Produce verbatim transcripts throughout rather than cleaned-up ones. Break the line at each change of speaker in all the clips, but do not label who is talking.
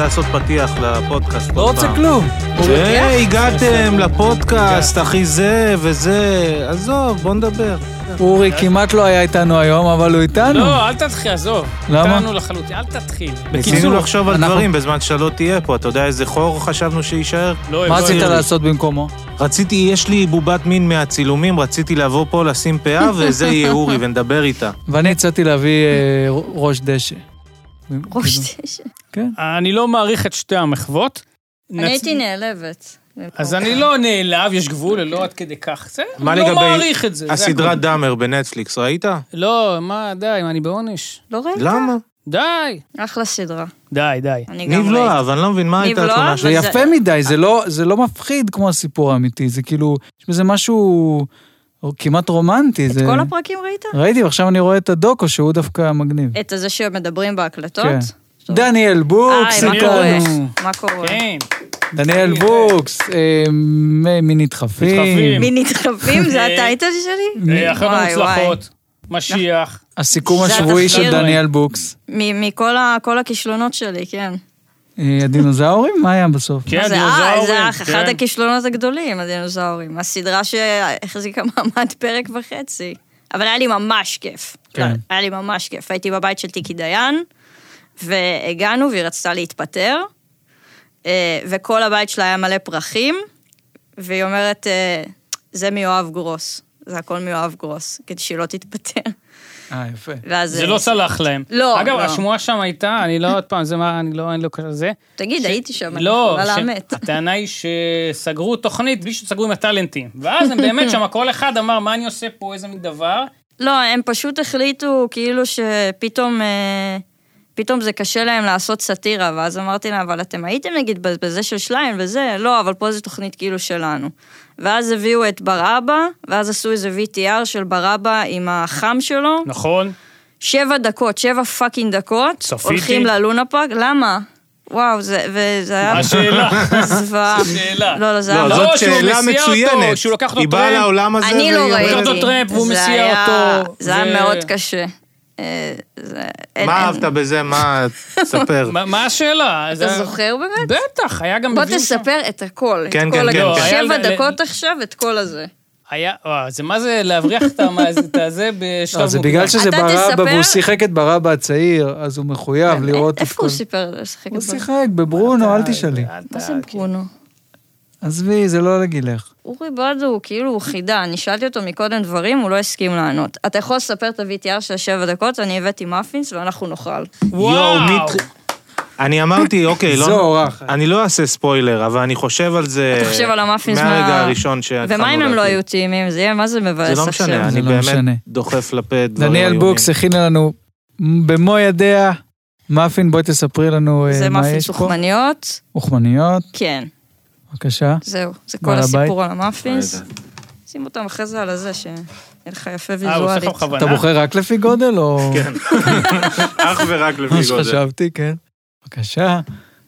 לעשות פתיח לפודקאסט.
לא רוצה כלום.
היי, הגעתם לפודקאסט, אחי זה וזה. עזוב, בוא נדבר.
אורי כמעט לא היה איתנו היום, אבל הוא איתנו.
לא, אל תתחיל, עזוב.
למה?
איתנו לחלוטין, אל תתחיל.
ניסינו לחשוב על דברים בזמן שלא תהיה פה. אתה יודע איזה חור חשבנו שישאר?
מה רצית לעשות במקומו?
רציתי, יש לי בובת מין מהצילומים, רציתי לבוא פה לשים פאה, וזה יהיה אורי, ונדבר איתה.
ואני הצעתי להביא ראש דשא.
ראש דשא.
כן.
אני לא מעריך את שתי המחוות.
אני הייתי נעלבת.
אז אני לא נעלב, יש גבול, לא עד כדי כך. זה, אני לא מעריך את זה.
הסדרה דאמר בנטפליקס, ראית?
לא, מה, די, אני בעונש.
לא ראית?
למה?
די.
אחלה סדרה.
די, די.
ניב לא אהב, אני לא מבין מה הייתה התלונה
זה יפה מדי, זה לא מפחיד כמו הסיפור האמיתי, זה כאילו, יש בזה משהו כמעט רומנטי.
את כל הפרקים ראית?
ראיתי, ועכשיו אני רואה את הדוקו, שהוא דווקא מגניב.
את זה שמדברים בהקלטות?
כן. דניאל בוקס,
איתנו. מה קורה?
כן.
דניאל בוקס, מי נדחפים.
מי נדחפים? זה הטייטל שלי?
אחרי המוצלחות, משיח.
הסיכום השבועי של דניאל בוקס.
מכל הכישלונות שלי, כן.
הדינוזאורים? מה היה בסוף?
כן, הדינוזאורים.
זה אחד הכישלונות הגדולים, הדינוזאורים. הסדרה שהחזיקה מעמד פרק וחצי. אבל היה לי ממש כיף. היה לי ממש כיף. הייתי בבית של טיקי דיין, והגענו והיא רצתה להתפטר, וכל הבית שלה היה מלא פרחים, והיא אומרת, זה מיואב גרוס. זה הכל מיואב גרוס, כדי שהיא לא תתפטר.
אה, יפה.
זה לא סלח להם.
לא.
אגב, השמועה שם הייתה, אני לא עוד פעם, זה מה, אני לא, אני לא כזה.
תגיד, הייתי שם, אני
לא,
יכולה לאמת.
הטענה היא שסגרו תוכנית, בלי שסגרו עם הטלנטים. ואז הם באמת שם, כל אחד אמר, מה אני עושה פה, איזה מין דבר?
לא, הם פשוט החליטו, כאילו שפתאום, פתאום זה קשה להם לעשות סטירה, ואז אמרתי להם, אבל אתם הייתם נגיד בזה של שליים וזה, לא, אבל פה זה תוכנית כאילו שלנו. ואז הביאו את ברבא, ואז עשו איזה וי טי אר של ברבא עם החם שלו.
נכון.
שבע דקות, שבע פאקינג דקות.
צפיתי.
הולכים ללונה פארק, למה? וואו, זה, וזה היה...
מה השאלה?
זוועה.
זו שאלה.
לא, לא, זה היה...
לא, זאת שאלה מצוינת.
שהוא לקח אותו
היא באה
טרמפ.
לעולם הזה.
אני לא ראיתי.
לקח אותו טרמפ והוא מסיע אותו.
זה היה מאוד קשה.
מה אהבת בזה? מה? תספר.
מה השאלה?
אתה זוכר באמת?
בטח, היה גם...
בוא תספר את הכל.
כן, כן, כן.
שבע דקות עכשיו, את כל הזה.
היה, זה מה זה להבריח את הזה בשלב...
זה בגלל שזה ברבא, והוא שיחק את ברבא הצעיר, אז הוא מחויב לראות את כל...
איפה הוא סיפר?
הוא שיחק בברונו, אל תשאלי.
מה זה ברונו?
עזבי, זה לא לגילך.
אורי בודו הוא כאילו הוא חידה, אני שאלתי אותו מקודם דברים, הוא לא הסכים לענות. אתה יכול לספר את ה-וי טי אר של שבע דקות, אני הבאתי מאפינס ואנחנו נאכל.
וואו!
אני אמרתי, אוקיי, אני לא אעשה ספוילר, אבל אני חושב על זה...
אתה חושב על המאפינס
מהרגע הראשון שהתחלנו...
ומה אם הם לא היו טעימים? זה יהיה, מה זה מבאס
עכשיו? זה לא משנה, אני באמת דוחף לפה דברים
דניאל בוקס הכין לנו במו ידיה מאפין, בואי תספרי לנו מה יש פה.
זה מאפינס אוכמניות.
אוכמניות.
כן.
בבקשה.
זהו, זה כל הסיפור על המאפינס. שים אותם אחרי זה על הזה, שיהיה לך יפה ויזואלית.
אתה בוחר רק לפי גודל או...
כן. אך ורק לפי גודל.
מה שחשבתי, כן. בבקשה.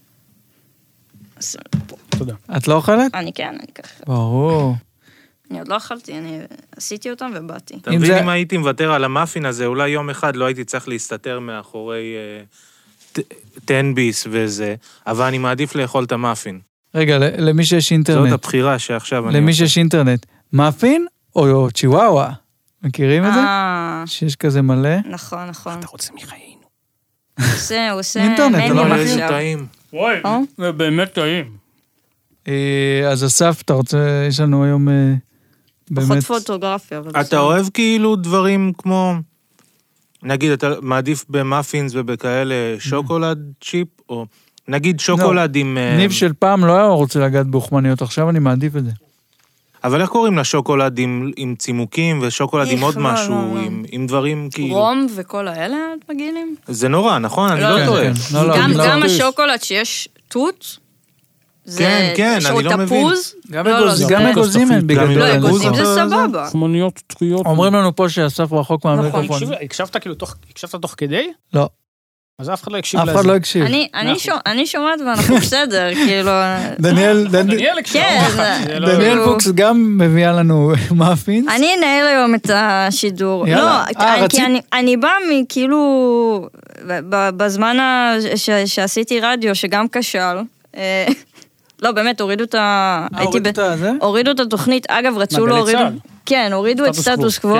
תודה.
את לא אוכלת?
אני כן, אני ככה.
ברור.
אני עוד לא אכלתי, אני עשיתי אותם ובאתי.
אתה מבין אם הייתי מוותר על המאפין הזה, אולי יום אחד לא הייתי צריך להסתתר מאחורי טן ביס וזה, אבל אני מעדיף לאכול את המאפין.
רגע, למי שיש אינטרנט.
זאת הבחירה שעכשיו אני...
למי שיש אינטרנט. מאפין או צ'יוואווה? מכירים את זה?
אה...
שיש כזה מלא?
נכון, נכון.
אתה רוצה מחיינו.
הוא עושה, הוא עושה...
אינטרנט, אתה לא
מבין. טעים.
וואי, זה באמת טעים.
אז אסף, אתה רוצה, יש לנו היום באמת...
פחות פוטוגרפיה.
אתה אוהב כאילו דברים כמו... נגיד, אתה מעדיף במאפינס ובכאלה שוקולד צ'יפ, או... נגיד שוקולד עם...
ניב של פעם לא היה רוצה לגעת באוכמניות, עכשיו אני מעדיף את זה.
אבל איך קוראים לשוקולד עם צימוקים ושוקולד עם עוד משהו, עם דברים כאילו...
רום וכל האלה מגעילים?
זה נורא, נכון? אני לא טועה.
גם השוקולד שיש תות,
כן, כן, אני לא מבין.
גם אגוזים הם בגדול.
לא, אגוזים זה סבבה.
חמוניות טריות.
אומרים לנו פה שאסף רחוק מהמיקרופון.
הקשבת כאילו תוך, הקשבת תוך כדי?
לא.
אז אף אחד לא הקשיב לזה.
אף אחד לא הקשיב.
אני שומעת ואנחנו בסדר, כאילו...
דניאל, דניאל הקשיב.
דניאל פוקס גם מביאה לנו מאפינס.
אני אנהל היום את השידור. לא, כי אני באה מכאילו בזמן שעשיתי רדיו, שגם כשל, לא, באמת, הורידו את ה...
הורידו את זה?
הורידו את התוכנית, אגב, רצו להוריד... כן, הורידו את סטטוס קוו.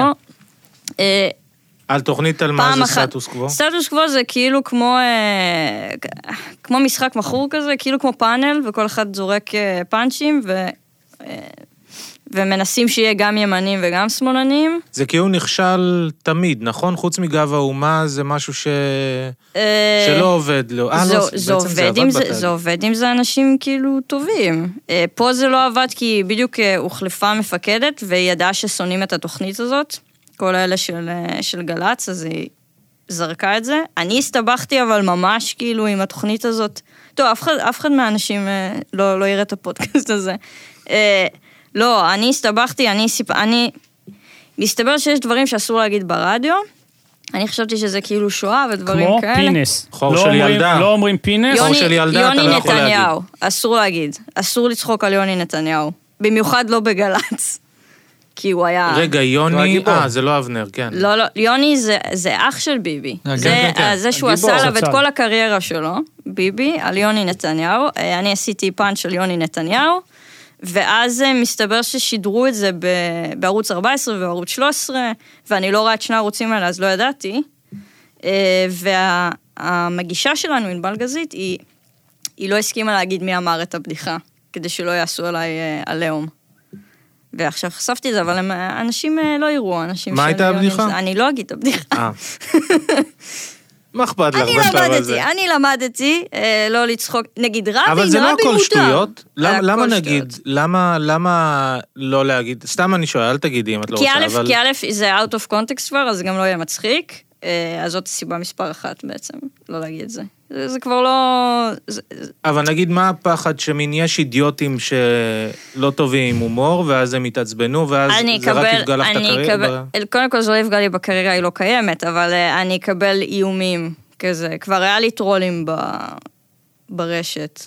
על תוכנית על מה זה סטטוס קוו?
סטטוס קוו זה כאילו כמו, כמו משחק מכור כזה, כאילו כמו פאנל, וכל אחד זורק פאנצ'ים, ו... ומנסים שיהיה גם ימנים וגם שמאלנים.
זה כאילו נכשל תמיד, נכון? חוץ מגב האומה זה משהו ש... שלא עובד. לא. אה,
זה,
לא,
זה, עובד זה, עובד זה, זה עובד אם זה אנשים כאילו טובים. פה זה לא עבד כי בדיוק הוחלפה מפקדת, והיא ידעה ששונאים את התוכנית הזאת, כל האלה של, של גלץ, אז היא זרקה את זה. אני הסתבכתי אבל ממש כאילו עם התוכנית הזאת. טוב, אף אחד, אף אחד מהאנשים לא, לא יראה את הפודקאסט הזה. לא, אני הסתבכתי, אני סיפ... אני... מסתבר שיש דברים שאסור להגיד ברדיו, אני חשבתי שזה כאילו שואה ודברים
כמו
כאלה.
כמו פינס.
חור
לא
של
אומרים,
ילדה.
לא אומרים פינס.
חור של ילדה, אתה לא יכול להגיד.
יוני נתניהו, אסור להגיד. אסור לצחוק על יוני נתניהו. במיוחד לא בגלץ. כי הוא היה...
רגע, יוני... אה, זה לא אבנר, כן.
לא, לא, יוני זה, זה אח של ביבי.
כן,
זה,
כן, כן.
זה שהוא
הגיבור,
עשה עליו את
הצד.
כל הקריירה שלו, ביבי, על יוני נתניהו. אני עשיתי פאנץ' של יוני נתניהו, ואז מסתבר ששידרו את זה בערוץ ארבע עשרה וערוץ שלוש עשרה, ואני לא רואה את שני הערוצים האלה, אז לא ידעתי. והמגישה שלנו, ענבל גזית, היא, היא לא הסכימה להגיד מי אמר את הבדיחה, כדי שלא יעשו עליי עליהום. ועכשיו חשפתי את זה, אבל הם, אנשים לא יראו, אנשים...
מה הייתה הבדיחה?
אני לא אגיד את הבדיחה.
אה. מה אכפת לך
אני למדתי, אני למדתי, לא לצחוק, נגיד רבין,
אבל זה לא הכל שטויות. למה
הכל
נגיד, למה, למה לא להגיד, סתם אני שואל, אל תגידי אם את לא
כי
רוצה,
א',
אבל...
כי א', זה out of context כבר, אז זה גם לא יהיה מצחיק, אז זאת סיבה מספר אחת בעצם, לא להגיד את זה. זה, זה כבר לא... זה...
אבל נגיד, מה הפחד שמין יש אידיוטים שלא טובים עם הומור, ואז הם יתעצבנו, ואז זה
אקבל,
רק יפגע לך את הקריירה?
אקבל, קודם כל זה לא יפגע לי בקריירה, היא לא קיימת, אבל אני אקבל איומים כזה. כבר היה לי טרולים ב... ברשת.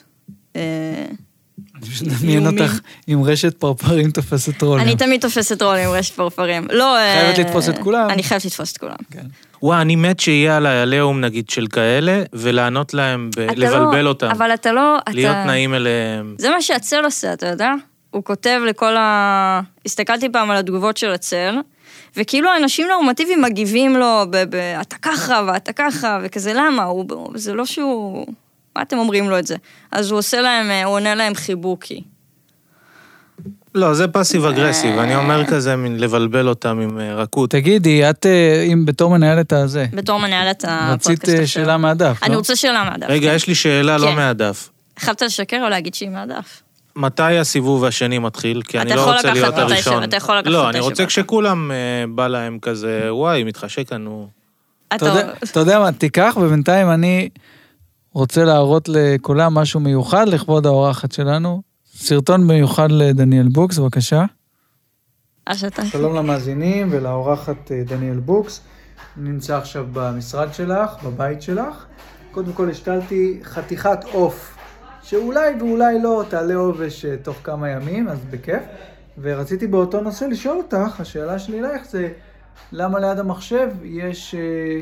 אני פשוט דמיין אותך עם רשת פרפרים תופסת טרולים.
אני תמיד תופסת טרולים עם רשת פרפרים. לא...
חייבת לתפוס את כולם.
אני חייבת לתפוס את כולם.
כן.
וואי, אני מת שיהיה עליי עליהום, נגיד, של כאלה, ולענות להם, ב- לבלבל
לא,
אותם.
אבל אתה לא...
להיות
אתה...
נעים אליהם.
זה מה שהצל עושה, אתה יודע? הוא כותב לכל ה... הסתכלתי פעם על התגובות של הצל, וכאילו האנשים נורמטיביים מגיבים לו, ב- ב- אתה ככה ואתה ככה, וכזה למה? הוא... זה לא שהוא... מה אתם אומרים לו את זה? אז הוא עושה להם, הוא עונה להם חיבוקי.
לא, זה פסיב אגרסיב, אני אומר כזה, לבלבל אותם עם רכות.
תגידי, את אם בתור מנהלת הזה,
בתור מנהלת הפודקאסט
רצית
עכשיו.
שאלה מהדף,
אני
לא?
רוצה שאלה מהדף.
רגע,
כן.
יש לי שאלה לא
כן.
מהדף.
חייבת לשקר או להגיד שהיא מהדף?
מתי הסיבוב השני מתחיל? כי אני
אתה
לא
יכול
רוצה
לקחת
להיות
מתי
הראשון.
ש- אתה יכול לקחת
לא,
מתי
אני רוצה
שבאת.
כשכולם אה, בא להם כזה, וואי, מתחשק לנו.
אתה יודע- אתה יודע מה, תיקח, ובינתיים אני רוצה להראות לכולם משהו מיוחד לכבוד האורחת שלנו. סרטון מיוחד לדניאל בוקס, בבקשה.
אז אתה...
שלום למאזינים ולאורחת דניאל בוקס. אני נמצא עכשיו במשרד שלך, בבית שלך. קודם כל השתלתי חתיכת עוף, שאולי ואולי לא תעלה עובש תוך כמה ימים, אז בכיף. ורציתי באותו נושא לשאול אותך, השאלה שלי לך זה, למה ליד המחשב יש אה,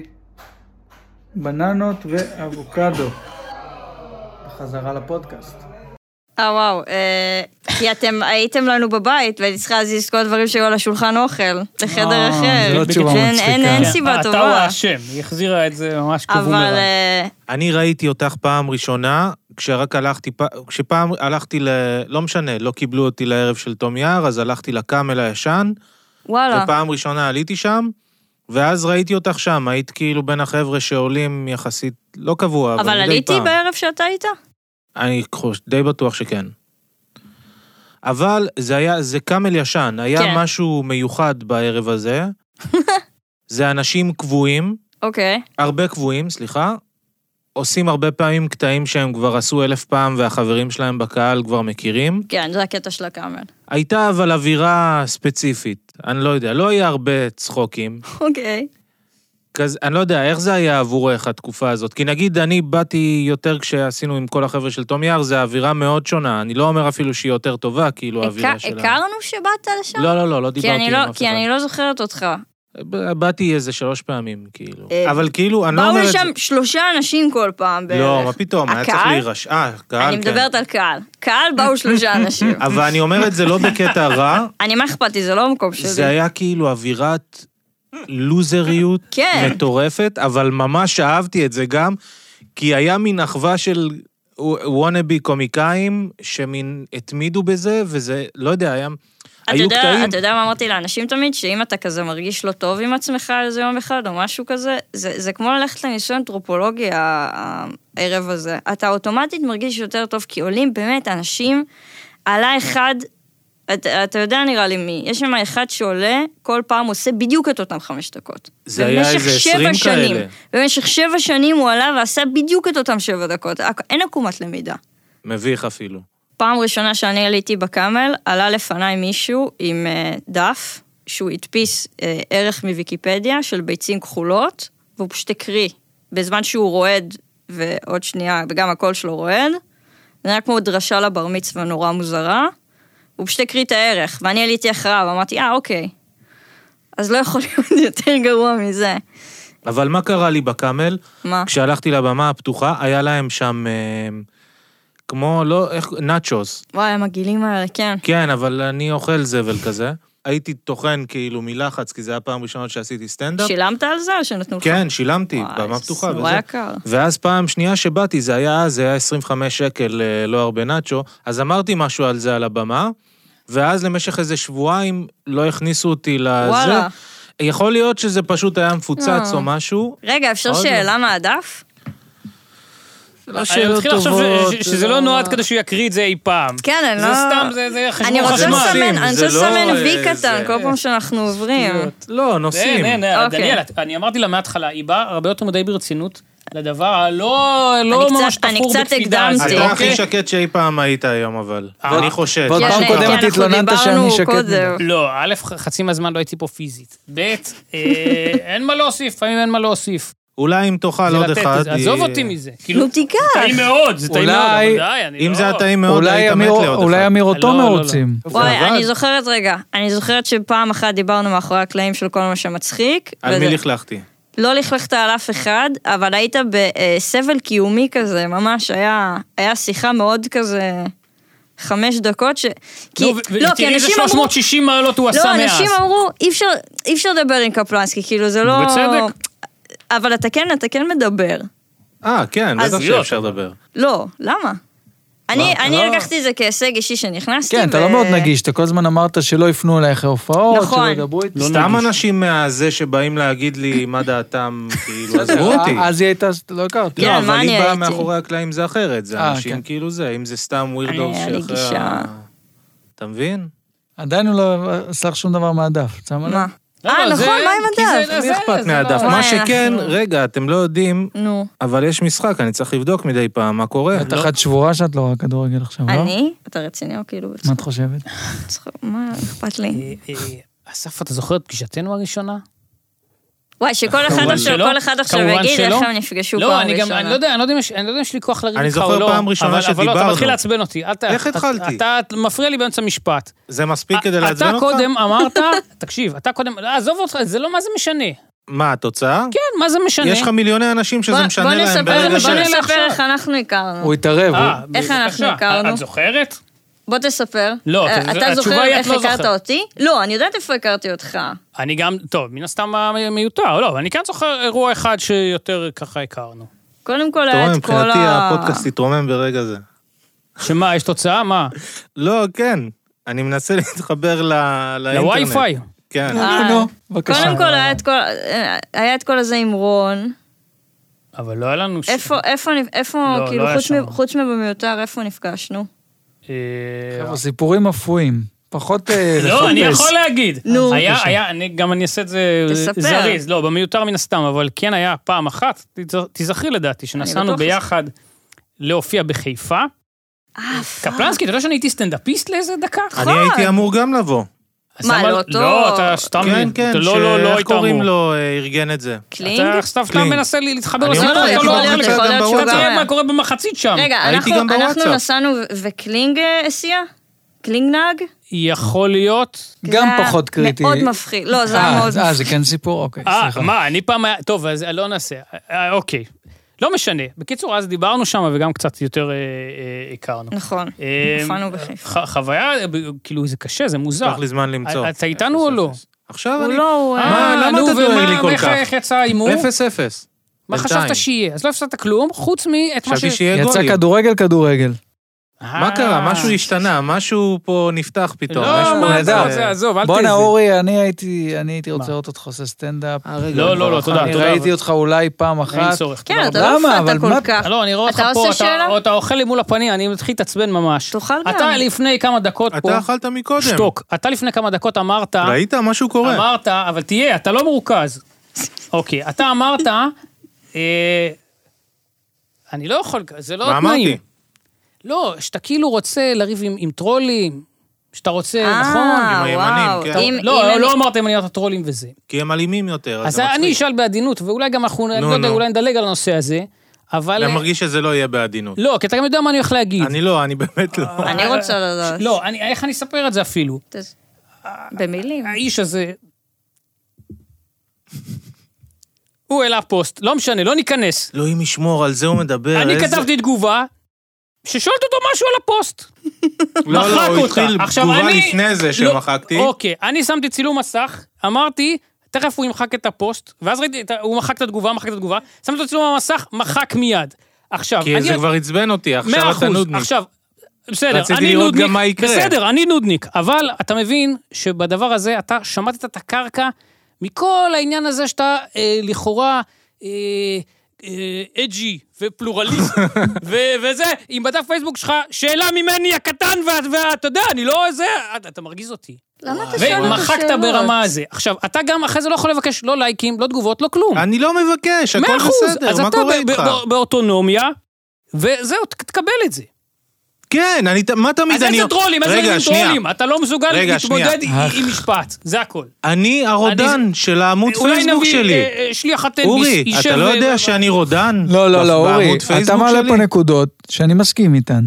בננות ואבוקדו? בחזרה לפודקאסט.
אה, וואו, אה, כי אתם הייתם לנו בבית, והייתי צריכה להזיז כל הדברים שהיו על השולחן אוכל, לחדר
אה,
אחר.
זה לא תשובה
אין-
מצחיקה.
אין- אין
כן.
סיבה
אתה הוא
טובה.
האשם, היא החזירה את זה ממש כבומרנג.
אבל... אה,
אני ראיתי אותך פעם ראשונה, כשרק הלכתי, כשפעם הלכתי ל... לא משנה, לא קיבלו אותי לערב של תום יער, אז הלכתי לקאמל הישן,
וואלה.
ופעם ראשונה עליתי שם, ואז ראיתי אותך שם, היית כאילו בין החבר'ה שעולים יחסית, לא קבוע, אבל
אבל
מדי
עליתי
פעם.
בערב שאתה היית?
אני חוש, די בטוח שכן. אבל זה היה, זה קאמל ישן, היה
כן.
משהו מיוחד בערב הזה, זה אנשים קבועים,
אוקיי.
הרבה קבועים, סליחה, עושים הרבה פעמים קטעים שהם כבר עשו אלף פעם, והחברים שלהם בקהל כבר מכירים.
כן, זה הקטע של הקאמל.
הייתה אבל אווירה ספציפית, אני לא יודע, לא היה הרבה צחוקים.
אוקיי.
כזה, אני לא יודע, איך זה היה עבורך התקופה הזאת? כי נגיד, אני באתי יותר כשעשינו עם כל החבר'ה של תום יער, זה אווירה מאוד שונה. אני לא אומר אפילו שהיא יותר טובה, כאילו, האווירה שלה.
הכרנו שבאת לשם?
לא, לא, לא, לא
כי
דיברתי
אני
עם
לא-
אף אחד.
כי אני לא זוכרת אותך.
באתי איזה שלוש פעמים, כאילו. אבל כאילו, אני לא אומר את זה...
באו לשם שלושה אנשים כל פעם בערך.
לא, מה פתאום, היה צריך להירש... אה, קהל, כן.
אני מדברת על קהל. קהל באו שלושה אנשים.
אבל אני אומר את זה לא בקטע רע.
אני מה אכפתי, זה לא המקום שלי.
זה היה כאילו אווירת לוזריות מטורפת, אבל ממש אהבתי את זה גם, כי היה מין אחווה של וונאבי קומיקאים, שמין התמידו בזה, וזה, לא יודע, היה...
אתה יודע, אתה יודע מה אמרתי לאנשים תמיד? שאם אתה כזה מרגיש לא טוב עם עצמך איזה יום אחד או משהו כזה, זה, זה כמו ללכת לניסוי אנתרופולוגי הערב הזה. אתה אוטומטית מרגיש יותר טוב, כי עולים באמת אנשים, עלה אחד, אתה, אתה יודע נראה לי מי, יש שם אחד שעולה, כל פעם עושה בדיוק את אותם חמש דקות.
זה היה איזה עשרים כאלה.
במשך שבע שנים הוא עלה ועשה בדיוק את אותם שבע דקות. אין עקומת למידה.
מביך אפילו.
פעם ראשונה שאני עליתי בקאמל, עלה לפניי מישהו עם uh, דף, שהוא הדפיס uh, ערך מוויקיפדיה של ביצים כחולות, והוא פשוט הקריא, בזמן שהוא רועד, ועוד שנייה, וגם הקול שלו רועד, זה היה כמו דרשה לבר מצווה נורא מוזרה, הוא פשוט הקריא את הערך, ואני עליתי אחריו, ואמרתי, אה, אוקיי, אז לא יכול להיות יותר גרוע מזה.
אבל מה קרה לי בקאמל?
מה?
כשהלכתי לבמה הפתוחה, היה להם שם... Uh... כמו, לא, איך, נאצ'וס.
וואי, המגילים האלה, כן.
כן, אבל אני אוכל זבל כזה. הייתי תוכן כאילו מלחץ, כי זה היה פעם ראשונה שעשיתי סטנדאפ.
שילמת על זה או שנתנו לך?
כן, שילמתי, במה פתוחה.
וואי, זה יקר.
ואז פעם שנייה שבאתי, זה היה, זה היה עשרים וחמישה שקל, לא הרבה נאצ'ו, אז אמרתי משהו על זה על הבמה, ואז למשך איזה שבועיים לא הכניסו אותי לזה.
וואלה.
יכול להיות שזה פשוט היה מפוצץ או משהו.
רגע, אפשר שאלה מהדף?
אני מתחיל לחשוב שזה לא נועד כדי שהוא יקריא את זה אי פעם.
כן, אני לא...
זה סתם, זה חשבון
אני רוצה לסמן, אני רוצה לסמן וי קטן
זה-
כל פעם שאנחנו עוברים.
לא, נוסעים.
אין, אין,
אוקיי.
דניאל, אני אמרתי לה מההתחלה, היא באה הרבה יותר מדי ברצינות לדבר הלא לא
אני
ממש
קצת- אני
תפור
קצת
בקפידה.
הקדמתי.
אתה
אוקיי?
הכי שקט שאי פעם היית היום, אבל.
אה.
אני חושד.
ועוד
כן,
פעם
כי
קודמת
אנחנו
התלוננת שאני
דיברנו
שקט
קודם.
מדי.
לא, א', חצי מהזמן לא הייתי פה פיזית. ב', אה, אין מה להוסיף, לפעמים אין מה להוסיף.
אולי אם תאכל
זה
עוד
לתת,
אחד.
זה- עזוב אותי מזה. כאילו,
נו, תיקח.
טעים מאוד, זה טעים מאוד,
אולי-
אבל די, אני
אם
לא...
זה היה טעים מאוד,
אולי
היית מת
אמיר-
לעוד אחד.
אולי אמיר אותו
לא, לא, לא.
מרוצים.
וואי,
עבד.
אני זוכרת רגע, אני זוכרת שפעם אחת דיברנו מאחורי הקלעים של כל מה שמצחיק.
על
וזה-
מי לכלכתי?
לא לכלכת על אף אחד, אבל היית בסבל קיומי כזה, ממש היה, היה שיחה מאוד כזה, חמש דקות, ש... כי,
נו, ו-
לא, כי
ותראי איזה
אנשים אמרו,
שלוש מאות ושישים מעלות הוא עשה
לא,
מאז.
אנשים אמרו, אי אפשר, אי אפשר לדבר עם קפלנסקי, כאילו זה לא...
בצדק.
אבל אתה כן, אתה כן מדבר.
אה, כן,
אז-
בטח שאפשר לדבר.
לא, למה? אני, אני
לא.
לקחתי את זה כהישג אישי שנכנסתי.
כן, אתה לא מאוד נגיש, אתה כל הזמן אמרת שלא יפנו אליך הופעות,
נכון.
שלא ידברו איתי.
סתם אנשים מהזה שבאים להגיד לי מה דעתם, כאילו, עזבו אותי.
אז היא הייתה, לא הכרתי.
כן,
לא,
מה
אבל
אני
היא באה
הייתי?
מאחורי הקלעים זה אחרת, זה
אה,
אנשים
כן.
כאילו זה, אם זה סתם ווירדוס
אני- אני
שאחרי
גישה.
ה... אתה מבין?
עדיין הוא לא עשה לך שום דבר מהדף, שמה לב?
מה?
לא,
אה,
לא, זה-
נכון, מה עם
כי זה-
הדף?
זה-
מי אכפת
זה
מהדף?
לא-
מה
וואי,
שכן,
אנחנו-
רגע, אתם לא יודעים,
נו.
אבל יש משחק, אני צריך לבדוק מדי פעם מה קורה.
בטח את שבורה שאת לא רואה כדורגל עכשיו, לא?
אני? אתה רציני או כאילו...
מה את חושבת?
מה אכפת לי?
אה, אה, אסף, אתה זוכר את פגישתנו הראשונה?
וואי, שכל אחד
כמובן
עכשיו,
שלא,
כל אחד עכשיו
כמובן
יגיד
שלא.
איך הם נפגשו
לא,
פעם
אני גם,
ראשונה.
אני לא יודע, אני לא יודע אם יש- אני לא יודע אם יש לי כוח לריב
אני
איתך או
זוכר
לא.
פעם ראשונה
אבל- אבל לא, אתה
שדיברנו.
מתחיל לעצבן אותי. אל ת-
איך
אתה-
התחלתי?
אתה מפריע לי באמצע משפט.
זה מספיק כדי לעצבן
אתה
אותך?
קודם אמרת, תקשיב, אתה קודם, לא, עזוב אותך, זה לא, מה זה משנה?
מה, התוצאה?
כן, מה זה משנה?
יש לך מיליוני אנשים שזה
בוא-
משנה
בוא
להם
נספר-
ברגע
בוא
ש...
ש-
נספר איך אנחנו הכרנו.
הוא התערב,
אה,
הוא-
איך אנחנו
בבקשה.
הכרנו?
את זוכרת?
בוא תספר.
לא,
אה,
אתה-
אתה
התשובה
זוכר
היא, את
איך
לא
הכרת
זוכרת.
אותי? לא, אני יודעת איפה הכרתי אותך.
אני גם, טוב, מן הסתם מיותר, לא, אבל אני כן זוכר אירוע אחד שיותר ככה הכרנו.
קודם כל
אתה
היה
רואה,
את כל
מבחינתי
ה...
הפודקאסט יתרומם ברגע זה.
שמה, יש תוצאה? מה?
לא, כן. אני מנסה להתחבר ל- לאינטרנט.
לווי-פיי.
כן.
אה,
נו, בבקשה.
קודם כל היה את כל- אה, היה את כל הזה עם רון.
אבל לא היה לנו... ש-
איפה, איפה, איפה,
לא,
כאילו,
לא היה
חוץ
שם.
מ- חוץ מבמיותר, איפה נפגשנו?
אה,
חבר'ה, סיפורים אפויים. פחות אה,
לא, אני
לחפש.
יכול להגיד.
נו.
היה,
בבקשה.
היה, אני, גם אני אעשה את זה
תספר.
זריז, לא, במיותר מן הסתם, אבל כן היה פעם אחת, תז- תזכרי לדעתי, שנסענו
בטוח
ביחד להופיע בחיפה.
אה,
קפלנסקי, אתה יודע שאני הייתי סטנדאפיסט לאיזה דקה?
אני הייתי אמור גם לבוא.
אז
מה,
למה-
לא אותו?
לא, אתה סתם...
כן, כן,
אתה לא, לא, לא
שאיך
היית
קוראים
אמור.
לו, אה, ארגן את זה.
קלינג?
אתה סתם סתם
קלינג.
מנסה לי להתחבר
אני
לסיפור,
אומר,
אתה
יכול
לא
להיות
הולך
שגם
לך.
בוואטסאפ.
אתה תראה מה קורה במחצית שם.
רגע,
הייתי
אנחנו
גם
אנחנו
בוואטסאפ.
נסענו ו- וקלינג אה, הסיע? קלינגנג?
יכול להיות.
גם פחות קריטי.
מאוד מפחיד. לא, זה היה מאוד...
אה, זה כן סיפור? אוקיי, סליחה.
מה, אני פעם... טוב, אז לא נעשה. אוקיי. לא משנה. בקיצור, אז דיברנו שם, וגם קצת יותר הכרנו.
נכון. הופענו בחיפה.
חוויה, כאילו, זה קשה, זה מוזר.
צריך לי זמן למצוא.
אתה איתנו או לא?
עכשיו
הוא
אני...
לא...
למה אתה דואג לי כל כך?
ואיך יצא האימור?
אפס אפס.
מה חשבת שיהיה? אז לא הפסדת כלום, חוץ מאת מה ש...
חשבתי שיהיה גולים.
יצא כדורגל, כדורגל.
מה קרה? משהו השתנה, משהו פה נפתח פתאום.
לא, מה זה, זה, עזוב, אל תזי.
בוא'נה, אורי, אני הייתי רוצה לראות אותך עושה סטנדאפ.
לא, לא, לא, תודה,
אני ראיתי אותך אולי פעם אחת.
אין צורך.
כן, אתה לא הופעת כל כך.
לא, אני רואה אותך פה, אתה אוכל לי מול הפנים, אני מתחיל להתעצבן ממש.
תאכל גם.
אתה לפני כמה דקות פה...
אתה אכלת מקודם.
שתוק. אתה לפני כמה דקות אמרת...
ראית? משהו קורה.
אמרת, אבל תהיה, אתה לא מרוכז. אוקיי, אתה אמרת... אני לא יכול, זה לא תנאים. לא, שאתה כאילו רוצה לריב עם, עם טרולים, שאתה רוצה, נכון?
עם הימנים, כן.
אם,
לא,
אם
לא
אני...
אמרת אם אני אוהבת טרולים וזה.
כי הם אלימים יותר,
אז אני אשאל בעדינות, ואולי גם אנחנו, אני לא יודע, אולי נדלג על הנושא הזה, אבל...
אני מרגיש שזה לא יהיה בעדינות.
לא, כי אתה גם יודע מה אני הולך להגיד.
אני לא, אני באמת לא.
אני רוצה לדעת.
לא, איך אני אספר את זה אפילו?
במילים.
האיש הזה... הוא העלה פוסט, לא משנה, לא ניכנס.
לא, אם ישמור, על זה הוא מדבר.
אני כתבתי תגובה, ששואלת אותו משהו על הפוסט.
לא, לא, הוא התחיל תגובה לפני זה שמחקתי.
אוקיי, אני שמתי צילום מסך, אמרתי, תכף הוא ימחק את הפוסט, ואז ראיתי, הוא מחק את התגובה, מחק את התגובה, שמתי את הצילום במסך, מחק מיד. עכשיו,
כי זה כבר עצבן אותי, עכשיו אתה נודניק.
עכשיו, בסדר,
רציתי לראות גם מה יקרה.
בסדר, אני נודניק, אבל אתה מבין שבדבר הזה אתה שמעת את הקרקע מכל העניין הזה שאתה אה, לכאורה אה, אה, אג'י ופלורליסט, ו- וזה, אם בדף פייסבוק שלך, שאלה ממני הקטן, ואתה יודע, אני לא זה, אתה, אתה מרגיז אותי.
למה אתה שואל את השאלות?
ומחקת ברמה הזה. עכשיו, אתה גם אחרי זה לא יכול לבקש לא לייקים, לא תגובות, לא כלום.
אני לא מבקש, הכל בסדר, מה קורה איתך?
אז אתה באוטונומיה, וזהו, תקבל את זה.
כן, אני, מה תמיד
אז
אני...
איזה טרולים, איזה איזה טרולים, אתה לא מסוגל להתמודד עם משפט, זה הכל.
אני הרודן של העמוד פייסבוק שלי.
אולי נביא שליח הטלביס.
אורי, אתה לא יודע שאני רודן?
לא, לא, לא, אורי, אתה מעלה פה נקודות שאני מסכים איתן.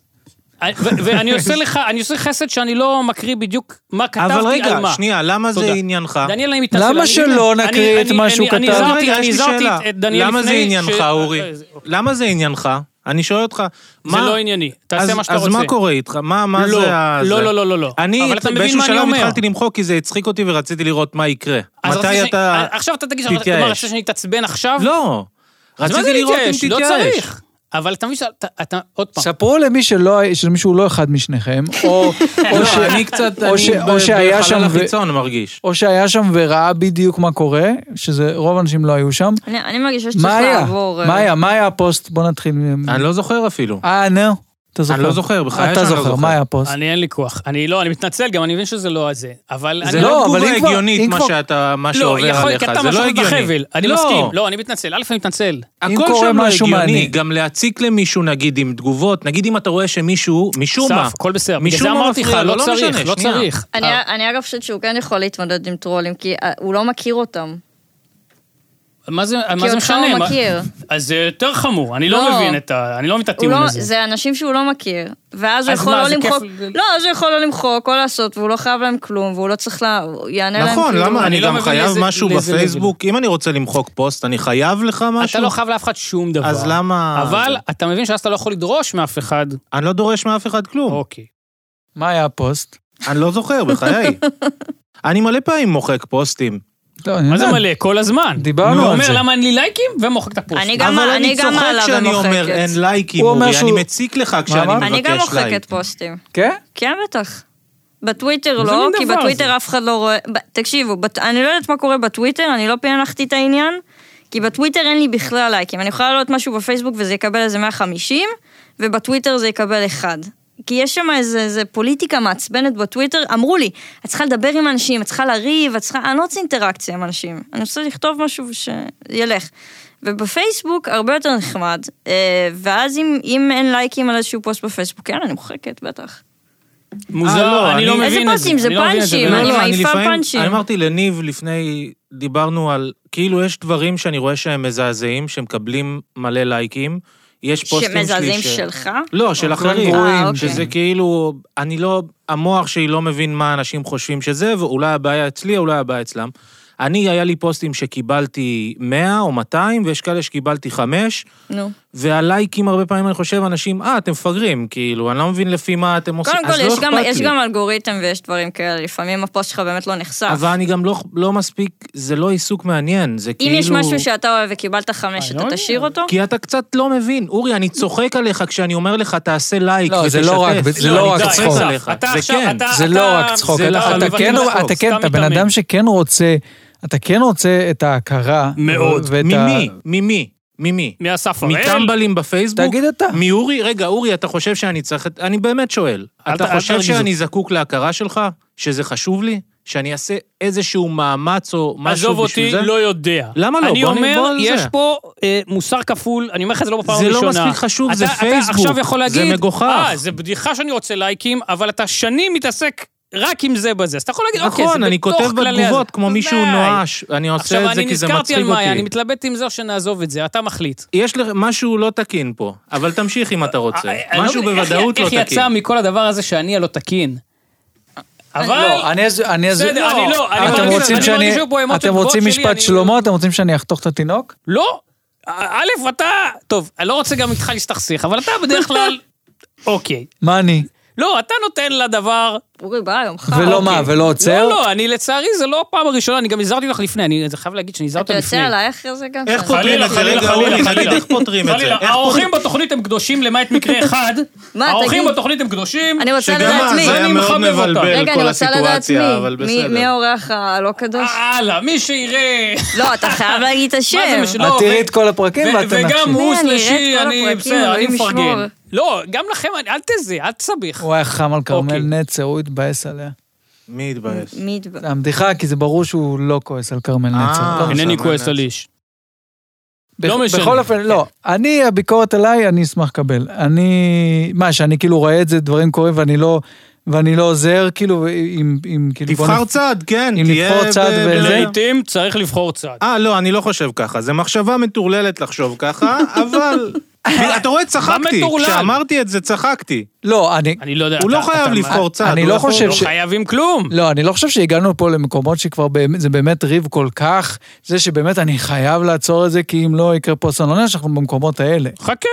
ואני עושה לך, אני עושה חסד שאני לא מקריא בדיוק מה כתבתי על מה.
אבל רגע, שנייה, למה זה עניינך?
דניאל, אני מתנצל.
למה שלא נקריא את מה שהוא כתב?
אני הזרתי את דניאל לפני...
למה זה עניינך, אורי? למה זה עניינך? אני שואל אותך...
זה לא ענייני, תעשה מה שאתה רוצה.
אז מה קורה איתך? מה זה...
לא, לא, לא, לא.
אני באיזשהו שלב התחלתי למחוק, כי זה הצחיק אותי ורציתי לראות מה יקרה. מתי אתה...
עכשיו אתה תגיד, אתה רוצה שאני אתעצבן עכשיו?
לא. רציתי לראות אם תתייאש.
לא צריך. אבל אתה מבין שאתה, עוד פעם.
ספרו למי שלא, שמישהו לא אחד משניכם, או
אני קצת, אני בחלל החיצון מרגיש.
או שהיה שם וראה בדיוק מה קורה, שזה רוב האנשים לא היו שם.
אני מרגיש שצריך לעבור.
מה היה? מה היה הפוסט? בוא נתחיל.
אני לא זוכר אפילו.
אה, נו.
אני לא זוכר, בחיי
אתה זוכר, מה היה הפוסט?
אני אין לי כוח. אני לא, אני מתנצל גם, אני מבין שזה לא הזה. אבל
זה לא תגובה הגיונית מה שעובר עליך, זה לא הגיוני.
אני מסכים, לא, אני מתנצל, א' אני מתנצל.
הכל שם לא הגיוני, גם להציק למישהו נגיד עם תגובות, נגיד אם אתה רואה שמישהו, משום מה,
סף, הכל בסדר, בגלל זה אמרתי לך, לא צריך, לא צריך.
אני אגב חושבת שהוא כן יכול להתמודד עם טרולים, כי הוא לא מכיר אותם.
מה זה משנה?
כי אותך הוא מכיר.
אז זה יותר חמור, אני לא מבין את ה... אני לא מבין את הטיעון הזה.
זה אנשים שהוא לא מכיר, ואז הוא יכול לא למחוק, לא, אז הוא יכול לא למחוק, או לעשות, והוא לא חייב להם כלום, והוא לא צריך לה... יענה להם
נכון, למה? אני גם חייב משהו בפייסבוק, אם אני רוצה למחוק פוסט, אני חייב לך משהו?
אתה לא חייב לאף אחד שום דבר.
אז למה...
אבל אתה מבין שאז אתה לא יכול לדרוש מאף אחד.
אני לא דורש מאף אחד כלום.
אוקיי.
מה היה הפוסט?
אני לא זוכר, בחיי. אני מלא פעמים מוחק פוסטים.
מה זה מלא? כל הזמן.
דיברנו על זה.
הוא אומר למה אין לי לייקים ומוחק את הפוסט.
אני גם מעלה ומוחקת.
אבל אני צוחק כשאני אומר אין לייקים, אורי, אני מציק לך כשאני מבקש לייק.
אני גם מוחקת פוסטים.
כן?
כן, בטח. בטוויטר לא, כי בטוויטר אף אחד לא רואה... תקשיבו, אני לא יודעת מה קורה בטוויטר, אני לא פענחתי את העניין, כי בטוויטר אין לי בכלל לייקים. אני יכולה לראות משהו בפייסבוק וזה יקבל איזה מאה וחמישים, ובטוויטר זה יקבל אחד. כי יש שם איזה, איזה פוליטיקה מעצבנת בטוויטר, אמרו לי, את צריכה לדבר עם אנשים, את צריכה לריב, את צריכה, אני לא רוצה אינטראקציה עם אנשים, אני רוצה לכתוב משהו שילך. ובפייסבוק הרבה יותר נחמד, ואז אם, אם אין לייקים על איזשהו פוסט בפייסבוק, כן, אני מוחקת, בטח.
מוזר, אני לא מבין את זה.
איזה פוסטים? זה פאנצ'ים, אני מעיפה פאנצ'ים.
אני אמרתי לניב לפני, דיברנו על, כאילו יש דברים שאני רואה שהם מזעזעים, שמקבלים מלא לייקים, יש פוסטים שלי
שמזעזעים
ש...
שלך?
לא, של אחרים.
אה, אוקיי.
שזה כאילו, אני לא, המוח שלי לא מבין מה אנשים חושבים שזה, ואולי הבעיה אצלי, אולי הבעיה אצלם. אני, היה לי פוסטים שקיבלתי מאה או מאתיים, ויש כאלה שקיבלתי חמש,
נו.
והלייקים הרבה פעמים אני חושב, אנשים, אה, אתם מפגרים, כאילו, אני לא מבין לפי מה אתם עושים,
קודם כל, יש, גם, יש גם אלגוריתם ויש דברים כאלה, לפעמים הפוסט שלך באמת לא נחשף.
אבל אני גם לא, לא מספיק, זה לא עיסוק מעניין, זה
אם
כאילו...
אם יש משהו שאתה אוהב וקיבלת חמש, אתה תשאיר אותו?
כי אתה קצת לא מבין. אורי, אני צוחק עליך כשאני אומר לך, תעשה לייק ותשתף.
זה לא רק, זה לא רק צחוק.
זה כן.
זה לא רק צחוק. אתה כן, אתה כן, אתה בן אדם שכן רוצה, אתה כן רוצה את ההכרה.
מאוד.
ממי? ממי? ממי?
מאסף הראל?
מטמבלים בפייסבוק?
תגיד אתה.
מאורי? רגע, אורי, אתה חושב שאני צריך... אני באמת שואל. אתה חושב שאני זקוק להכרה שלך? שזה חשוב לי? שאני אעשה איזשהו מאמץ או משהו בשביל זה?
עזוב אותי, לא יודע.
למה לא?
אני
בוא
אומר,
נבוא על
יש
זה.
פה אה, מוסר כפול, אני אומר לך, זה לא בפעם הראשונה.
זה לא מספיק חשוב,
אתה,
זה
אתה
פייסבוק.
עכשיו יכול להגיד,
זה מגוחך.
אה, זה בדיחה שאני רוצה לייקים, אבל אתה שנים מתעסק רק עם זה בזה. אז אתה יכול להגיד, אוקיי, זה
נכון, אני
בתוך
כותב
כללי
בתגובות
הזה.
כמו מישהו
די.
נואש, אני עושה את זה כי זה
עכשיו, אני
מצחיק
נזכרתי על מאיה, אני
אותי.
מתלבט עם זה או שנעזוב את זה, אתה מחליט.
יש לך משהו לא תקין פה, אבל תמשיך אם אתה רוצה. משהו בוודאות לא
איך יצא
תקין.
מכל הדבר הזה שאני הלא תקין? אבל...
לא, אני אז... אני אז...
בסדר, אני לא, אני
אתם
מרגיש-
רוצים
אני
שאני...
מרגיש פה אמוציות
אתם רוצים
גבוהות שלי,
משפט
אני-
שלמה? אתם רוצים שאני אחתוך את התינוק?
לא. א', אתה... טוב, אני לא רוצה גם איתך להסתכסך, אבל אתה בדרך כלל... אוקיי.
מה אני?
לא, אתה נותן לדבר...
אורי בא היום חם.
ולא מה, ולא עוצר?
לא, לא, אני לצערי, זה לא הפעם הראשונה, אני גם הזהרתי לך לפני, אני חייב להגיד שאני הזהרתי
אתה
לפני.
יוצא עליי אחרי זה גם?
איך
שאני-
פותרים את זה?
חלילה,
רגע,
חלילה,
אורי,
חלילה.
תגיד איך פותרים את זה.
חלילה,
איך
האורחים בתוכנית הם קדושים למעט מקרה אחד.
מה,
האורחים
תגיד?
בתוכנית הם קדושים.
אני רוצה
שגם
לדעת
אז
מי.
היה
אני
מאוד
מחבב אותה.
מבלבל
רגע, אני
כל
רוצה לדעת
הסיטואציה, אבל
מי. מי-
בסדר.
מי האורח הלא קדוש?
הלאה, מי שיראה...
לא, אתה חייב להגיד את השם.
מה זה משנה?
את
לא,
תראי
ו-
את כל הפרקים
ו-
ואת תנחשי.
וגם הוא
אני אראה את
סלשי,
כל
אני
הפרקים,
בסדר, אני
אלוהים
מפרגן.
ישמור.
לא, גם לכם, אל תזה, אל תסביך.
הוא היה חם על כרמל
אוקיי.
נצר, הוא התבאס עליה.
מי יתבאס?
מי ידבר?
זה המדיחה, כי זה ברור שהוא לא כועס על כרמל נצר.
אה,
לא משנה.
אינני
שם
כועס
האמת.
על איש.
בכ-
לא משנה.
בכל אופן, לא. אני, הביקורת עליי, אני אשמח לקבל. אני, מה, שאני כאילו רואה את זה, דברים קורים ואני לא, ואני לא עוזר, כאילו, עם, עם, כאילו, בוא
תבחר
נפ-
צד, כן.
אם
תהיה
לבחור צד
ב-
וזה-
ב-
לעתים צריך לבחור צד.
אה, לא, אני לא חושב ככה. זו מחשבה מטורללת לחשוב ככה, אבל... אתה רואה, צחקתי.
מטורלל?
כשאמרתי את זה, צחקתי.
לא, אני,
אני לא יודע.
הוא לא
אתה-
חייב
אתה-
לבחור צד.
אני
הוא
לא
יכול-
חושב
לא
ש-
חייבים כלום.
לא, אני לא חושב שהגענו פה למקומות שכבר באמת, זה באמת ריב כל כך, זה שבאמת אני חייב לעצור את זה, כי אם לא יקרה פה אסון, לא נראה שאנחנו במקומות האלה.
חכה.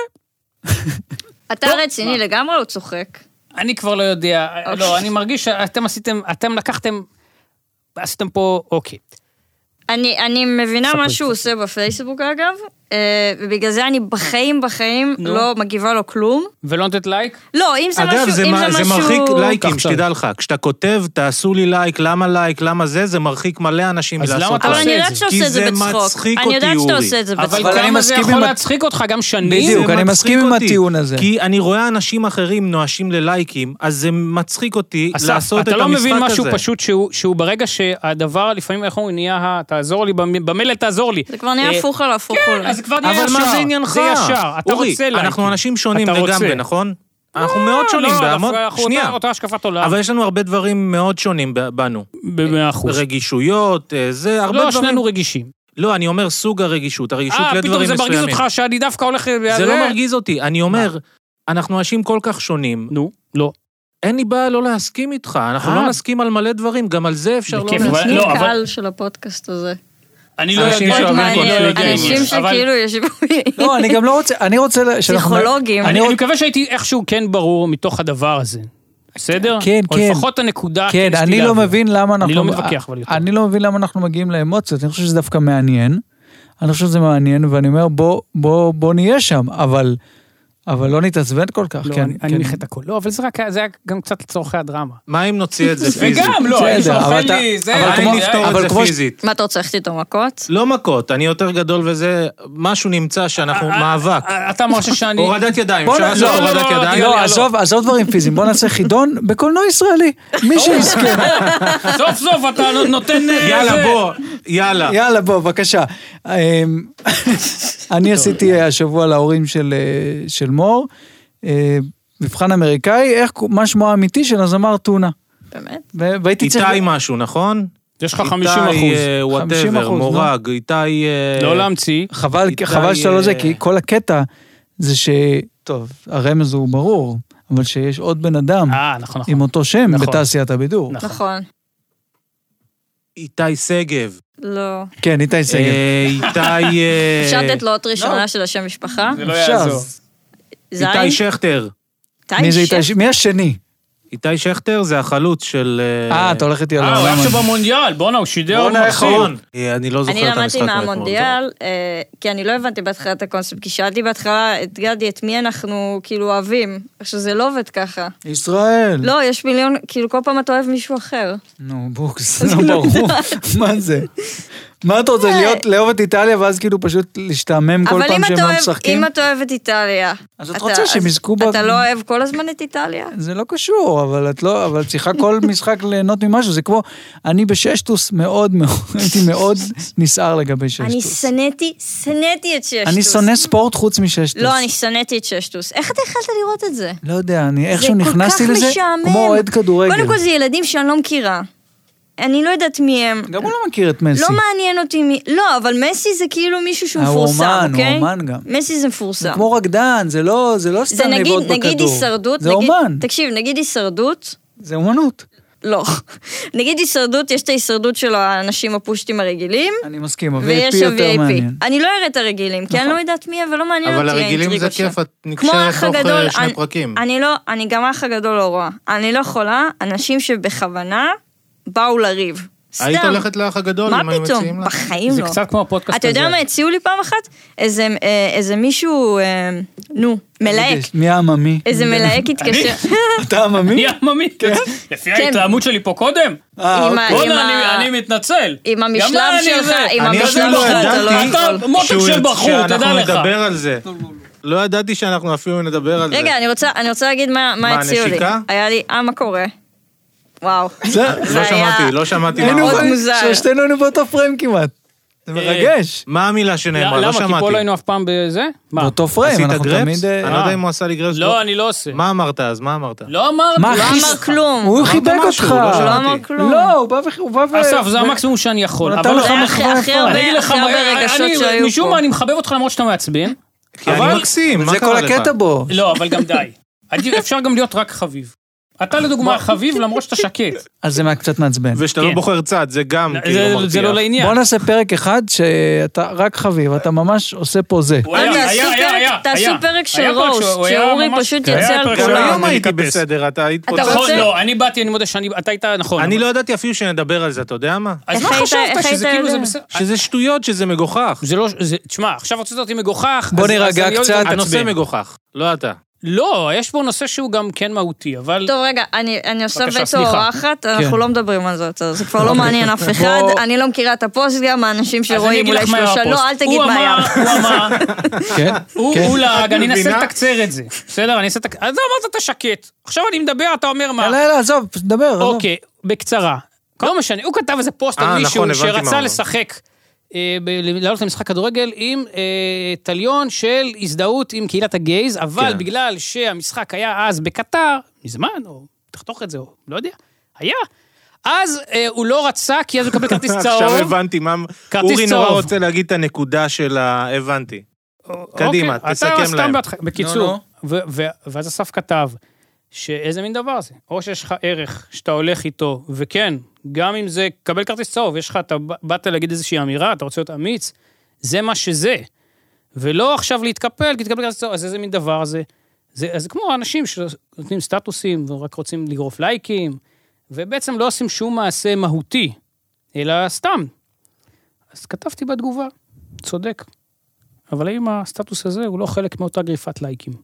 אתה רציני לגמרי, הוא צוחק.
אני כבר לא יודע. לא, אני מרגיש שאתם עשיתם, אתם לקחתם, עשיתם פה, אוקיי.
אני, אני מבינה
ספרי,
מה שהוא עושה בפייסבוק אגב, אה, ובגלל זה אני בחיים בחיים
נו.
לא מגיבה לו כלום.
ולא נותנת לייק?
לא, אם זה
אגב,
משהו,
זה
אם
מ-
זה
זה
משהו...
מרחיק לייקים,
קח
שתדע לך. כשאתה כותב, תעשו לי לייק, למה לייק, למה זה, זה מרחיק מלא אנשים
אז למה
מלעשות
אתה
אבל
עושה
אני
את
יודעת
זה?
שאתה
כי
עושה את זה
זה
בצחוק.
מצחיק
אני
אותי,
יודעת שאתה
אורי.
עושה את זה
אבל
בצחוק.
אבל אני
כמה זה
מסכים
יכול
עם-
להצחיק אותך גם שנים?
בדיוק,
זה
אני
מצחיק
מסכים עם
אותי.
הטיעון הזה.
כי אני רואה אנשים אחרים נואשים ללייקים, אז זה מצחיק אותי
אסף,
לעשות את
אתה לא
המשחק
מבין
הזה.
משהו פשוט שהוא, שהוא ברגע שהדבר, לפעמים איך הוא נהיה, ה- תעזור לי, במ- במלל תעזור לי.
זה כבר נהיה
אה,
הפוך על הפוך.
כן,
אולי.
אז זה כבר נהיה
אבל
ישר.
מה זה עניינך?
זה ישר, אתה
אורי,
רוצה לייקים.
אנחנו אנשים שונים
אתה רוצה.
לגמרי, נכון? אנחנו מאוד שונים
לא,
בהמון...
דווקא אנחנו
שנייה.
אותה- אותה השקפת עולם.
אבל יש לנו הרבה דברים מאוד שונים ב- בנו.
במאה אחוז.
רגישויות, אה, זה הרבה
לא,
דברים...
שנינו רגישים.
לא, אני אומר סוג הרגישות, הרגישות
אה, פתאום
לדברים
זה
מסוימים.
מרגיז אותך שאני דווקא הולך...
זה לא מרגיז אותי, אני אומר, אנחנו אנשים כל כך שונים,
נו, לא.
אין לי בעיה לא להסכים איתך, אנחנו
אה.
לא נסכים על מלא דברים, גם על זה אפשר לא
בכיף,
להסכים.
אבל-
מי
לא, אבל-
הקהל של הפודקאסט הזה?
אני לא
אנשים
יודע.
שאוהבים
אני לא
קונפליקטים.
יודע.
אנשים
אבל-
שכאילו ישבו...
לא, אני גם לא רוצה, אני רוצה... שאנחנו-
פסיכולוגים.
אני
רוצ-
אני מקווה שהייתי איכשהו כן ברור מתוך הדבר הזה. בסדר?
כן,
או
כן.
לפחות הנקודה...
כן,
ניסיתי
אני לא
להעביר.
מבין למה אנחנו...
אני לא מתווכח, אבל יותר.
אני לא מבין למה אנחנו מגיעים לאמוציות, אני חושב שזה דווקא מעניין. אני חושב שזה מעניין, ואני אומר, בוא, בוא, בוא נהיה שם, אבל, אבל לא נתעצבן כל כך.
לא,
כן,
אני- אני
כן.
מיך את הכל. לא, אבל זה רק, זה היה גם קצת לצורכי הדרמה.
מה אם נוציא את זה פיזית?
וגם, לא, אני
בסדר,
שאוכל
אבל אתה-
לי, זה...
אבל
מה
כמו-
אם נפתור
אבל
את זה
כמו ש-
פיזית?
מה, אתה רוצה ללכת איתו מכות?
לא מכות, אני יותר גדול וזה, משהו נמצא שאנחנו מאבק.
אתה מרשה שאני...
הורדת ידיים,
בוא
אפשר
נ-
לעשות
לא,
הורדת
לא, לא,
ידיים?
לא, עזוב, עזוב דברים פיזיים, בוא נעשה חידון בקולנוע ישראלי. מי שיזכה.
סוף סוף אתה נותן... אה,
יאללה,
זה.
בוא, יאללה.
יאללה, בוא, בבקשה. אמ, אני עשיתי השבוע להורים של, אה, של מור, אה, מבחן אמריקאי, איך, מה שמו האמיתי של הזמר טונה.
באמת?
ו- והייתי צריך...
איתי משהו, נכון?
יש לך חמישים
איתי
אחוז.
וואטאבר,
אחוז,
מורג, איתי... אה,
לא להמציא.
חבל,
איתי,
חבל שאתה לא זה,
אה,
כי כל הקטע זה ש... טוב, הרמז הוא ברור, אבל שיש עוד בן אדם
אה, נכון, נכון.
עם אותו שם
נכון.
בתעשיית הבידור.
נכון.
נכון.
איתי סגב.
לא.
כן, איתי סגב.
אה, איתי... אה,
אפשר לתת לו עוד ראשונה של השם משפחה?
זה לא
אפשר.
יעזור.
זין?
איתי שכטר.
מי זה
איתי
איתי? מי השני?
איתי שכטר זה החלוץ של...
אה, אתה הולך איתי על
אה, הוא
העולם.
היה עכשיו במונדיאל, בואנה, הוא שידר
בואנה, איך
מחזיר.
נכון.
אה, אני לא זוכר
אני
את המשחק.
למדתי
מאתמול.
מהמונדיאל, אה, כי אני לא הבנתי בהתחלה את הקונספט, כי שאלתי בהתחלה את גדי, את מי אנחנו כאילו אוהבים, עכשיו זה לא עובד ככה.
ישראל.
לא, יש מיליון, כאילו כל פעם אתה אוהב מישהו אחר.
נו, בוקס, לא ברור. מה זה? מה אתה רוצה, להיות, לאהוב את איטליה, ואז כאילו פשוט להשתעמם כל
אבל
פעם
אם
שהם
אתה
לא
אוהב,
משחקים?
אם אתה אוהב את איטליה,
אז את
אתה-
רוצה שהם
אז
יזכו ב...
אתה לא אוהב כל הזמן את איטליה?
זה לא קשור, אבל את לא, אבל צריכה כל משחק ליהנות ממשהו, זה כמו, אני בששטוס מאוד מאוד, הייתי מאוד נסער לגבי
אני
ששטוס.
שנאתי, שנאתי את ששטוס.
אני שונא ספורט חוץ מששטוס.
לא, אני שנאתי את ששטוס. איך אתה יכלת לראות את זה?
לא יודע, אני
זה
איכשהו
כל
נכנסתי
כך
לזה,
משעמם.
כמו אוהד כדורגל.
קודם כל זה ילדים שאני לא מכירה. אני לא יודעת מי הם.
גם הוא לא מכיר את מסי.
לא מעניין אותי מי... לא, אבל מסי זה כאילו מישהו שהוא
אה, הוא
מפורסם,
אומן, הוא
אוקיי?
אומן גם.
מסי זה מפורסם.
זה כמו רקדן, זה לא, זה לא
זה
סתם
נגיד,
לבעוט בכדור.
נגיד הישרדות,
זה
נגיד,
אומן,
תקשיב, נגיד הישרדות,
זה אומנות.
לא. נגיד הישרדות, יש את ההישרדות של האנשים הפושטים הרגילים,
אני מסכים,
ויש
ה-וי איי פי יותר
ה-וי איי פי.
מעניין.
אני לא אראה את הרגילים, כי אני לא יודעת מי הם ולא מעניין
אבל
אותי
הרגילים זה
האינטריגות
כיף,
שלהם.
את
כמו
נקשרת
האח
תוך
הגדול,
אה, שני
אני-
פרקים.
אני לא, אני גם האח הגדול לא רואה. אני לא יכולה, אנשים שבכוונה באו לריב.
היית
סתם.
הולכת לאח הגדול?
מה
אם היו
פתאום?
מציעים לך?
בחיים
זה
לא.
קצת כמו הפודקאסט
אתה
הזה.
יודע מה הציעו לי פעם אחת? איזה, אה, איזה מישהו, אה, נו, מלהק.
מי העממי?
איזה מלהק התקשר.
אתה עממי?
אני עממי, לפי ההתלהמות שלי פה קודם.
אה,
עם ה-
אוקיי.
עם
בוא'נה,
ה-
אני- אני מתנצל.
עם
גם
המשלב
אני
שלך,
זה.
עם
אני
המשלב
אפילו לא
שלך, אתה לא
ידעתי
אתה מותק
שהוא
של
ירצה-
בחור, תדע
שאנחנו
לך.
נדבר על זה. לא ידעתי שאנחנו אפילו נדבר על זה.
רגע, אני רוצה, אני רוצה להגיד מה, מה
מה,
הציעו לי.
נשיקה?
היה לי, אה, מה קורה? וואו.
זה-
זה
לא
היה-
שמעתי, לא שמעתי
היינו
מה
מאוד
אמרת.
מוזר.
שלושתנו היינו באותו פריים כמעט. זה מרגש.
מה המילה שנאמרה? לא
למה? כי פה
שמעתי.
לא היינו אף פעם בזה? מה?
באותו פריים,
עשית
אנחנו
גרפס?
תמיד... אה,
אני לא יודע אם הוא עשה לי גרפס.
לא, אני לא עושה.
מה אמרת אז? מה אמרת?
לא אמרתי.
מה,
לא
הכי-
אמר כלום.
הוא חיבק
משהו,
אותך.
לא
לא
שמעתי.
אמר כלום.
לא, הוא בא ו... הוא בא ו...
אסף, זה המקסימום שאני יכול.
הוא נתן
אבל
לך
זה היה
מחווה
הכי- הכי
יפה.
הרבה-
אני אגיד לך
הכי
מה,
הרבה רגשות
אני-
שהיו
משום
פה.
מה אני מחבב אותך למרות שאתה מעצבן.
כי אני
אבל-
מקסים, מה
זה כל
קרה לך?
הקטע בו.
לא, אבל גם די. עדיף- אפשר גם להיות רק חביב. אתה לדוגמה חביב למרות שאתה שקט.
אז זה קצת מעצבן.
ושאתה
כן.
לא בוחר צד, זה גם
זה-
כאילו מרתיע.
זה לא לעניין.
בוא נעשה פרק אחד שאתה רק חביב, אתה ממש עושה פה זה.
הוא היה,
אל
היה,
תעשו
היה,
פרק-
היה,
תעשו
היה.
פרק של
היה פרק
רוסט,
שהוא היה
שאורי
ממש-
פשוט
היה
יצא על
פרק
גם
שהוא
כולם.
היה
היום הייתי
דליקטס.
בסדר, אתה היית
אתה
פוצץ.
נכון,
רוצה-
לא, אני באתי, אני מודה שאני, אתה היית, נכון.
אני
אבל-
לא ידעתי אפילו שנדבר על זה, אתה יודע מה?
אז
איך
מה
היית-
חשבת?
איך
שזה
היית
כאילו זה
יודע?
בסדר?
שזה שטויות, שזה מגוחך.
זה לא, זה, תשמע, עכשיו הוצאת אותי מגוחך.
בוא
אז-
נירגע
אז אני עוד
קצת.
יותר
הנושא
מתעצבן.
מגוחך, לא אתה.
לא, יש פה נושא שהוא גם כן מהותי, אבל...
טוב, רגע, אני, אני עושה
בבקשה,
וטו
סליחה.
אורחת, אנחנו
כן.
לא מדברים על זה יותר, זה כבר לא מעניין אף אחד,
בוא-
אני לא מכירה את הפוסט גם, האנשים
אז אני
שרואים
אגיד
אולי
לך מה היה
שלושה,
הפוסט.
לא, אל תגיד
הוא
מה היה.
אמר, הוא אמר,
כן?
הוא
כן.
הוא לעג, אני אנסה
מבינה?
לתקצר את זה. בסדר, אני אנסה לתקצר... אז אמרת אתה שקט. עכשיו אני מדבר, אתה אומר מה?
יאללה, יאללה, עזוב, דבר. עזוב.
אוקיי, בקצרה. לא משנה, הוא כתב איזה פוסט
אה,
על מישהו
נכון, הבנתי מה הוא
שרצה
אמר.
לשחק, אה, ב- לעלות למשחק כדורגל עם אה, טליון של הזדהות עם קהילת הגייז, אבל
כן.
בגלל שהמשחק היה אז בקטר, מזמן, או תחתוך את זה, או לא יודע, היה. אז אה, הוא לא רצה, כי אז הוא יקבל כרטיס צהוב.
עכשיו הבנתי מה...
כרטיס
אורי נורא
צהוב.
רוצה להגיד את הנקודה של ה... הבנתי. קדימה,
אוקיי,
תסכם
אתה סתם
להם.
בהתח-
נו,
בקיצור,
נו.
ו- ו- ואז אסף כתב, שאיזה מין דבר זה, או שיש לך ערך שאתה הולך איתו, וכן, גם אם זה, קבל כרטיס צהוב, יש לך, אתה באת להגיד איזושהי אמירה, אתה רוצה להיות אמיץ, זה מה שזה, ולא עכשיו להתקפל, כי תקבל כרטיס צהוב, אז איזה מין דבר זה, זה, אז זה כמו אנשים שנותנים סטטוסים, ורק רוצים לגרוף לייקים, ובעצם לא עושים שום מעשה מהותי, אלא סתם. אז כתבתי בתגובה, צודק. אבל האם הסטטוס הזה הוא לא חלק מאותה גריפת לייקים?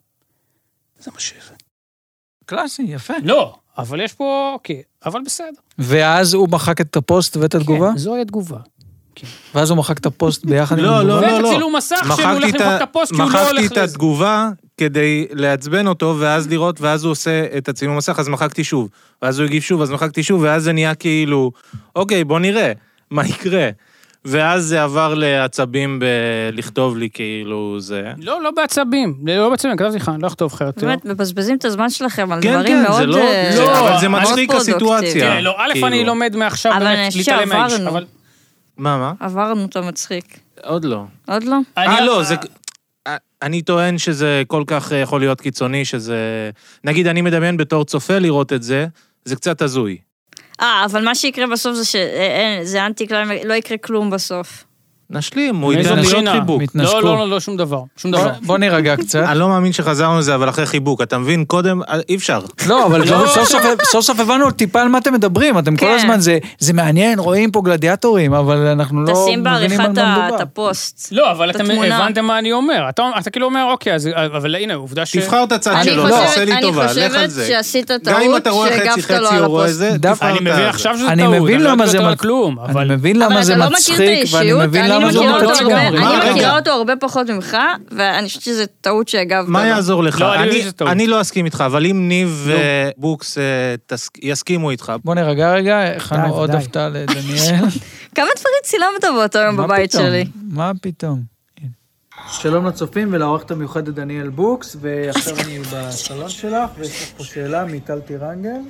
זה מה שזה.
קלאסי, יפה.
לא, אבל יש פה, אוקיי, אבל בסדר.
ואז הוא מחק את הפוסט ואת התגובה?
כן, זוהי התגובה.
ואז הוא מחק את הפוסט ביחד עם
לא,
התגובה?
לא, לא,
ואת
לא.
הצילום מסך שהוא
מחקתי
הולך
את
למחוק
ה-
את הפוסט, כי הוא לא
מחקתי
הולך
את
לזה.
התגובה כדי לעצבן אותו, ואז לראות, ואז הוא עושה את הצילום מסך, אז מחקתי שוב. ואז הוא הגיב שוב, אז מחקתי שוב, ואז זה נהיה כאילו, אוקיי, בוא נראה, מה יקרה. ואז זה עבר לעצבים בלכתוב לי כאילו זה.
לא, לא בעצבים, לא בעצבים, כתבתי לך, אני לא אכתוב לך יותר.
באמת, מבזבזים את הזמן שלכם על
כן,
דברים
כן,
מאוד...
זה לא,
אה,
זה-
לא,
אבל זה
מאוד
מצחיק
פרודוקטיבי.
הסיטואציה.
כן, לא, א',
כאילו.
אני לומד מעכשיו
אבל
באמת
אני חושב
להתעלם מהאיש,
שעברנו.
אבל...
מה, מה?
עברנו את המצחיק.
עוד לא.
עוד לא?
אה,
אני-
לא, זה... אני טוען שזה כל כך יכול להיות קיצוני, שזה... נגיד, אני מדמיין בתור צופה לראות את זה, זה קצת הזוי.
אה, אבל מה שיקרה בסוף זה שזה אנטי כלל, לא יקרה כלום בסוף.
נשלים, הוא ייתן להיות חיבוק.
לא, לא, לא, לא, שום דבר. שום דבר.
בוא נירגע קצת.
אני לא מאמין שחזרנו לזה, אבל אחרי חיבוק, אתה מבין? קודם, אי אפשר.
לא, אבל סוף סוף הבנו טיפה על מה אתם מדברים, אתם כל הזמן, זה מעניין, רואים פה גלדיאטורים, אבל אנחנו לא
מבינים על מה מדובר. תשים בעריכת את הפוסט.
לא, אבל אתם הבנתם מה אני אומר. אתה כאילו אומר, אוקיי, אבל הנה, עובדה ש...
תבחר את הצד שלו, תעשה לי טובה, לך על זה.
אני חושבת שעשית טעות, שהגבת לו על הפוסט.
אני מבין עכשיו שזה
אני
טעות,
מבין למה זה אני מבין למה זה מצחיק, ואני מבין למה זה מצחיק.
אני מכירה אותו הרבה פחות ממך, ואני חושבת שזה טעות שהגבת.
מה יעזור לך? אני לא אסכים איתך, אבל אם ניב ובוקס יסכימו איתך.
בוא נרגע רגע, הכנו עוד הפתעה לדניאל.
כמה דברים צילמת באותו יום בבית שלי?
מה פתאום?
שלום לצופים ולעורכת המיוחדת דניאל בוקס, ועכשיו אני בסלון שלך, ויש לך פה שאלה מיטל טירנגל.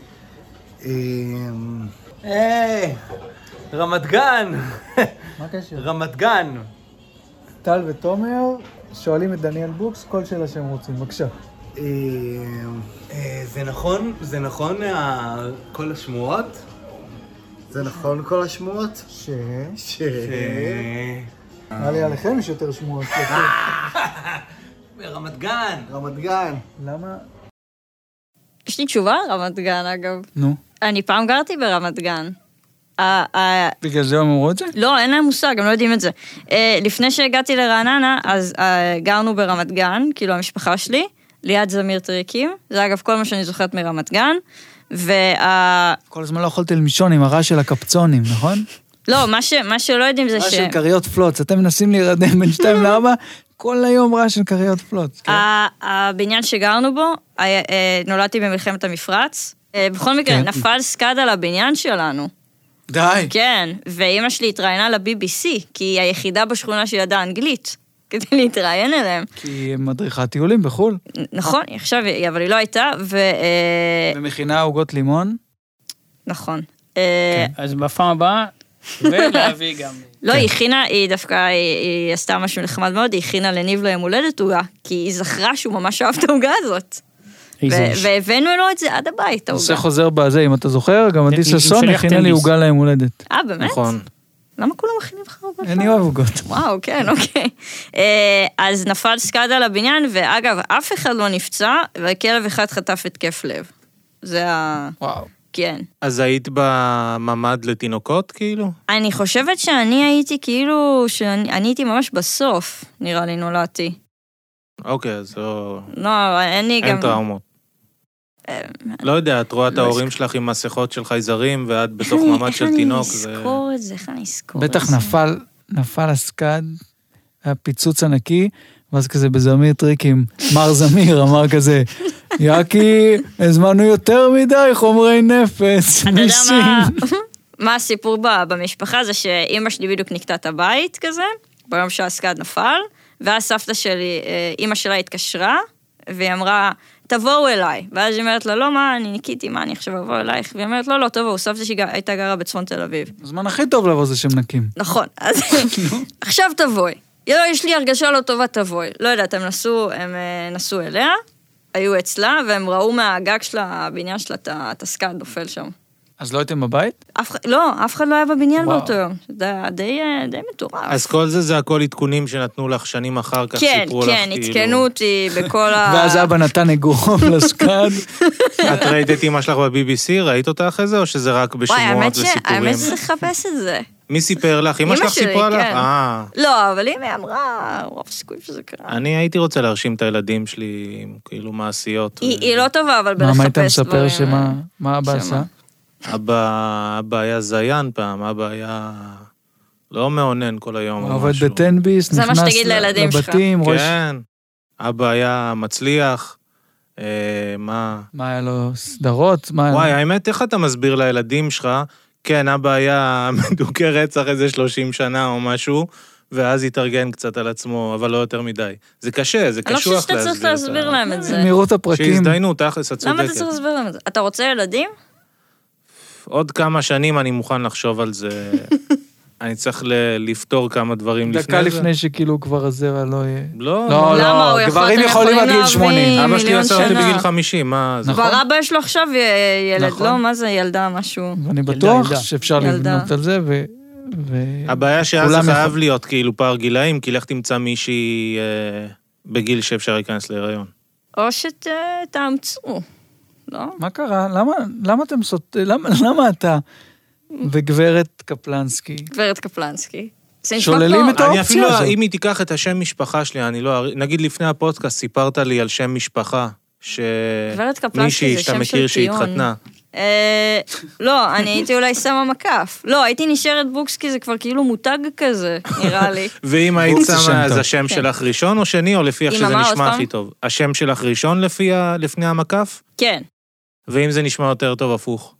היי, רמת גן.
מה הקשר?
רמת גן. טל ותומר שואלים את דניאל בוקס כל שאלה שהם רוצים, בבקשה.
זה נכון? זה נכון כל השמועות? זה נכון כל השמועות?
ש...
ש...
נראה לי עליכם יש יותר שמועות.
רמת גן. רמת גן.
למה?
יש לי תשובה על רמת גן, אגב.
נו.
אני פעם גרתי ברמת גן.
בגלל זה הם אמרו את זה?
לא, אין להם מושג, הם לא יודעים את זה. לפני שהגעתי לרעננה, אז גרנו ברמת גן, כאילו המשפחה שלי, ליד זמיר טריקים. זה אגב כל מה שאני זוכרת מרמת גן.
כל הזמן לא יכולתי למשון עם הרעש של הקפצונים, נכון?
לא, מה שלא יודעים זה ש...
רעש של קריות פלוץ. אתם מנסים להירדם בין שתיים לארבע, כל היום רעש של קריות פלוץ.
הבניין שגרנו בו, נולדתי במלחמת המפרץ. בכל מקרה, נפל סקד על הבניין שלנו.
די.
כן, ואמא שלי התראיינה ל-בי בי סי, כי היא היחידה בשכונה שידעה אנגלית, כדי להתראיין אליהם.
כי היא מדריכה טיולים בחול.
נכון, עכשיו, אבל היא לא הייתה, ו...
ומכינה עוגות לימון.
נכון.
אז בפעם הבאה, ולהביא גם...
לא, היא הכינה, היא דווקא, היא עשתה משהו נחמד מאוד, היא הכינה לניב ליום הולדת עוגה, כי היא זכרה שהוא ממש אהב את העוגה הזאת. והבאנו לו את זה עד הבית, העוגה.
זה חוזר בזה, אם אתה זוכר, גם עדי ששון הכינה לי עוגה ליום הולדת.
אה, באמת?
נכון.
למה כולם מכינים לך עוגה?
אני אוהב עוגות.
וואו, כן, אוקיי. אז נפל סקד על הבניין, ואגב, אף אחד לא נפצע, וכלב אחד חטף התקף לב. זה ה...
וואו.
כן.
אז היית בממד לתינוקות, כאילו?
אני חושבת שאני הייתי כאילו, שאני הייתי ממש בסוף, נראה לי, נולדתי.
אוקיי, אז לא...
לא, אני גם...
אין טראומות. לא יודע, את רואה את ההורים שלך עם מסכות של חייזרים, ואת בתוך ממד של תינוק.
איך אני אזכור את זה? איך אני אזכור את זה?
בטח נפל, נפל הסקד, היה פיצוץ ענקי, ואז כזה בזמיר טריקים, מר זמיר אמר כזה, יאקי, הזמנו יותר מדי חומרי נפץ.
אתה יודע מה, מה הסיפור במשפחה? זה שאמא שלי בדיוק נקטה את הבית כזה, ביום שהסקד נפל, ואז סבתא שלי, אמא שלה התקשרה, והיא אמרה, תבואו אליי. ואז היא אומרת לה, לא, מה, אני ניקיתי, מה, אני עכשיו אבוא אלייך? והיא אומרת, לא, לא, תבואו, סבתא שהייתה גרה בצפון תל אביב.
הזמן הכי טוב לבוא זה שמנקים.
נכון, אז עכשיו תבואי. יש לי הרגשה לא טובה, תבואי. לא יודעת, הם נסעו, הם נסעו אליה, היו אצלה, והם ראו מהגג שלה, הבניין שלה, את הסקד נופל שם.
אז לא הייתם בבית?
לא, אף אחד לא היה בבניין באותו יום. זה די מטורף.
אז כל זה, זה הכל עדכונים שנתנו לך שנים אחר כך, סיפרו לך
כן, כן, עדכנו אותי בכל ה...
ואז אבא נתן אגרוף לסקד.
את ראית את אמא שלך ב-בי בי סי? ראית אותה אחרי זה, או שזה רק בשמועות וסיפורים?
האמת שזה לחפש את זה.
מי סיפר לך? אמא שלך סיפרה לך? אה.
לא, אבל אמא אמרה, רוב סיכוי שזה קרה.
אני הייתי רוצה להרשים את הילדים שלי, כאילו מעשיות.
היא לא טובה, אבל בלחפש
דברים. מה היית מספר שמה, מה אבא עשה?
אבא, אבא היה זיין פעם, אבא היה לא מעונן כל היום.
הוא עובד בטנביס, נכנס לבתים.
כן, אבא היה מצליח, מה?
מה היה לו סדרות?
וואי, האמת, איך אתה מסביר לילדים שלך? כן, אבא היה מדוכא רצח איזה שלושים שנה או משהו, ואז התארגן קצת על עצמו, אבל לא יותר מדי. זה קשה, זה קשוח להסביר.
אני לא חושבת שאתה צריך להסביר להם את זה.
נראות הפרקים.
שהזדיינו, תכלס, את צודקת.
למה אתה צריך להסביר להם את זה? אתה רוצה ילדים?
עוד כמה שנים אני מוכן לחשוב על זה. אני צריך לפתור כמה דברים לפני זה.
דקה לפני שכאילו כבר הזרע לא יהיה.
לא,
לא,
למה? הוא
לא,
יכול-
גברים
אתם
יכולים עד
יכולים
גיל שמונים.
להביא-
אבא שלי
מיליון
עשה אותי
שנה.
בגיל חמישים, מה זה?
כבר אבא יש לו עכשיו ילד,
נכון.
לא? מה זה ילדה, משהו?
ואני בטוח
ילדה.
שאפשר
ילדה.
לבנות על זה, ו... ו-
הבעיה שאז זה
כולם
חייב
יכול-
להיות כאילו פער גילאים, כי לך תמצא מישהי אה, בגיל שאפשר להיכנס להיריון.
או שתאמצו, לא?
מה קרה? למה, למה אתם סוט... למה, למה אתה וגברת קפלנסקי
גברת קפלנסקי. זה נשמע
שוללים
כמו-
את
אני
האופציה
אפילו,
הזאת?
אם היא תיקח את השם משפחה שלי, אני לא... נגיד לפני הפודקאסט סיפרת לי על שם משפחה,
גברת קפלנסקי
שמישהי
זה
שאתה
שם
מכיר
של טיון.
שהתחתנה.
אה, לא, אני הייתי אולי שמה מקף. לא, הייתי נשארת בוקס כי זה כבר כאילו מותג כזה, נראה לי.
ואם היית
בוקס זה שם
שמה, אז
טוב.
השם
כן.
שלך ראשון או שני, או לפי איך
עם
שזה
המה, עוד
נשמע
פעם?
הכי טוב? השם שלך ראשון לפי ה- לפני המקף?
כן.
ואם זה נשמע יותר טוב הפוך?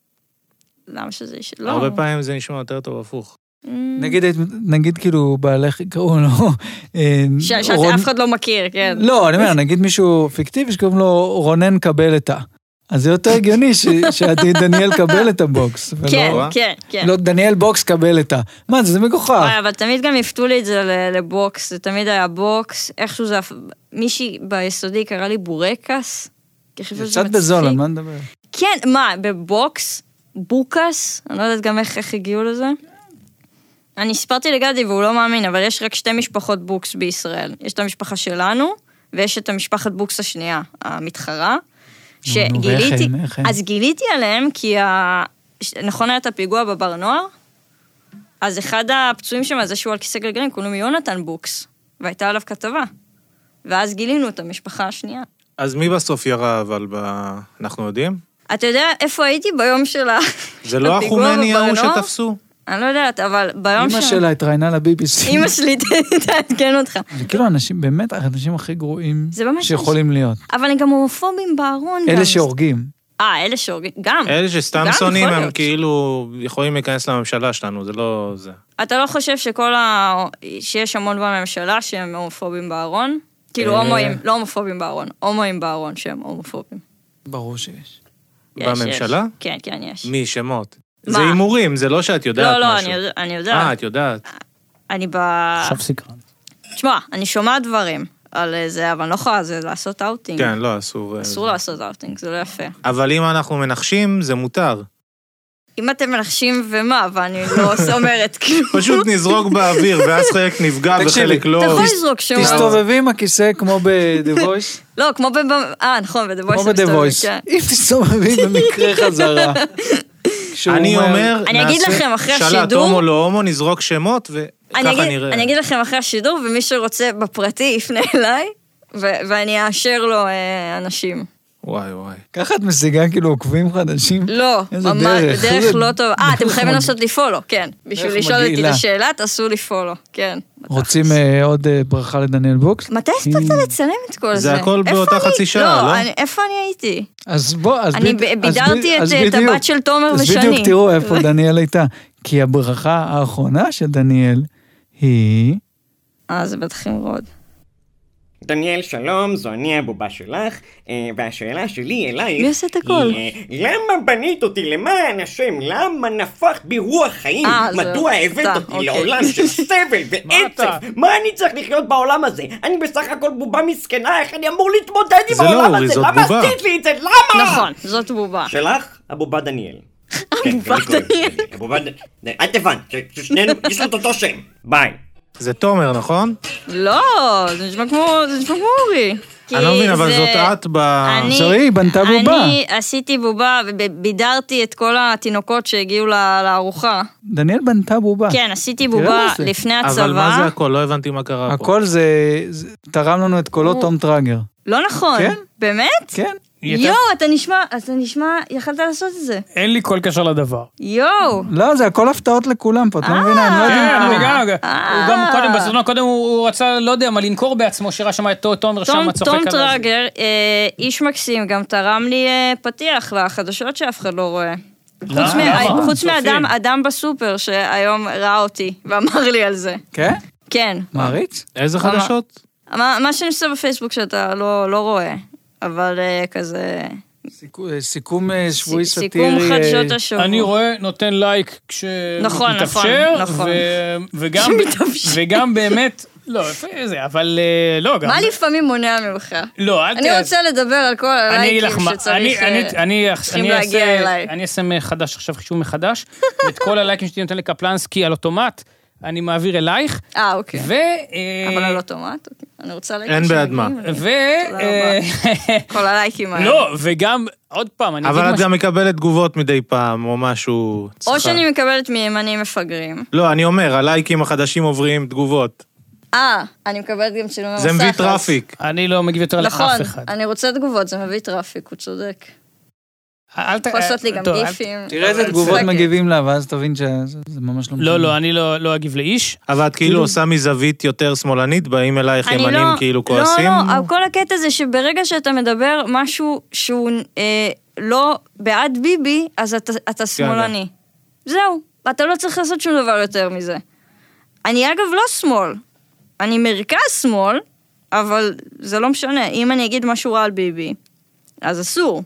למה שזה יש... לא.
הרבה פעמים זה נשמע יותר טוב הפוך.
Mm.
נגיד, נגיד כאילו בעלך קראו לו... אה,
ש-
רון-
שאף אחד לא מכיר, כן.
לא, אני אומר, נגיד מישהו פיקטיבי שקוראים לו רונן קבל את ה. אז זה יותר הגיוני ש- שעתיד דניאל קבל את הבוקס. ולא-
כן,
לא?
כן, כן.
לא, דניאל בוקס קבל את ה. מה זה, זה מגוחך.
וואי, אבל תמיד גם הפתו לי את זה ל- לבוקס, זה תמיד היה בוקס, איכשהו זה... הפ- מישהי ביסודי קרא לי בורקס. כי חשבתי
זה
שזה
קצת בזול,
מצחיק.
על מה נדבר?
כן, מה, בבוקס? בוקס? אני לא יודעת גם איך, איך הגיעו לזה. אני סיפרתי לגדי והוא לא מאמין, אבל יש רק שתי משפחות בוקס בישראל. יש את המשפחה שלנו, ויש את המשפחת בוקס השנייה, המתחרה, שגיליתי,
ואיך הם, איך הם?
אז גיליתי עליהם, כי ה... נכון היה את הפיגוע בבר נוער, אז אחד הפצועים שם, זה שהוא על כיסא גלגלים, קוראים לו יונתן בוקס, והייתה עליו כתבה. ואז גילינו את המשפחה השנייה.
אז מי בסוף ירה, אבל ב... אנחנו יודעים?
אתה יודע איפה הייתי ביום של ה...
זה לא
הפיגוע
החומני
בבר
ההוא
נוער?
שתפסו?
אני לא יודעת, אבל ביום
אמא
ש...
שלה התראיינה לבי בי סי.
אמא שלי תעדכן אותך.
זה כאילו אנשים, באמת, האנשים הכי גרועים
זה באמת
שיכולים להיות.
אבל הם גם הומופובים בארון. גם.
אלה שהורגים.
אה, אלה שהורגים, גם.
אלה שסתם
גם
שונאים
יכול
הם
להיות.
כאילו יכולים להיכנס לממשלה שלנו, זה לא זה.
אתה לא חושב שכל ה... שיש המון בממשלה שהם הומופובים בארון? כאילו
אה.
הומואים, לא הומופובים בארון, הומואים בארון שהם הומופובים.
ברור שיש.
יש,
בממשלה?
יש. כן, כן, יש.
מי, שמות?
מה?
זה הימורים, זה לא שאת יודעת
לא, לא,
משהו.
אני יודע- אני
אה,
יודעת.
את יודעת.
אני ב...
עכשיו סקרן.
תשמע, אני שומעת דברים על זה, אבל אני לא יכולה זה לעשות אאוטינג.
כן, לא, אסור.
אסור לעשות אאוטינג, זה לא יפה.
אבל אם אנחנו מנחשים, זה מותר.
אם אתם מנחשים ומה, ואני לא אומרת כלום.
פשוט נזרוק באוויר, ואז חלק נפגע
תקשיבי,
וחלק לא.
אתה יכול לזרוק שמות.
תסתובבי עם הכיסא כמו ב-The Voice.
לא, כמו ב... אה, נכון, ב-The Voice.
כמו ב-The Voice. אם תסתובבי במקרה חזרה. כשהוא
אני אומר,
אני אגיד
נעשה
לכם, אחרי
שלט
השידור-
הומו לא הומו, נזרוק שמות,
אני
וככה
אגיד,
נראה.
אני אגיד לכם אחרי השידור, ומי שרוצה בפרטי יפנה אליי, ו- ואני אאשר לו אה, אנשים.
וואי וואי.
ככה את משיגה כאילו עוקבים חדשים?
לא,
איזה
ממש,
דרך,
בדרך
איזה
לא טובה. אה, אתם
דרך
חייבים
מג-
לעשות לי פולו, כן. בשביל
דרך
לשאול אותי את
מגעילה.
השאלה, תעשו לי פולו, כן.
רוצים אה, עוד אה, ברכה לדניאל בוקס?
מתי הספקת לצלם את כל זה?
זה הכל
איפה
באותה
אני-
חצי שעה, לא?
אני- איפה אני הייתי?
אז בוא, אז
אני
בדיוק-
ב-
אז
בידרתי
ב-
את-
אז
את
בדיוק-
הבת של תומר
אז
ושני.
בדיוק תראו איפה דניאל הייתה. כי הברכה האחרונה של דניאל היא...
אה, זה בטח נמרוד.
דניאל, שלום, זו אני הבובה שלך, אה, והשאלה שלי אלייך...
מי עושה את הכל?
היא, אה, למה בנית אותי למען השם? למה נפחת בי רוח חיים?
אה, זה-
מדוע הבאת
אתה,
אותי
אוקיי.
לעולם של סבל ועצב?
אתה?
מה אני צריך לחיות בעולם הזה? אני בסך הכל בובה מסכנה, איך אני אמור להתמודד עם
זה לא
העולם
אורי,
הזה?
זאת
למה
בובה.
עשית לי את זה? למה?
נכון, זאת בובה.
שלך? הבובה דניאל.
הבובה דניאל.
הבובה דניאל. את הבנת, ששנינו, יש לו את אותו שם. ביי.
זה תומר, נכון?
לא, זה נשמע כמו, זה נשמע כמו אורי.
אני לא מבין, אבל
זה-
זאת את ב...
אני-
זוהי, היא בנתה בובה.
אני עשיתי בובה ובידרתי את כל התינוקות שהגיעו ל- לארוחה.
דניאל בנתה בובה.
כן, עשיתי
תראה
בובה
מה זה.
לפני הצבא.
אבל מה זה הכל? לא הבנתי מה קרה פה.
הכל זה... זה- תרם לנו את קולות תום טראגר.
לא נכון.
כן?
באמת?
כן?
יואו, אתה נשמע, אתה נשמע, יכלת לעשות את זה.
אין לי כל קשר לדבר.
יואו.
לא, זה הכל הפתעות לכולם פה, את לא מבינה, הם לא יודעים
כן,
כלום.
אני גם...
אה.
הוא גם קודם, בסרטון הקודם הוא רצה, לא יודע מה, לנקור בעצמו, שראה שם את תומר שם
תום,
צוחק
תום
על זה.
טראגר, אה, איש מקסים, גם תרם לי אה, פתיח לחדשות שאף אחד לא רואה. חוץ מ-
למה?
חוץ
צופים.
מאדם אדם בסופר שהיום ראה אותי ואמר לי על זה.
כן?
כן.
מעריץ?
איזה חדשות?
מה, מה שאני עושה בפייסבוק שאתה לא, לא רואה, אבל uh, כזה
סיכום שבועי סאטירי.
סיכום חדשות השבוע.
אני רואה, נותן לייק כשמתאפשר, וגם באמת, לא, זה, אבל לא, גם...
מה לפעמים מונע ממך?
לא, אל
אני רוצה לדבר על כל הלייקים שצריכים להגיע אליי.
אני אעשה מחדש, עכשיו חישוב מחדש, ואת כל הלייקים שתי נותן לקפלנסקי על אוטומט, אני מעביר אלייך.
אה, אוקיי.
ו...
אבל על אוטומט, אוקיי. אני רוצה לייקים.
אין בעד מה.
ו...
כל הלייקים האלה.
לא, וגם, עוד פעם, אני...
אבל את גם מקבלת תגובות מדי פעם, או משהו...
או שאני מקבלת מימנים מפגרים.
לא, אני אומר, הלייקים החדשים עוברים תגובות.
אה, אני מקבלת גם צילומי מסך.
זה מביא טראפיק.
אני לא מגיב יותר לאף אחד.
נכון, אני רוצה תגובות, זה מביא טראפיק, הוא צודק. יכול לעשות לי גם גיפים.
תראה איזה תגובות מגיבים לה, ואז תבין שזה ממש לא...
לא, לא, אני לא אגיב לאיש.
אבל את כאילו עושה מזווית יותר שמאלנית, באים אלייך ימנים כאילו כועסים.
לא, לא, כל הקטע זה שברגע שאתה מדבר משהו שהוא לא בעד ביבי, אז אתה שמאלני. זהו, אתה לא צריך לעשות שום דבר יותר מזה. אני אגב לא שמאל. אני מרכז שמאל, אבל זה לא משנה. אם אני אגיד משהו רע על ביבי, אז אסור.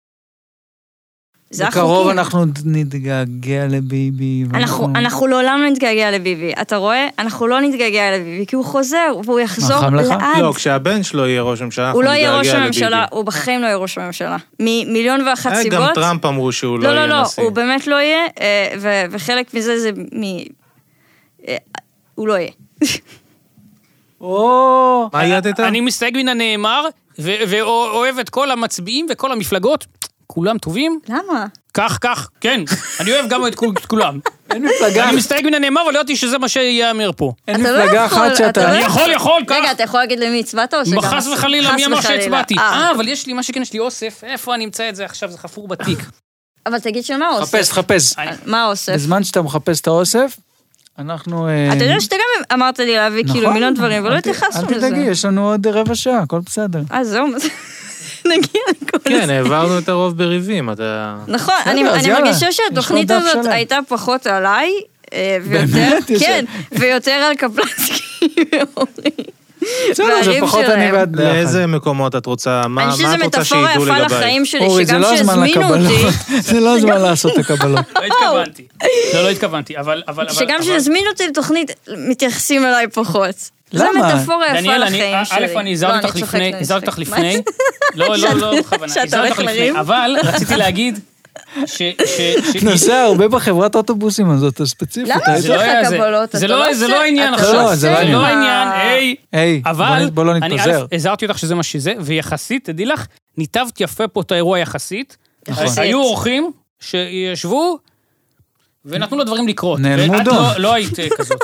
בקרוב אנחנו נתגעגע לביבי.
אנחנו לעולם לא נתגעגע לביבי. אתה רואה? אנחנו לא נתגעגע לביבי, כי הוא חוזר, והוא יחזור לעד.
לא, כשהבן שלו יהיה ראש הממשלה,
הוא לא יהיה ראש הממשלה, הוא בחיים לא יהיה ראש הממשלה. ממיליון ואחת סיבות.
גם טראמפ אמרו שהוא לא יהיה נשיא.
לא, לא, לא, הוא באמת לא יהיה, וחלק מזה זה מ... הוא לא יהיה.
מה ידעת?
אני מסתייג מן הנאמר, ואוהב את כל המצביעים וכל המפלגות. כולם טובים?
למה?
כך, כך, כן. אני אוהב גם את כולם.
אין מפלגה.
אני מסתייג מן הנאמר, אבל לא יודעתי שזה מה שיאמר פה.
אין מפלגה אחת שאתה...
אני יכול, יכול, כך.
רגע, אתה יכול להגיד למי הצבעת או שגם...
חס וחלילה, מי אמר שהצבעתי? אה, אבל יש לי, מה שכן, יש לי אוסף. איפה אני אמצא את זה עכשיו? זה חפור בתיק.
אבל תגיד של מה האוסף?
חפש, חפש.
מה האוסף?
בזמן שאתה מחפש את האוסף, אנחנו...
אתה יודע שאתה גם אמרת לי להביא כאילו מיליון דברים, ולא התייחסנו לזה.
אל תדאגי, יש לנו עוד רבע שעה, הכל בסדר.
אה, זהו, נגיע לכל זה.
כן, העברנו את הרוב בריבים, אתה...
נכון, אני מרגישה שהתוכנית הזאת הייתה פחות עליי, ויותר, כן, ויותר על קפלנסקי ואומרי.
בסדר, זה פחות אני ועד ביחד.
לאיזה מקומות את רוצה, מה את רוצה שידעו
אני שזה מטאפורה יפה לחיים שלי, שגם
לא
שהזמינו אותי...
זה לא הזמן לעשות את הקבלות.
לא התכוונתי. לא, לא התכוונתי, אבל...
שגם שהזמינו אותי לתוכנית, מתייחסים אליי פחות.
למה?
זה מטאפורה יפה לחיים שלי.
א', אני הזהרתי אותך לפני, הזהרתי אותך לפני, לא, לא, לא, בכוונה, הזהרתי אותך לפני, אבל רציתי להגיד ש...
נוסע הרבה בחברת האוטובוסים הזאת, הספציפית.
למה יש לך קבלות?
זה לא העניין עכשיו.
לא, זה לא
העניין. היי,
היי, בוא לא נתפזר.
אני הזהרתי אותך שזה מה שזה, ויחסית, תדעי לך, ניתבת יפה פה את האירוע יחסית. היו אורחים שישבו, ונתנו לו דברים לקרות.
נעלמו דום.
לא היית כזאת.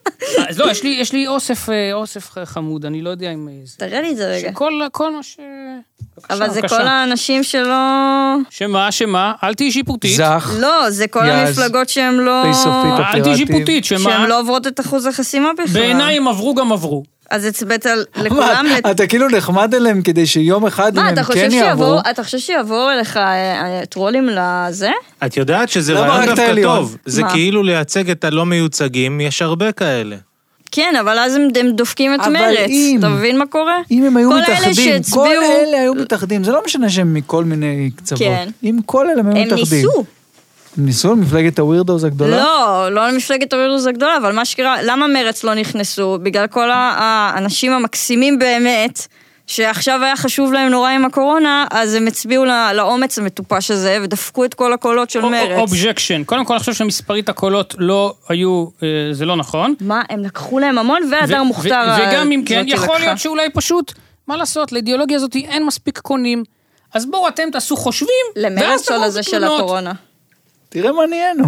אז לא, יש לי, יש לי אוסף, אוסף חמוד, אני לא יודע אם...
תראה לי את זה רגע.
שכל, כל מה ש...
אבל זה כל האנשים שלא...
שמה, שמה? אל תהי שיפוטית.
זך.
לא, זה כל המפלגות שהן לא...
אל תהי שיפוטית, שמה?
שהן לא עוברות את אחוז החסימה בכלל.
בעיניי הם עברו גם עברו.
אז הצבאת לכולם...
אתה כאילו נחמד אליהם כדי שיום אחד הם כן יעברו.
אתה חושב שיעבור אליך טרולים לזה?
את יודעת שזה רעיון דווקא טוב. זה כאילו לייצג את הלא מיוצגים, יש הרבה כאלה.
כן, אבל אז הם דופקים את מרץ. אתה מבין מה קורה?
אם הם היו מתאחדים, כל אלה היו מתאחדים, זה לא משנה שהם מכל מיני קצוות. אם כל אלה הם היו מתאחדים.
הם ניסו.
הם ניסו על מפלגת הווירדוס הגדולה?
לא, לא על מפלגת הווירדוס הגדולה, אבל מה שקרה, למה מרץ לא נכנסו? בגלל כל האנשים המקסימים באמת, שעכשיו היה חשוב להם נורא עם הקורונה, אז הם הצביעו לאומץ המטופש הזה, ודפקו את כל הקולות של מרץ.
אובג'קשן. קודם כל, אני חושב שמספרית הקולות לא היו, זה לא נכון.
מה, הם לקחו להם המון, והדר מוכתר...
וגם אם כן, יכול להיות שאולי פשוט, מה לעשות, לאידיאולוגיה הזאת אין מספיק קונים, אז בואו אתם תעשו חושבים,
למרץ או לזה של הקורונה?
תראה מה נהיינו.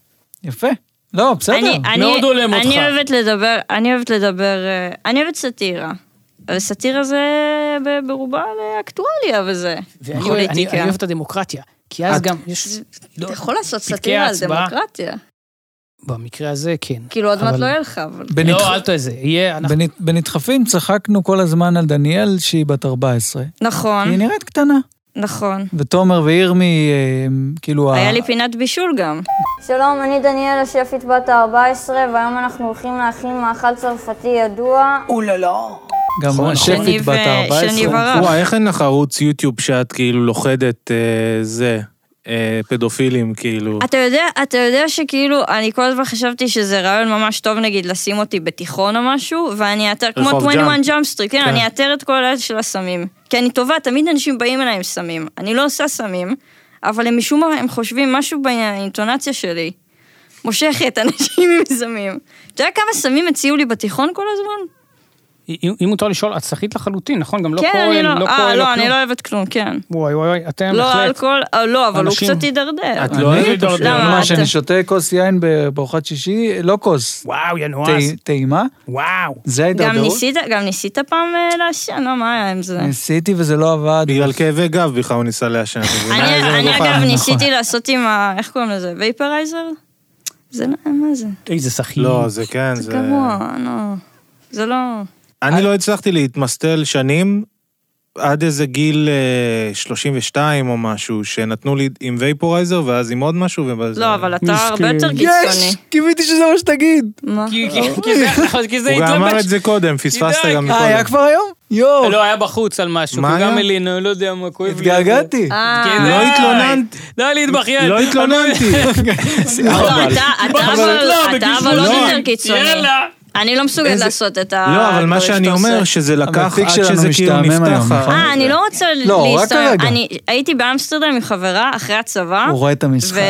יפה. לא, בסדר.
מאוד עולם אותך.
אני אוהבת לדבר, אני אוהבת לדבר, אני אוהבת סאטירה. וסאטירה זה ברובה לאקטואליה וזה.
אני אוהב את הדמוקרטיה, כי אז גם יש...
אתה יכול לעשות סאטירה על דמוקרטיה.
במקרה הזה, כן.
כאילו עוד מעט לא יהיה לך, אבל...
לא, אל תעזה.
בנדחפים צחקנו כל הזמן על דניאל שהיא בת ארבע עשרה.
נכון.
היא נראית קטנה.
נכון.
ותומר וירמי, כאילו...
היה לי פינת בישול גם. שלום, אני דניאל, השפית בת ה-ארבע עשרה, והיום אנחנו הולכים להכין מאכל צרפתי ידוע.
אוללה. גם השפית בת ארבע עשרה.
וואי, איך אין לך ערוץ יוטיוב שאת כאילו לוכדת זה, פדופילים כאילו?
אתה יודע, אתה יודע שכאילו, אני כל הזמן חשבתי שזה רעיון ממש טוב, נגיד, לשים אותי בתיכון או משהו, ואני אאתר, כמו עשרים ואחת ג'אמפ סטריט, כן, אני אאתר את כל הילד של הסמים. כי אני טובה, תמיד אנשים באים אליי עם סמים. אני לא עושה סמים, אבל הם משום מה, הם חושבים משהו באינטונציה שלי. מושכת אנשים עם סמים. אתה יודע כמה סמים הציעו לי בתיכון כל הזמן?
אם מותר לשאול, את שכית לחלוטין, נכון? גם לא
כן,
כהן,
לא,
לא
אה,
כהן,
לא, אני לא אוהבת כלום, כן.
וואי, וואי, וואי, אתם
לא
בהחלט.
אלכוהול, לא, אבל הוא קצת הידרדר.
את לא אוהבת?
למה?
מה, שאני שותה כוס יין בארוחת שישי, לא כוס.
וואו, ינועז.
טעימה?
וואו.
זה ההידרדרות?
גם ניסית, גם ניסית פעם לעשן, לא, מה היה עם זה?
ניסיתי וזה לא עבד.
בגלל כאבי גב בכלל הוא ניסה לעשן.
אני אגב ניסיתי לעשות עם ה... איך קוראים לזה? וייפרייזר? זה לא, מה זה?
איזה שכיר.
לא, זה כן, זה...
זה גרוע, לא. זה לא...
אני לא הצלחתי להתמסטל שנים, עד איזה גיל שלושים ושתיים או משהו, שנתנו לי עם וייפורייזר, ואז עם עוד משהו, ובזה...
לא, אבל אתה הרבה יותר קיצוני.
יש! קיוויתי שזה מה שתגיד.
מה?
כי זה
הוא גם אמר את זה קודם, פספסת גם מקודם.
אה, היה כבר היום? יואו.
לא, היה בחוץ על משהו,
מה היה?
גם אלינו, לא יודע מה, כואב לי.
התגעגעתי.
לא התלוננתי.
לא, להתבכיין.
לא התלוננתי.
לא, אתה אבל עוד יותר קיצוני.
יאללה.
אני לא מסוגלת לעשות את ה...
לא, אבל מה שאני אומר, שזה לקח עד שזה כאילו נפתח.
אה, אני לא רוצה
לא, רק הרגע.
אני הייתי באמסטרדם עם חברה אחרי הצבא.
הוא רואה את המשחק.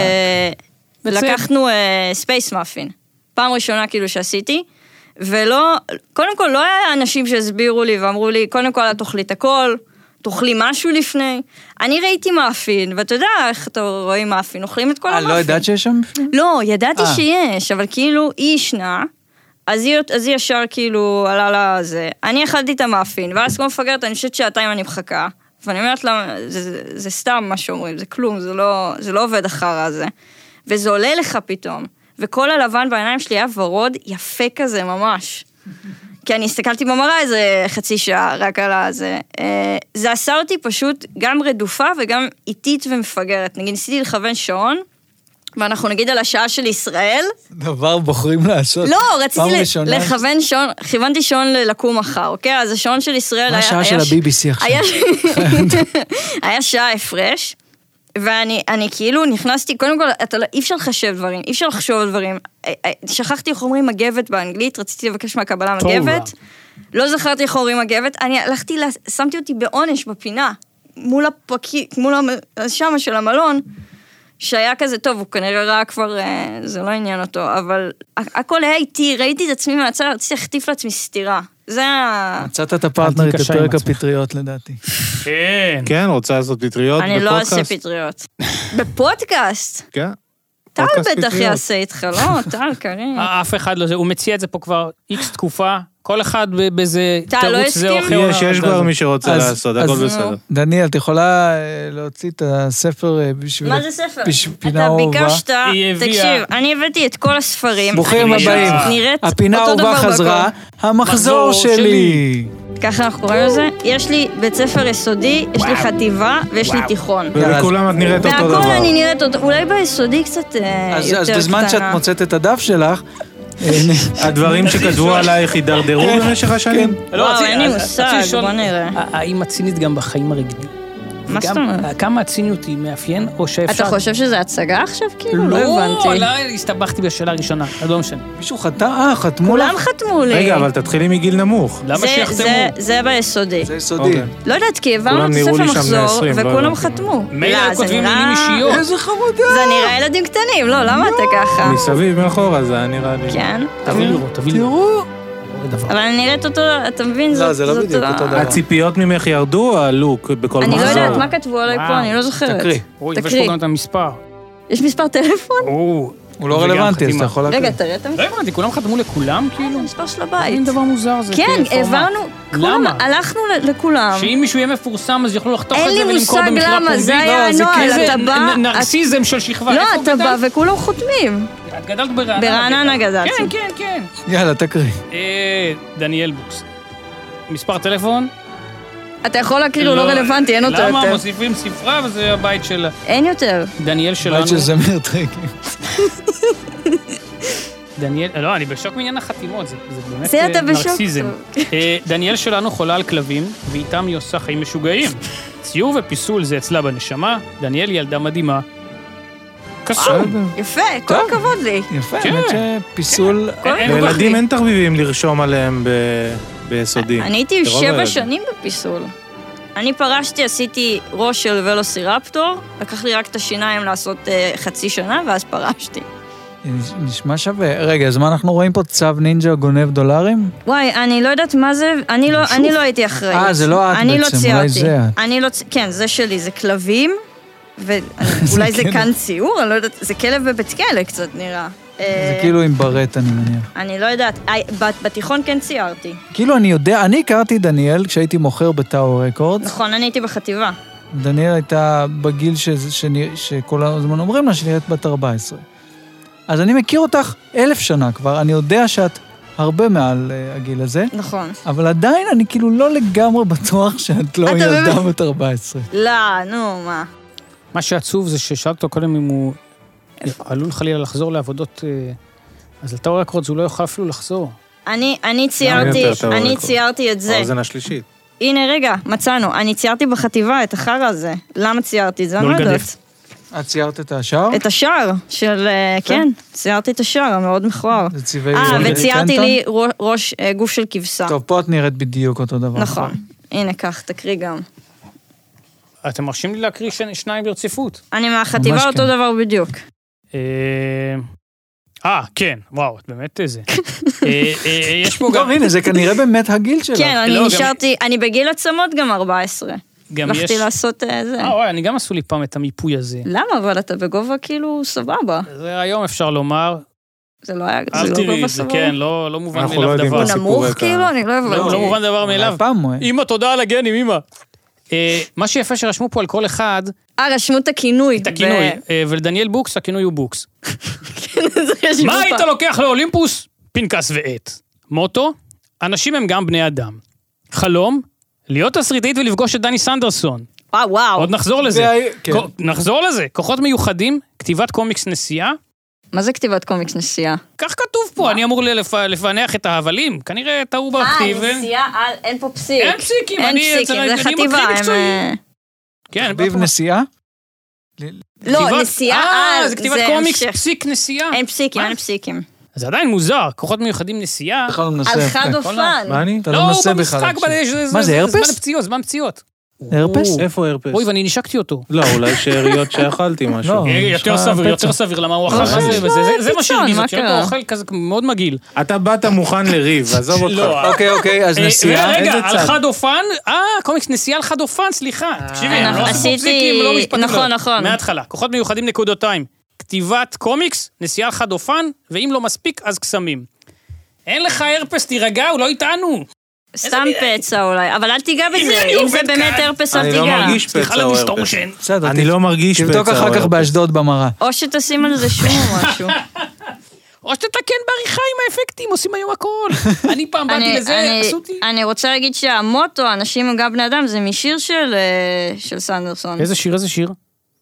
ולקחנו ספייס מאפין. פעם ראשונה כאילו שעשיתי. ולא, קודם כל לא היה אנשים שהסבירו לי ואמרו לי, קודם כל את תאכלי את הכל, תאכלי משהו לפני. אני ראיתי מאפין, ואתה יודע איך אתה רואה מאפין, אוכלים את כל המאפין.
לא ידעת שיש שם בפנים?
לא, ידעתי שיש, אבל כאילו היא ישנה, אז היא, אז היא ישר כאילו עלה לזה. אני אכלתי את המאפין, ואז כמו מפגרת, אני חושבת שעתיים אני מחכה, ואני אומרת לה, זה, זה, זה סתם מה שאומרים, זה כלום, זה לא, זה לא עובד אחר הזה. וזה עולה לך פתאום. וכל הלבן בעיניים שלי היה ורוד יפה כזה ממש. כי אני הסתכלתי במראה איזה חצי שעה רק על הזה. זה עשה אותי פשוט גם רדופה וגם איטית ומפגרת. נגיד, ניסיתי לכוון שעון, ואנחנו נגיד על השעה של ישראל.
דבר בוחרים לעשות.
לא, רציתי לכוון שעון, כיוונתי שעון לקום מחר, אוקיי? אז השעון של ישראל
היה... מה השעה של ה-בי בי סי עכשיו?
היה שעה הפרש. ואני אני כאילו נכנסתי, קודם כל, אתה לא, אי אפשר לחשב דברים, אי אפשר לחשוב דברים. שכחתי איך אומרים מגבת באנגלית, רציתי לבקש מהקבלה מגבת, לא זכרתי איך אומרים מגבת, אני הלכתי, שמתי אותי בעונש בפינה, מול הפקי, מול השמה של המלון, שהיה כזה טוב, הוא כנראה ראה כבר, זה לא עניין אותו, אבל הכל היה איתי, ראיתי את עצמי מהצד, רציתי להחטיף לעצמי סתירה. זה ה...
מצאת את הפרטנרית לפרק הפטריות לדעתי.
כן.
כן, רוצה לעשות פטריות בפודקאסט?
אני לא אעשה פטריות. בפודקאסט?
כן.
טל בטח יעשה איתך, לא? טל, קרים.
אף אחד לא זה, הוא מציע את זה פה כבר איקס תקופה, כל אחד באיזה תירוץ זה או אחר.
יש, יש כבר מי שרוצה לעשות, הכל בסדר.
דניאל, את יכולה להוציא את הספר בשביל...
מה זה ספר?
פינה אהובה?
אתה ביקשת, תקשיב, אני הבאתי את כל הספרים.
ברוכים הבאים. הפינה אהובה חזרה, המחזור שלי.
ככה אנחנו קוראים לזה, יש לי בית ספר יסודי, יש לי חטיבה ויש לי תיכון.
ובכולם את נראית אותו דבר.
והכל אני נראית אותו, אולי ביסודי קצת יותר קטנה.
אז בזמן שאת מוצאת את הדף שלך,
הדברים שכתבו עלייך הידרדרו במשך השנים?
וואו, אין לי מושג, בוא נראה.
האם הצינית גם בחיים הרגילים?
מה זאת אומרת?
כמה הציניות היא מאפיין, או שאפשר...
אתה חושב שזה הצגה עכשיו? כאילו, לא הבנתי.
לא, לא, הסתבכתי בשאלה הראשונה, לא משנה.
מישהו חתם, אה, חתמו לך?
כולם חתמו לי.
רגע, אבל תתחילי מגיל נמוך.
למה שיחתמו?
זה ביסודי.
זה יסודי.
לא יודעת, כי העברנו את ספר מחזור, וכולם חתמו.
מילא כותבים מילים אישיות.
איזה חמודה.
זה נראה ילדים קטנים, לא, למה אתה ככה?
מסביב, מאחורה, זה נראה לי.
כן.
תביא לראות, תביא לראות.
תראו.
אבל אני נראית אותו, אתה מבין?
לא, זה לא בדיוק אותו דבר.
הציפיות ממך ירדו או הלוק בכל מחזור?
אני לא יודעת מה כתבו עליי פה, אני לא זוכרת.
תקריא.
יש פה גם את המספר.
יש מספר טלפון?
הוא לא רלוונטי, אז אתה יכול להקריא.
רגע, תראה את המספר.
לא הבנתי, כולם חתמו לכולם כאילו?
זה מספר של הבית.
אין דבר מוזר זה.
כן, העברנו,
למה?
הלכנו לכולם.
שאם מישהו יהיה מפורסם אז יוכלו לחתוך את
אין
זה
לי
ולמכור
מושג
במכירה
למה,
פומבית.
זה היה הנוהל, אתה בא...
נרקסיזם של שכבה.
לא, אתה בא וכולם חותמים.
את גדלת ברעננה.
ברעננה גדלתי.
כן, כן, כן.
יאללה, תקריא.
דניאל בוקס. מספר טלפון?
אתה יכול להקריא, הוא לא רלוונטי, אין אותו יותר.
למה? מוסיפים ספרה וזה הבית שלה.
אין יותר.
דניאל שלנו.
בית של זמיר טרקים.
דניאל, לא, אני בשוק מעניין החתימות, זה, זה באמת
זה אתה בשוק.
נרקסיזם. דניאל שלנו חולה על כלבים, ואיתם היא עושה חיים משוגעים. ציור ופיסול זה אצלה בנשמה, דניאל ילדה מדהימה. קסום.
יפה, כל הכבוד לי.
יפה, האמת שפיסול...
לילדים אין תחביבים לרשום עליהם ביסודי.
אני הייתי שבע שנים בפיסול. אני פרשתי, עשיתי ראש של ולוסירפטור, לקח לי רק את השיניים לעשות חצי שנה, ואז פרשתי.
נשמע שווה. רגע, אז מה אנחנו רואים פה? צו נינג'ה גונב דולרים?
וואי, אני לא יודעת מה זה, אני לא, אני לא הייתי אחראית.
אה, זה לא את בעצם, אולי זה את.
אני לא, כן, זה שלי, זה כלבים, ואולי זה כאן ציור, אני לא יודעת, זה כלב בבית כלא קצת נראה.
זה כאילו עם ברט, אני מניח.
אני לא יודעת, בתיכון כן ציירתי.
כאילו אני יודע, אני הכרתי דניאל כשהייתי מוכר בטאור רקורדס.
נכון, אני הייתי בחטיבה.
דניאל הייתה בגיל שכל הזמן אומרים לה שנראית בת ארבע עשרה. אז אני מכיר אותך אלף שנה כבר, אני יודע שאת הרבה מעל uh, הגיל הזה.
נכון.
אבל עדיין אני כאילו לא לגמרי בטוח שאת לא ילדה בת ארבע עשרה.
לא, נו, מה?
מה שעצוב זה ששאלת אותו קודם אם הוא עלול חלילה לחזור לעבודות, אז על טאור רקורדס הוא לא יוכל אפילו לחזור.
אני, אני ציירתי, אני ציירתי את זה.
האוזן השלישית.
הנה רגע, מצאנו, אני ציירתי בחטיבה את החרא הזה. למה ציירתי את זה? אני לא יודעת.
את ציירת את השער?
את השער של, כן, ציירתי את השער, המאוד מכוער.
זה צבעי...
אה, וציירתי לי ראש, גוף של כבשה.
טוב, פה את נראית בדיוק אותו דבר.
נכון. הנה, כך, תקריא גם.
אתם מרשים לי להקריא שניים ברציפות.
אני מהחטיבה אותו דבר בדיוק.
אה, כן, וואו, את באמת איזה. יש פה גם...
טוב, הנה, זה כנראה באמת הגיל שלה.
כן, אני נשארתי, אני בגיל עצמות גם ארבע עשרה.
גם יש...
הלכתי לעשות זה.
אה, וואי, אני גם עשו לי פעם את המיפוי הזה.
למה? אבל אתה בגובה כאילו סבבה.
זה היום אפשר לומר.
זה לא היה,
זה לא גובה סבבה. כן, לא מובן מאליו דבר.
הוא נמוך כאילו? אני לא הבנתי.
לא מובן דבר מאליו. אמא, תודה על הגנים, אמא. מה שיפה שרשמו פה על כל אחד...
אה, רשמו את הכינוי.
את הכינוי. ולדניאל בוקס, הכינוי הוא בוקס. מה היית לוקח לאולימפוס? פנקס ועט. מוטו, אנשים הם גם בני אדם. חלום, להיות תסריטאית ולפגוש את דני סנדרסון.
וואו, וואו.
עוד נחזור לזה. נחזור לזה. כוחות מיוחדים, כתיבת קומיקס נסיעה.
מה זה כתיבת קומיקס נסיעה?
כך כתוב פה, אני אמור לפענח את ההבלים. כנראה טעו בכתיב.
אה, נסיעה, אין פה פסיק.
אין פסיקים,
אין פסיקים, זה חטיבה.
כן,
חביב נסיעה?
לא, נסיעה,
אה, זה כתיבת קומיקס, פסיק נסיעה.
אין פסיקים, אין פסיקים.
זה עדיין מוזר, כוחות מיוחדים נסיעה.
על חד אופן.
מה אני? אתה
לא,
לא מנסה
הוא
בכלל.
במשחק,
מה זה, הרפס?
זמן פציעות, זמן פציעות.
הרפס?
איפה הרפס?
אוי, ואני נשקתי אותו.
לא, אולי שאריות שאכלתי משהו.
יותר סביר, יותר סביר, למה הוא אכל מה זה, זה מה שהרגיז אותי, אתה אוכל כזה מאוד מגעיל.
אתה באת מוכן לריב, עזוב אותך.
אוקיי, אוקיי, אז נסיעה.
רגע, על חד אופן, אה, קומיקס נסיעה על חד אופן, סליחה. תקשיבי, לא עשו פסיקים, לא משפטים.
נכון, נכון.
מההתחלה, כוחות מיוחדים נקודותיים. כתיבת קומיקס, נסיעה על חד אופן, ואם לא מספיק, אז קסמים. אין לך הרפס, תירגע, הוא לא איתנו.
סתם פצע אולי, אבל אל תיגע בזה, אם זה באמת הרפס, אל תיגע.
אני לא מרגיש פצע או הרפס.
בסדר,
אני לא מרגיש פצע או הרפס.
תבדוק אחר כך באשדוד במראה.
או שתשים על זה שום או משהו.
או שתתקן בעריכה עם האפקטים, עושים היום הכל. אני פעם באתי לזה, עשו אותי.
אני רוצה להגיד שהמוטו, אנשים הם גם בני אדם, זה משיר של סנדרסון.
איזה שיר, איזה שיר?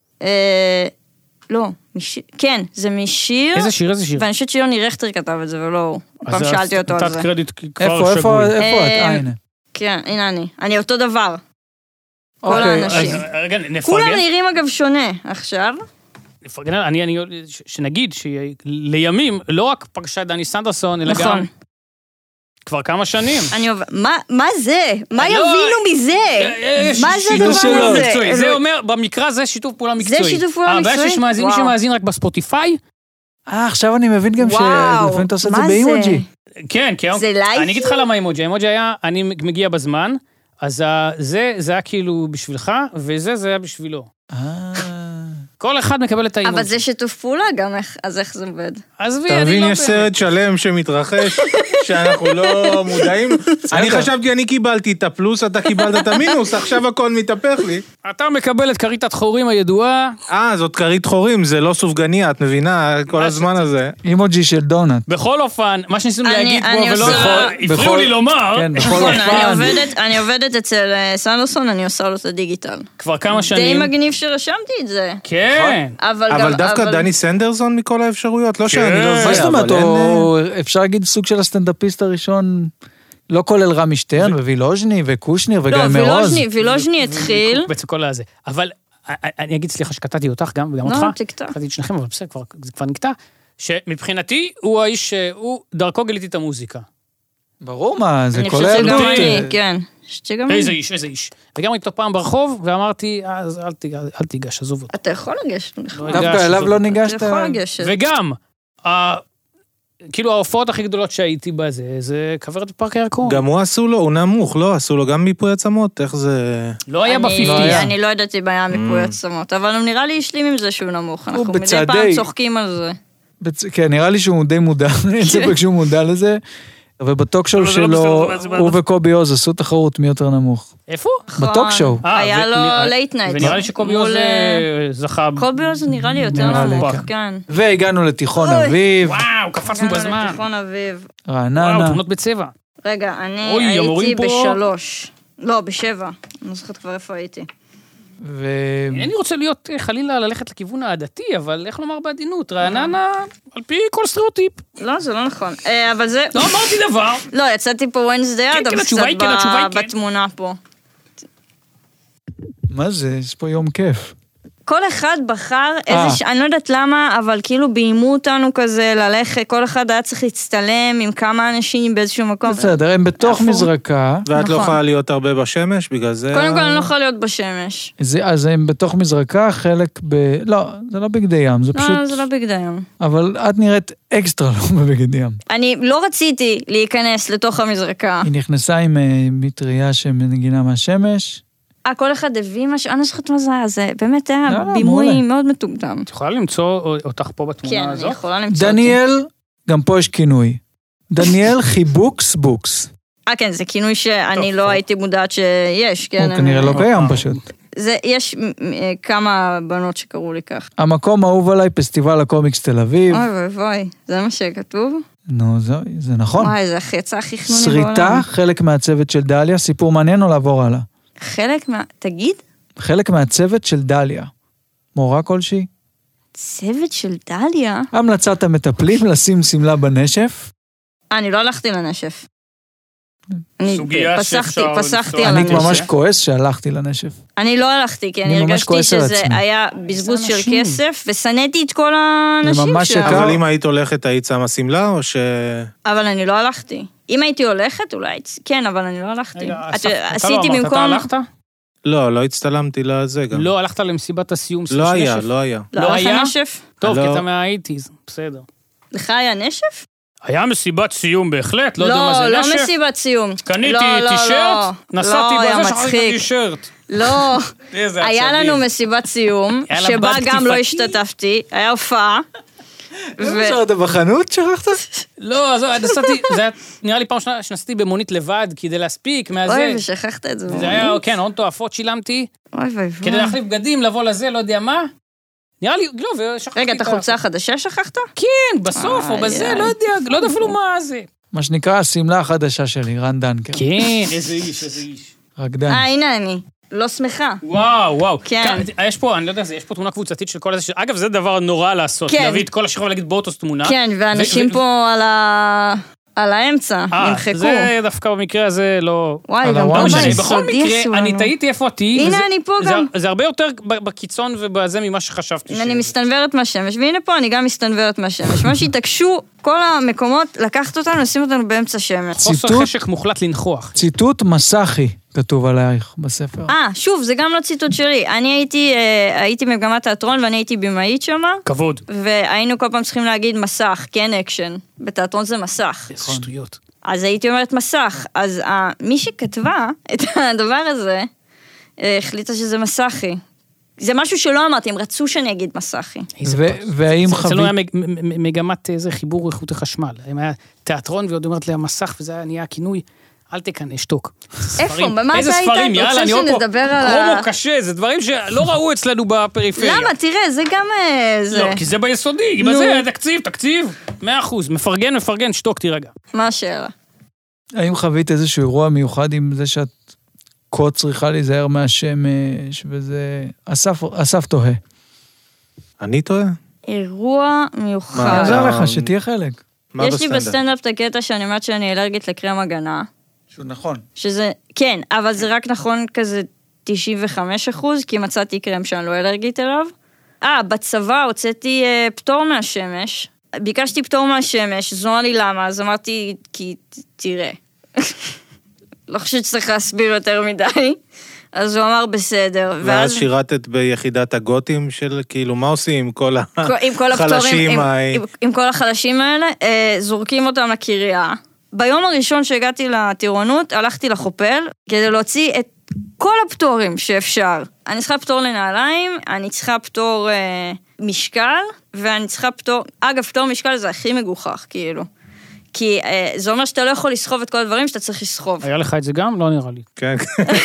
לא, כן, זה משיר.
איזה שיר, איזה שיר?
ואני חושבת שיוני רכטר כתב את זה, ולא הוא. פעם שאלתי אותו על זה.
קרדיט
כבר שגוי. איפה את? אה, הנה.
כן, הנה אני. אני אותו דבר. כל האנשים. כולם נראים אגב שונה עכשיו.
נפרגן, אני, אני, שנגיד שלימים, לא רק פגשה דני סנדרסון, אלא גם כבר כמה שנים.
אני עובד, מה זה? מה יבינו מזה? מה זה הדבר הזה?
זה אומר, במקרה זה שיתוף פעולה מקצועי.
זה שיתוף פעולה מקצועי?
ויש מי שמאזין רק בספוטיפיי.
אה, עכשיו אני מבין גם שלפעמים אתה עושה את זה באימוג'י.
כן, כן.
זה לייב?
אני אגיד לך למה אימוג'י. האימוג'י היה, אני מגיע בזמן, אז זה, זה היה כאילו בשבילך, וזה, זה היה בשבילו.
אה...
כל אחד מקבל את האימוג'י.
אבל זה שיתוף פעולה גם, אז איך זה עובד?
אתה מבין, יש סרט שלם שמתרחש, שאנחנו לא מודעים. אני חשבתי, אני קיבלתי את הפלוס, אתה קיבלת את המינוס, עכשיו הכל מתהפך לי.
אתה מקבל את כרית חורים הידועה.
אה, זאת כרית חורים, זה לא סופגניה, את מבינה, כל הזמן הזה.
אימוג'י של דונט.
בכל אופן, מה שניסינו להגיד פה, ולא הפריעו לי לומר.
אני עובדת אצל סנדרסון, אני עושה לו את הדיגיטל.
כבר כמה שנים.
די מגניב שרשמתי את זה.
כן. כן.
אבל דווקא דני סנדרסון מכל האפשרויות, לא שאני לא זה,
מה זאת אומרת,
אבל
אפשר להגיד סוג של הסטנדאפיסט הראשון, לא כולל רמי שטרן ווילוז'ני וקושניר וגיא מרוז.
לא, וילוז'ני, וילוז'ני התחיל.
בעצם כל הזה. אבל אני אגיד, סליחה שקטעתי אותך גם, וגם אותך.
לא, תקטע.
קטעתי את שניכם, אבל בסדר, זה כבר נקטע. שמבחינתי הוא האיש, הוא דרכו גיליתי את המוזיקה.
ברור מה, זה כל
הילדות. אני
הילדות.
חושבת שגם אני, כן. שגם
איזה איש, איזה איש. וגם ראיתי אותו פעם ברחוב, ואמרתי, אז אל תיגש, עזוב אותו.
אתה יכול לגשת.
דווקא אליו לא ניגשת.
אתה יכול לגשת.
וגם, כאילו ההופעות הכי גדולות שהייתי בזה, זה כוורת בפארק הירקון.
גם הוא עשו לו, הוא נמוך, לא? עשו לו גם מיפוי עצמות, איך זה...
לא היה בפיפטיז.
אני לא ידעתי בעיה מיפוי עצמות, אבל הוא נראה לי השלים עם זה שהוא נמוך. אנחנו מדי פעם צוחקים על זה.
כן, נראה לי שהוא די מודע, אין ספק שהוא מודע לזה. ובטוקשואו שלו, הוא וקובי עוז עשו תחרות מי יותר נמוך.
איפה?
בטוקשואו.
היה לו לייט נייט.
ונראה לי שקובי עוז זכה.
קובי עוז נראה לי יותר נמוך, כן.
והגענו לתיכון אביב.
וואו, קפצנו בזמן.
תיכון אביב.
רעננה.
וואו, תמונות בצבע.
רגע, אני הייתי בשלוש. לא, בשבע. אני לא זוכרת כבר איפה הייתי.
אני רוצה להיות חלילה ללכת לכיוון העדתי, אבל איך לומר בעדינות, רעננה על פי כל סטריאוטיפ.
לא, זה לא נכון. אבל זה...
לא אמרתי דבר.
לא, יצאתי פה ווינסדיי אדמס קצת בתמונה פה.
מה זה? יש פה יום כיף.
כל אחד בחר איזה, אני לא יודעת למה, אבל כאילו ביימו אותנו כזה ללכת, כל אחד היה צריך להצטלם עם כמה אנשים באיזשהו מקום.
בסדר, הם בתוך מזרקה.
ואת לא יכולה להיות הרבה בשמש, בגלל זה...
קודם כל אני לא יכולה להיות בשמש.
אז הם בתוך מזרקה, חלק ב... לא, זה לא בגדי ים, זה פשוט...
לא, זה לא בגדי ים.
אבל את נראית אקסטרה לא בבגדי ים.
אני לא רציתי להיכנס לתוך המזרקה.
היא נכנסה עם מטריה שמנגינה מהשמש.
אה, כל אחד הביא משהו, אני לא זוכרת מה זה היה, זה באמת היה בימוי מאוד מטומטם.
את יכולה למצוא אותך פה בתמונה הזאת?
כן, אני יכולה למצוא אותי.
דניאל, גם פה יש כינוי. דניאל חיבוקס בוקס.
אה, כן, זה כינוי שאני לא הייתי מודעת שיש, כן.
הוא כנראה לא קיים פשוט.
יש כמה בנות שקראו לי כך.
המקום האהוב עליי, פסטיבל הקומיקס תל אביב.
אוי אוי אוי, זה מה שכתוב?
נו, זה נכון.
וואי, זה יצא הכי חנוני בעולם.
שריטה, חלק מהצוות של דליה, סיפור מעניין או לעבור הלאה?
חלק מה... תגיד?
חלק מהצוות של דליה. מורה כלשהי?
צוות של דליה?
המלצת המטפלים לשים סמלה בנשף?
אני לא הלכתי לנשף. אני פסחתי, פסחתי על
הנשף.
הנשף.
אני ממש כועס שהלכתי לנשף.
אני לא הלכתי, כי אני הרגשתי שזה היה בזבוז של כסף, וסניתי את כל האנשים שם.
אבל אם היית הולכת, היית שמה סמלה, או ש...
אבל אני לא הלכתי. אם הייתי הולכת, אולי... כן, אבל אני לא הלכתי.
עשיתי במקום... אתה הלכת?
לא, לא הצטלמתי לזה גם.
לא, הלכת למסיבת הסיום.
לא היה, לא היה.
לא היה נשף?
טוב, כי אתה מהאיטיז, בסדר.
לך היה נשף?
היה מסיבת סיום בהחלט, לא יודע מה זה נשף.
לא, לא מסיבת סיום.
קניתי טישרט, נסעתי בזה שחרתי טישרט.
לא, היה לנו מסיבת סיום, שבה גם לא השתתפתי, היה הופעה.
לא שרת בחנות, שכחת?
לא, אז נסעתי, זה היה נראה לי פעם שנסעתי במונית לבד, כדי להספיק מהזה.
אוי, ושכחת את זה.
זה היה, כן, הון תועפות שילמתי.
אוי ואי.
כדי להחליף בגדים, לבוא לזה, לא יודע מה. נראה לי, לא, ושכחתי.
רגע, את החולצה החדשה שכחת?
כן, בסוף, או בזה, לא יודע, לא יודע אפילו מה זה.
מה שנקרא, הסמלה החדשה שלי, רן דנקר.
כן, איזה איש, איזה איש.
רקדן.
אה, הנה אני. לא שמחה.
וואו, וואו.
כן.
יש פה, אני לא יודע, יש פה תמונה קבוצתית של כל הזה, אגב, זה דבר נורא לעשות, להביא את כל השכבה ולהגיד בואו תעשו תמונה.
כן, ואנשים פה על ה... על האמצע, נמחקו.
זה דווקא במקרה הזה לא...
וואי, גם פה ביסודי
בכל מקרה, אני טעיתי איפה אותי.
הנה, אני פה גם.
זה הרבה יותר בקיצון ובזה ממה שחשבתי.
אני מסתנוורת מהשמש, והנה פה אני גם מסתנוורת מהשמש. מה שהתעקשו כל המקומות, לקחת אותנו, לשים אותנו באמצע שמש.
חוסר חשק מוחלט לנכוח.
ציטוט מסחי, כתוב עלייך בספר.
אה, שוב, זה גם לא ציטוט שלי. אני הייתי, הייתי במגמת תיאטרון, ואני הייתי במאית שמה.
כבוד.
והיינו כל פעם צריכים להגיד מסך, כן אקשן. בתיאטרון זה מסך.
איזה שטויות.
אז הייתי אומרת מסך. אז מי שכתבה את הדבר הזה, החליטה שזה מסחי. זה משהו שלא אמרתי, הם רצו שאני אגיד מסחי.
והאם חבית...
זה לא היה מגמת איזה חיבור איכות החשמל. הם היה תיאטרון ועוד אומרת לה מסך, וזה נהיה הכינוי. אל תקנה, שתוק.
איפה? במה אתה היית? רוצה שנדבר על ה...
קרומו קשה, זה דברים שלא ראו אצלנו בפריפריה.
למה? תראה, זה גם...
לא, כי זה ביסודי, בזה, תקציב, תקציב, מאה אחוז, מפרגן, מפרגן, שתוק, תירגע.
מה השאלה?
האם חווית איזשהו אירוע מיוחד עם זה שאת כה צריכה להיזהר מהשמש, וזה... אסף תוהה.
אני טועה?
אירוע מיוחד.
מה עזר לך, שתהיה חלק.
יש לי בסטנדאפ את הקטע שאני אומרת שאני אלרגית לקרם הגנה.
שהוא נכון.
שזה, כן, אבל זה רק נכון כזה תשעים וחמישה אחוז, כי מצאתי קרם שאני לא אלרגית אליו. אה, בצבא הוצאתי אה, פטור מהשמש. ביקשתי פטור מהשמש, זו לי למה, אז אמרתי, כי תראה. לא חושבת שצריך להסביר יותר מדי. אז הוא אמר בסדר.
ואז שירתת ביחידת הגותים של, כאילו, מה עושים עם כל
החלשים האלה? עם כל החלשים האלה, זורקים אותם לקריה. ביום הראשון שהגעתי לטירונות, הלכתי לחופל, כדי להוציא את כל הפטורים שאפשר. אני צריכה פטור לנעליים, אני צריכה פטור אה, משקל, ואני צריכה פטור, אגב, פטור משקל זה הכי מגוחך, כאילו. כי אה, זה אומר שאתה לא יכול לסחוב את כל הדברים שאתה צריך לסחוב.
היה לך את זה גם? לא נראה לי.
כן.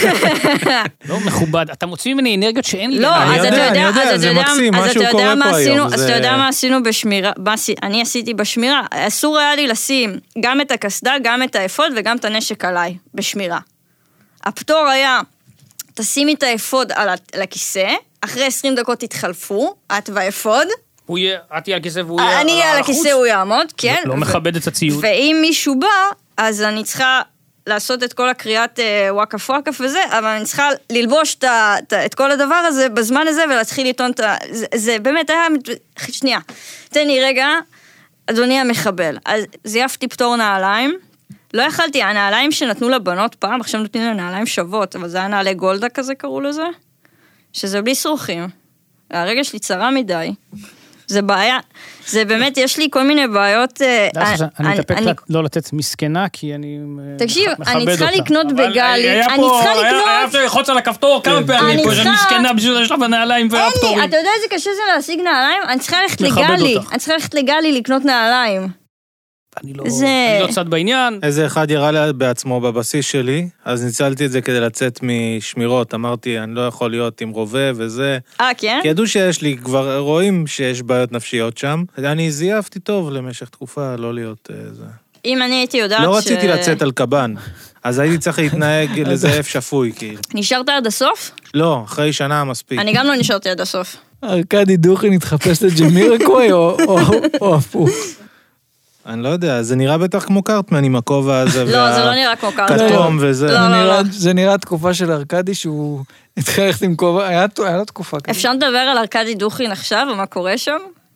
לא מכובד, אתה מוציא ממני אנרגיות שאין לי.
לא, אז אתה יודע,
אני יודע, זה מקסים, משהו קורה פה היום.
אז אתה יודע מה עשינו בשמירה, אני עשיתי בשמירה, אסור היה לי לשים גם את הקסדה, גם את האפוד וגם את הנשק עליי, בשמירה. הפטור היה, תשימי את האפוד על הכיסא, אחרי עשרים דקות תתחלפו, את והאפוד.
הוא יהיה, את תהיה על הכיסא והוא יהיה על החוץ?
אני אהיה על הכיסא, הוא יעמוד, כן.
לא מכבד את הציוד.
ואם מישהו בא, אז אני צריכה לעשות את כל הקריאת וואקף וואקף וזה, אבל אני צריכה ללבוש את כל הדבר הזה בזמן הזה, ולהתחיל לטעון את ה... זה באמת היה... שנייה, תן לי רגע, אדוני המחבל. אז זייפתי פטור נעליים, לא יכלתי, הנעליים שנתנו לבנות פעם, עכשיו נותנים לנעליים שוות, אבל זה היה נעלי גולדה כזה קראו לזה, שזה בלי שרוכים. הרגע שלי צרה מדי. זה בעיה, זה באמת, יש לי כל מיני בעיות...
אני מתאפק לא לתת מסכנה, כי אני מכבד אותה.
תקשיב, אני צריכה לקנות בגלי, אני צריכה לקנות...
היה אפשר לחוץ על הכפתור כמה פעמים, פה שאני מסכנה בשביל השלב הנעליים והפטורים.
אין לי, אתה יודע איזה קשה זה להשיג נעליים? אני צריכה ללכת לגלי, אני צריכה ללכת לגלי לקנות נעליים.
אני לא, אני לא צד בעניין.
איזה אחד יראה לי בעצמו בבסיס שלי, אז ניצלתי את זה כדי לצאת משמירות. אמרתי, אני לא יכול להיות עם רובה וזה.
אה, כן?
כי ידעו שיש לי, כבר רואים שיש בעיות נפשיות שם. אני זייפתי טוב למשך תקופה, לא להיות זה.
אם אני הייתי יודעת ש...
לא רציתי לצאת על קבן, אז הייתי צריך להתנהג לזאב שפוי, כאילו.
נשארת עד הסוף?
לא, אחרי שנה מספיק.
אני גם לא נשארתי עד הסוף.
ארקדי דוכין התחפש לג'מירקווי או הפוך?
אני לא יודע, זה נראה בטח כמו קארטמן עם הכובע הזה.
לא, זה לא נראה כמו קארטמן.
כתום וזה.
לא, לא, לא.
זה נראה תקופה של ארקדי שהוא התחיל ללכת עם כובע, היה לו תקופה כזאת.
אפשר לדבר על ארקדי דוכין עכשיו, ומה קורה שם?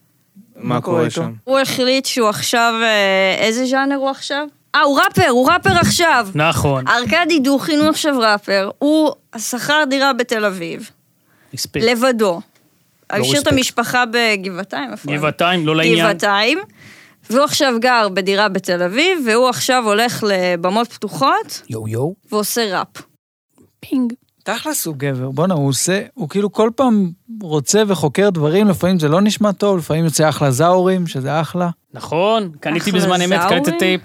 מה קורה שם?
הוא החליט שהוא עכשיו, איזה ז'אנר הוא עכשיו? אה, הוא ראפר, הוא ראפר עכשיו.
נכון.
ארקדי דוכין הוא עכשיו ראפר, הוא שכר דירה בתל אביב. לבדו. השאיר את המשפחה בגבעתיים.
גבעתיים, לא לעניין.
גבעתיים. והוא עכשיו גר בדירה בתל אביב, והוא עכשיו הולך לבמות פתוחות.
יו יו.
ועושה ראפ. פינג.
תכלס הוא גבר, בונה, הוא עושה, הוא כאילו כל פעם רוצה וחוקר דברים, לפעמים זה לא נשמע טוב, לפעמים יוצא אחלה זאורים, שזה אחלה.
נכון, קניתי בזמן אמת, קניתי טייפ.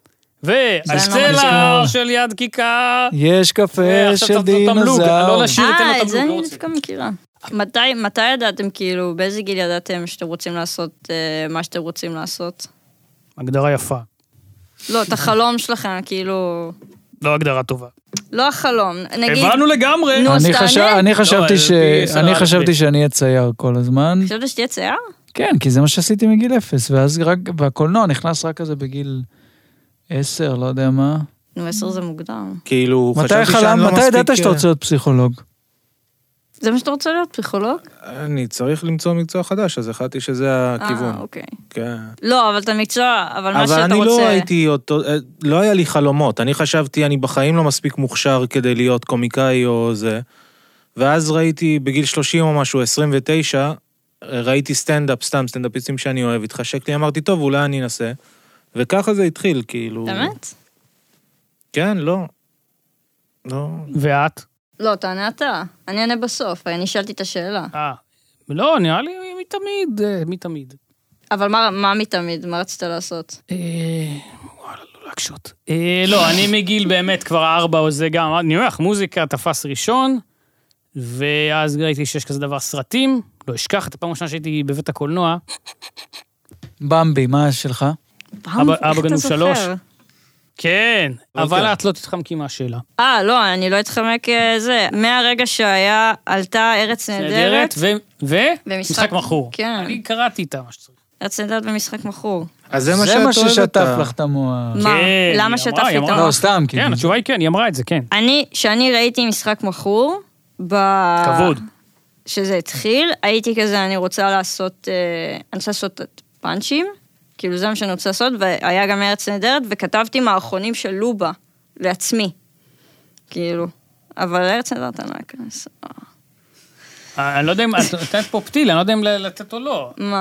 והסלע של יד קיקה.
יש קפה של דינוזאור.
אה, את זה אני דווקא מכירה. מתי, מתי ידעתם, כאילו, באיזה גיל ידעתם שאתם רוצים לעשות מה שאתם רוצים לעשות?
הגדרה יפה.
לא, את החלום שלכם, כאילו...
לא הגדרה טובה.
לא החלום, נגיד...
הבנו לגמרי.
נו, אז תענה.
אני חשבתי ש... אני חשבתי שאני אהיה צייר כל הזמן.
חשבת שתהיה צייר?
כן, כי זה מה שעשיתי מגיל אפס, ואז רק, והקולנוע נכנס רק כזה בגיל עשר, לא יודע מה.
נו, עשר זה מוקדם.
כאילו, חשבתי שאני לא מספיק...
מתי ידעת שאתה רוצה להיות פסיכולוג?
זה מה שאתה רוצה להיות, פסיכולוג?
אני צריך למצוא מקצוע חדש, אז החלטתי שזה הכיוון.
אה, אוקיי.
כן.
לא, אבל את המקצוע, אבל מה שאתה רוצה...
אבל אני לא הייתי אותו, לא היה לי חלומות. אני חשבתי, אני בחיים לא מספיק מוכשר כדי להיות קומיקאי או זה. ואז ראיתי, בגיל שלושים או משהו, עשרים ותשע, ראיתי סטנדאפ, סתם סטנדאפיסטים שאני אוהב, התחשק לי, אמרתי, טוב, אולי אני אנסה. וככה זה התחיל, כאילו...
באמת?
כן, לא. לא.
ואת?
לא, תענה אתה. אני אענה בסוף, אני שאלתי את השאלה.
אה, לא, נראה לי מתמיד, מתמיד.
אבל מה, מה מתמיד? מה רצית לעשות?
אה, וואלה, לא להקשות. אה, לא, אני מגיל באמת כבר ארבע או זה גם, אני אומר לך, מוזיקה תפס ראשון, ואז ראיתי שיש כזה דבר סרטים, לא אשכח, את הפעם ראשונה שהייתי בבית הקולנוע.
במבי, מה שלך?
אבא גנוב שלוש. כן, אבל את לא תתחמקי מהשאלה.
אה, לא, אני לא אתחמק זה. מהרגע שהיה, עלתה ארץ נהדרת.
ומשחק מכור.
כן.
אני קראתי איתה מה שצריך.
ארץ נהדרת ומשחק מכור.
אז זה מה
זה
שאת
מה
אוהבת.
ששטף לך את המוח.
מה? למה שטף לי את המוח?
לא, סתם,
כן, התשובה היא כן, היא אמרה את זה, כן.
אני, שאני ראיתי משחק מכור, ב...
כבוד.
שזה התחיל, הייתי כזה, אני רוצה לעשות, אני רוצה לעשות פאנצ'ים, כאילו זה מה שאני רוצה לעשות, והיה גם ארץ נהדרת, וכתבתי מערכונים של לובה לעצמי, כאילו, אבל ארץ נהדרת אני לא אכנס.
אני לא יודע אם, את נותנת פה פתיל, אני לא יודע אם לתת או לא.
מה?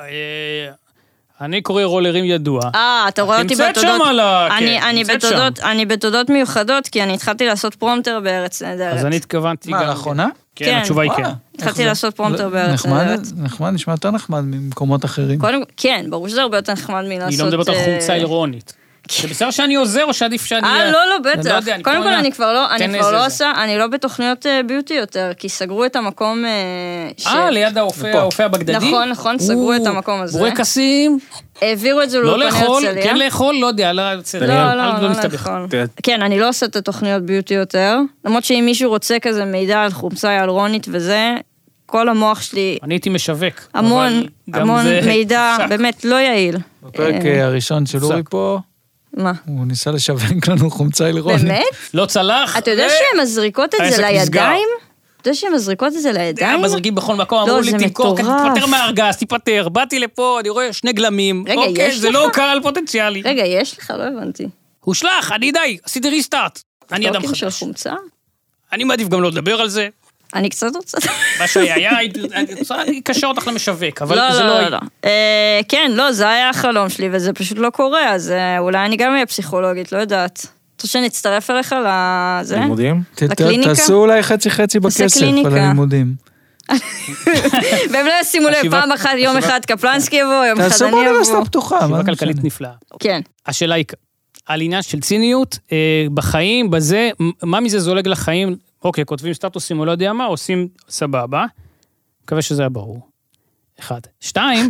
אני קורא רולרים ידוע.
אה, אתה רואה אותי בתודות.
נמצאת שם על ה...
אני בתודות, אני בתודות מיוחדות, כי אני התחלתי לעשות פרומטר בארץ נהדרת.
אז אני התכוונתי גם...
מה, לאחרונה?
כן, התשובה היא כן.
התחלתי לעשות פרומטר בארץ נהדרת.
נחמד, נשמע יותר נחמד ממקומות אחרים.
כן, ברור שזה הרבה יותר נחמד מלעשות...
אני לא מדברת על חומצה אירונית. זה בסדר שאני עוזר או שעדיף שאני...
אה, לא, לא, בטח. קודם כל, אני כבר לא, אני כבר לא עושה, אני לא בתוכניות ביוטי יותר, כי סגרו את המקום...
אה, ליד האופה הבגדדי?
נכון, נכון, סגרו את המקום הזה.
בורקסים.
העבירו את זה לאולפני הרצליה.
לא לאכול, כן לאכול, לא יודע, לא
הרצליה. לא, לא, לא לאכול. כן, אני לא עושה את התוכניות ביוטי יותר, למרות שאם מישהו רוצה כזה מידע על חומצה היאלרונית וזה, כל המוח שלי...
אני הייתי משווק.
המון, המון מידע, באמת לא יעיל.
בפרק הראשון של אורי פה...
מה?
הוא ניסה לשווק לנו חומצה היאלרונית.
באמת?
לא צלח.
אתה יודע שהן מזריקות את זה לידיים? אתה יודע שהן מזריקות את זה לידיים?
מזריקים בכל מקום, אמרו לי תמכור, תיפטר מהארגז, תיפטר. באתי לפה, אני רואה שני גלמים.
רגע, יש לך?
זה לא קהל פוטנציאלי.
רגע, יש לך? לא הבנתי.
הוא שלח, אני די, עשיתי ריסטארט. אני אדם
טוקים של
חדש.
חומצה?
אני מעדיף גם לא לדבר על זה.
אני קצת רוצה...
מה שהיה, אני אקשר אותך למשווק, אבל זה לא...
לא, לא, לא. כן, לא, זה היה החלום שלי, וזה פשוט לא קורה, אז אולי אני גם אהיה פסיכולוגית, לא יודעת. אתה שנצטרף אליך לזה?
לימודים?
לקליניקה?
תעשו אולי חצי חצי בכסף על הלימודים.
והם לא ישימו לב פעם אחת, יום אחד קפלנסקי יבוא, יום אחד
תעשו
אני אבוא.
באוניברסיטה פתוחה.
שיבה כלכלית נפלאה.
כן.
השאלה היא, על עניין של ציניות, בחיים, בזה, מה מזה זולג לחיים? אוקיי, כותבים סטטוסים או לא יודע מה, עושים סבבה. מקווה שזה היה ברור. אחד. שתיים,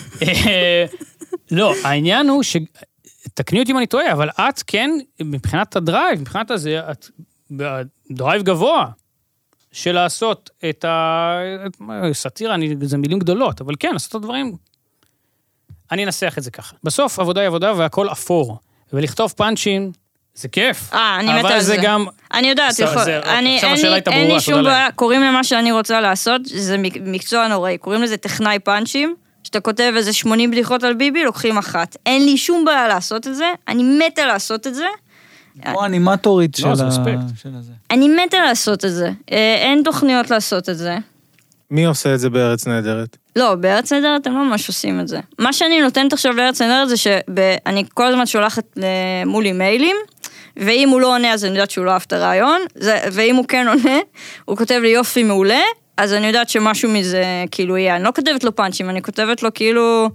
לא, העניין הוא ש... תקני אותי אם אני טועה, אבל את כן, מבחינת הדרייב, מבחינת הזה, את דרייב גבוה של לעשות את הסאטירה, זה מילים גדולות, אבל כן, לעשות את הדברים. אני אנסח את זה ככה. בסוף עבודה היא עבודה והכל אפור, ולכתוב פאנצ'ים, זה כיף.
אה, אני מתה על זה.
אבל זה גם...
אני יודעת, אין לי שום בעיה, קוראים למה שאני רוצה לעשות, זה מקצוע נוראי, קוראים לזה טכנאי פאנצ'ים, שאתה כותב איזה שמונים בדיחות על ביבי, לוקחים אחת. אין לי שום בעיה לעשות את זה, אני מתה לעשות את זה.
כמו אנימטורית של הזה.
אני מתה לעשות את זה. אין תוכניות לעשות את זה.
מי עושה את זה בארץ נהדרת?
לא, בארץ נהדרת הם לא ממש עושים את זה. מה שאני נותנת עכשיו בארץ נהדרת זה שאני כל הזמן שולחת מול אימיילים, ואם הוא לא עונה אז אני יודעת שהוא לא אהב את הרעיון, ואם הוא כן עונה, הוא כותב לי יופי מעולה, אז אני יודעת שמשהו מזה כאילו יהיה. אני לא כותבת לו פאנצ'ים, אני כותבת לו כאילו...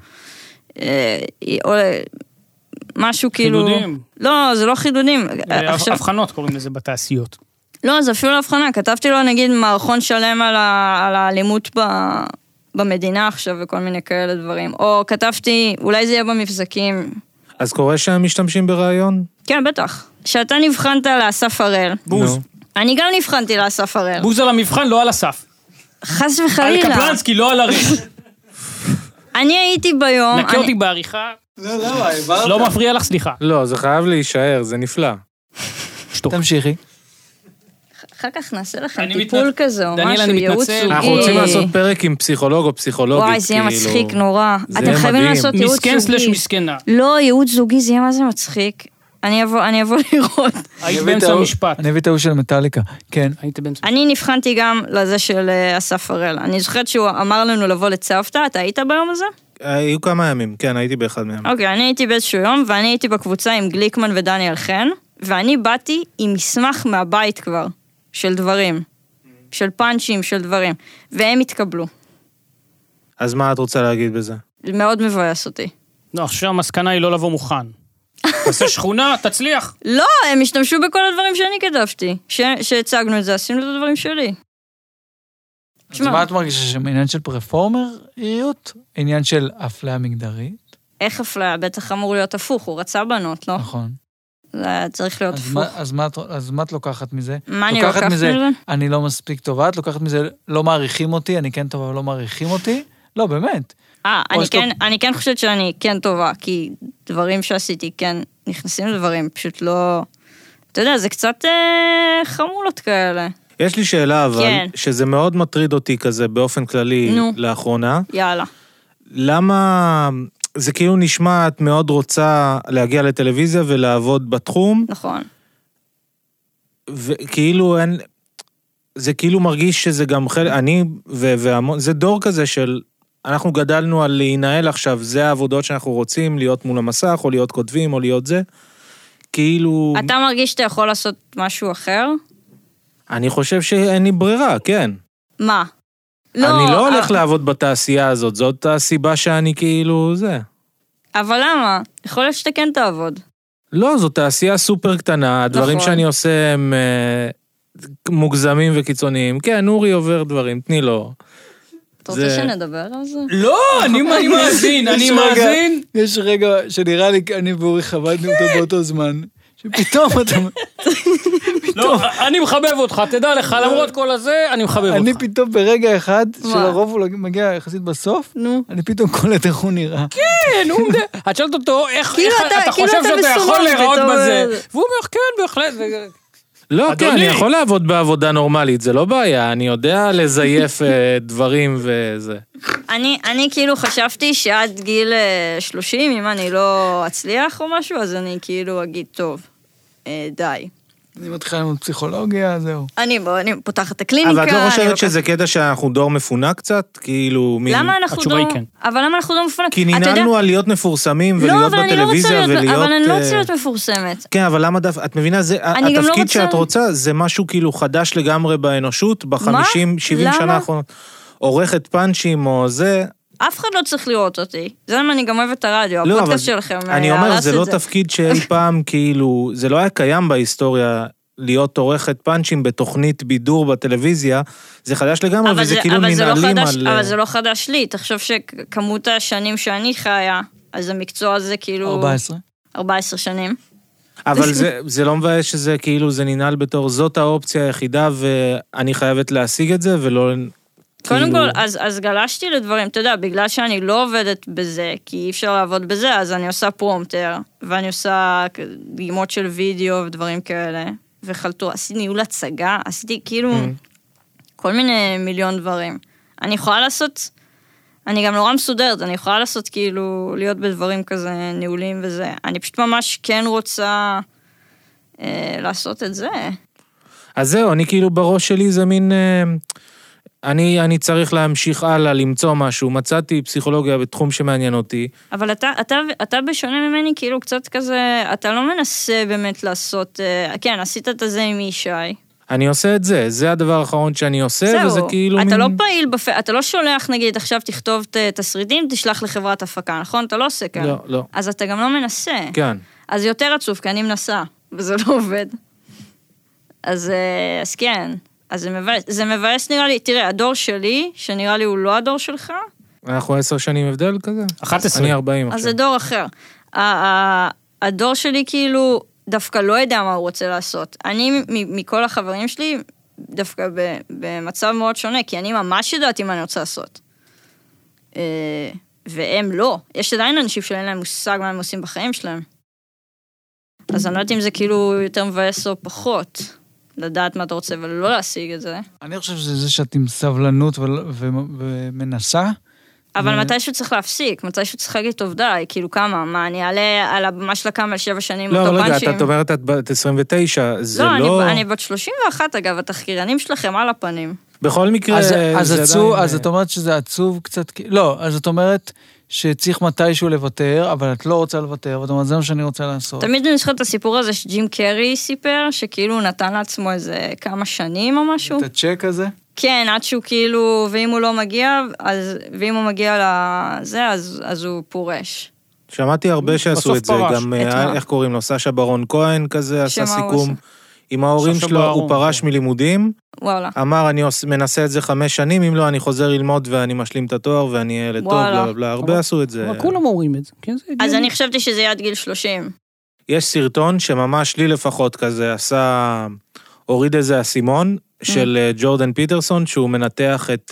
משהו כאילו...
חידודים.
לא, זה לא חידודים.
הבחנות קוראים לזה בתעשיות.
לא, זה אפילו לא הבחנה. כתבתי לו נגיד מערכון שלם על האלימות במדינה עכשיו וכל מיני כאלה דברים. או כתבתי, אולי זה יהיה במבזקים.
אז קורה שהם משתמשים ברעיון?
כן, בטח. שאתה נבחנת לאסף הראל.
בוז.
אני גם נבחנתי לאסף הראל.
בוז על המבחן, לא על אסף.
חס וחלילה.
על קפלנסקי, לא על הריח.
אני הייתי ביום...
נקה אותי בעריכה.
לא, לא, העברת.
לא מפריע לך, סליחה.
לא, זה חייב להישאר, זה נפלא.
תמשיכי.
אחר כך נעשה לכם טיפול כזה, או משהו, ייעוץ זוגי.
אנחנו רוצים לעשות פרק עם פסיכולוג או פסיכולוגית.
וואי, זה יהיה מצחיק נורא. אתם חייבים לעשות ייעוץ זוגי.
מסכן סלש מסכנה.
לא, ייעוץ זוגי, זה יהיה מה זה מצחיק. אני אבוא, אני אבוא לראות.
היית באמצע המשפט.
אני הביא את ההוא של מטאליקה, כן.
היית באמצע.
אני נבחנתי גם לזה של אסף הראל. אני זוכרת שהוא אמר לנו לבוא לצוותא, אתה היית ביום הזה?
היו כמה ימים, כן, הייתי באחד מהם.
אוקיי, אני הייתי באיזשהו יום, ואני הייתי בקבוצה עם גליקמן ודניאל חן, ואני באתי עם מסמך מהבית כבר, של דברים, של פאנצ'ים, של דברים, והם התקבלו.
אז מה את רוצה להגיד בזה?
מאוד מבואס אותי.
לא, עכשיו המסקנה היא לא לבוא מוכן. תעשה שכונה, תצליח.
לא, הם השתמשו בכל הדברים שאני כתבתי. שהצגנו את זה, עשינו את הדברים שלי.
אז מה את מרגישה שם? עניין של פרפורמריות? עניין של אפליה מגדרית?
איך אפליה? בטח אמור להיות הפוך, הוא רצה בנות, לא?
נכון.
זה צריך להיות הפוך.
אז מה, אז מה את לוקחת מזה?
מה אני לוקחת מזה?
אני לא מספיק טובה, את לוקחת מזה, לא מעריכים אותי, אני כן טובה ולא מעריכים אותי? לא, באמת.
אה, אני כן, אני כן חושבת שאני כן טובה, כי דברים שעשיתי כן נכנסים לדברים, פשוט לא... אתה יודע, זה קצת אה, חמולות כאלה.
יש לי שאלה, אבל, כן. שזה מאוד מטריד אותי כזה באופן כללי נו. לאחרונה.
יאללה.
למה... זה כאילו נשמע, את מאוד רוצה להגיע לטלוויזיה ולעבוד בתחום.
נכון.
וכאילו אין... זה כאילו מרגיש שזה גם חלק... אני והמון... זה דור כזה של... אנחנו גדלנו על להינהל עכשיו, זה העבודות שאנחנו רוצים, להיות מול המסך, או להיות כותבים, או להיות זה. כאילו...
אתה מרגיש שאתה יכול לעשות משהו אחר?
אני חושב שאין לי ברירה, כן.
מה?
לא, אני לא הולך לעבוד בתעשייה הזאת, זאת הסיבה שאני כאילו זה.
אבל למה? יכול להיות שאתה כן תעבוד.
לא, זאת תעשייה סופר קטנה, הדברים נכון. שאני עושה הם uh, מוגזמים וקיצוניים. כן, אורי עובר דברים, תני לו.
אתה רוצה שנדבר על זה?
לא, אני מאזין, אני מאזין.
יש רגע שנראה לי, אני ואורי חבדנו אותו באותו זמן, שפתאום אתה...
לא, אני מחבב אותך, תדע לך, למרות כל הזה, אני מחבב אותך.
אני פתאום ברגע אחד, שלרוב הוא מגיע יחסית בסוף, אני פתאום קולט איך הוא נראה.
כן, את שואלת אותו, איך אתה חושב שאתה יכול להיראות בזה? והוא אומר, כן, בהחלט.
לא, כן, אני יכול לעבוד בעבודה נורמלית, זה לא בעיה, אני יודע לזייף דברים וזה.
אני כאילו חשבתי שעד גיל שלושים, אם אני לא אצליח או משהו, אז אני כאילו אגיד, טוב, די.
אני מתחילה עם פסיכולוגיה, זהו.
אני, אני פותחת את הקליניקה.
אבל את לא חושבת שזה קטע שאנחנו דור מפונה קצת? כאילו...
למה אנחנו דור... אבל למה אנחנו דור מפונה?
כי ננהלנו על להיות מפורסמים ולהיות בטלוויזיה ולהיות...
אבל אני לא רוצה להיות מפורסמת.
כן, אבל למה דווקא... את מבינה, התפקיד שאת רוצה, זה משהו כאילו חדש לגמרי באנושות, בחמישים, שבעים שנה האחרונות. עורכת פאנצ'ים או זה...
אף אחד לא צריך לראות אותי. זה למה אני גם אוהבת את הרדיו, הפודקאסט שלכם.
אני אומר, זה לא תפקיד שאי פעם, כאילו, זה לא היה קיים בהיסטוריה, להיות עורכת פאנצ'ים בתוכנית בידור בטלוויזיה, זה חדש לגמרי, וזה כאילו מנהלים על...
אבל זה לא חדש לי, תחשוב שכמות השנים שאני חיה, אז המקצוע הזה כאילו...
ארבע עשרה?
ארבע עשרה שנים.
אבל זה, זה לא מבאס שזה כאילו, זה ננהל בתור, זאת האופציה היחידה, ואני חייבת להשיג את זה, ולא...
קודם כל, אז, אז גלשתי לדברים, אתה יודע, בגלל שאני לא עובדת בזה, כי אי אפשר לעבוד בזה, אז אני עושה פרומטר, ואני עושה דגימות של וידאו ודברים כאלה, וחלטו, עשיתי ניהול הצגה, עשיתי כאילו כל מיני מיליון דברים. אני יכולה לעשות, אני גם נורא מסודרת, אני יכולה לעשות כאילו, להיות בדברים כזה ניהולים וזה. אני פשוט ממש כן רוצה אה, לעשות את זה.
אז זהו, אני כאילו בראש שלי זה מין... אה... אני, אני צריך להמשיך הלאה, למצוא משהו, מצאתי פסיכולוגיה בתחום שמעניין אותי.
אבל אתה, אתה, אתה בשונה ממני, כאילו קצת כזה, אתה לא מנסה באמת לעשות, כן, עשית את זה עם ישי.
אני עושה את זה, זה הדבר האחרון שאני עושה, זהו, וזה כאילו...
אתה
מין...
לא פעיל, בפ... אתה לא שולח, נגיד, עכשיו תכתוב תסריטים, תשלח לחברת הפקה, נכון? אתה לא עושה כאן.
לא, לא.
אז אתה גם לא מנסה.
כן.
אז יותר עצוב, כי אני מנסה, וזה לא עובד. אז, אז כן. אז זה מבאס, זה מבאס נראה לי, תראה, הדור שלי, שנראה לי הוא לא הדור שלך.
אנחנו עשר שנים הבדל כזה?
אחת עשרה.
אני ארבעים עכשיו.
אז זה דור אחר. הדור שלי כאילו דווקא לא יודע מה הוא רוצה לעשות. אני, מכל החברים שלי, דווקא במצב מאוד שונה, כי אני ממש יודעת מה אני רוצה לעשות. והם לא. יש עדיין אנשים שאין להם מושג מה הם עושים בחיים שלהם. אז אני לא יודעת אם זה כאילו יותר מבאס או פחות. לדעת מה אתה רוצה ולא להשיג את זה.
אני חושב שזה זה שאת עם סבלנות ומנסה.
אבל מתישהו צריך להפסיק, מתישהו צריך להגיד טוב די, כאילו כמה, מה, אני אעלה על הבמה של הכמה שבע שנים
לא, אבל רגע, את אומרת את בת עשרים ותשע, זה לא...
לא, אני בת שלושים ואחת אגב, התחקירנים שלכם על הפנים.
בכל מקרה...
אז את אומרת שזה עצוב קצת, לא, אז את אומרת... שצריך מתישהו לוותר, אבל את לא רוצה לוותר, ואת אומרת, זה מה שאני רוצה לעשות.
תמיד אני זוכרת את הסיפור הזה שג'ים קרי סיפר, שכאילו הוא נתן לעצמו איזה כמה שנים או משהו.
את הצ'ק הזה?
כן, עד שהוא כאילו, ואם הוא לא מגיע, אז, ואם הוא מגיע לזה, אז, אז הוא פורש.
שמעתי הרבה שעשו את זה, גם איך קוראים לו, סשה ברון כהן כזה, עשה סיכום. עם ההורים שלו, הוא פרש מלימודים,
וואלה.
אמר, אני מנסה את זה חמש שנים, אם לא, אני חוזר ללמוד ואני משלים את התואר, ואני ילד טוב, בלה בלה, הרבה עשו את זה.
אבל כולם אומרים את זה.
אז אני חשבתי שזה יהיה עד גיל שלושים.
יש סרטון שממש לי לפחות כזה עשה, הוריד איזה אסימון של ג'ורדן פיטרסון, שהוא מנתח את,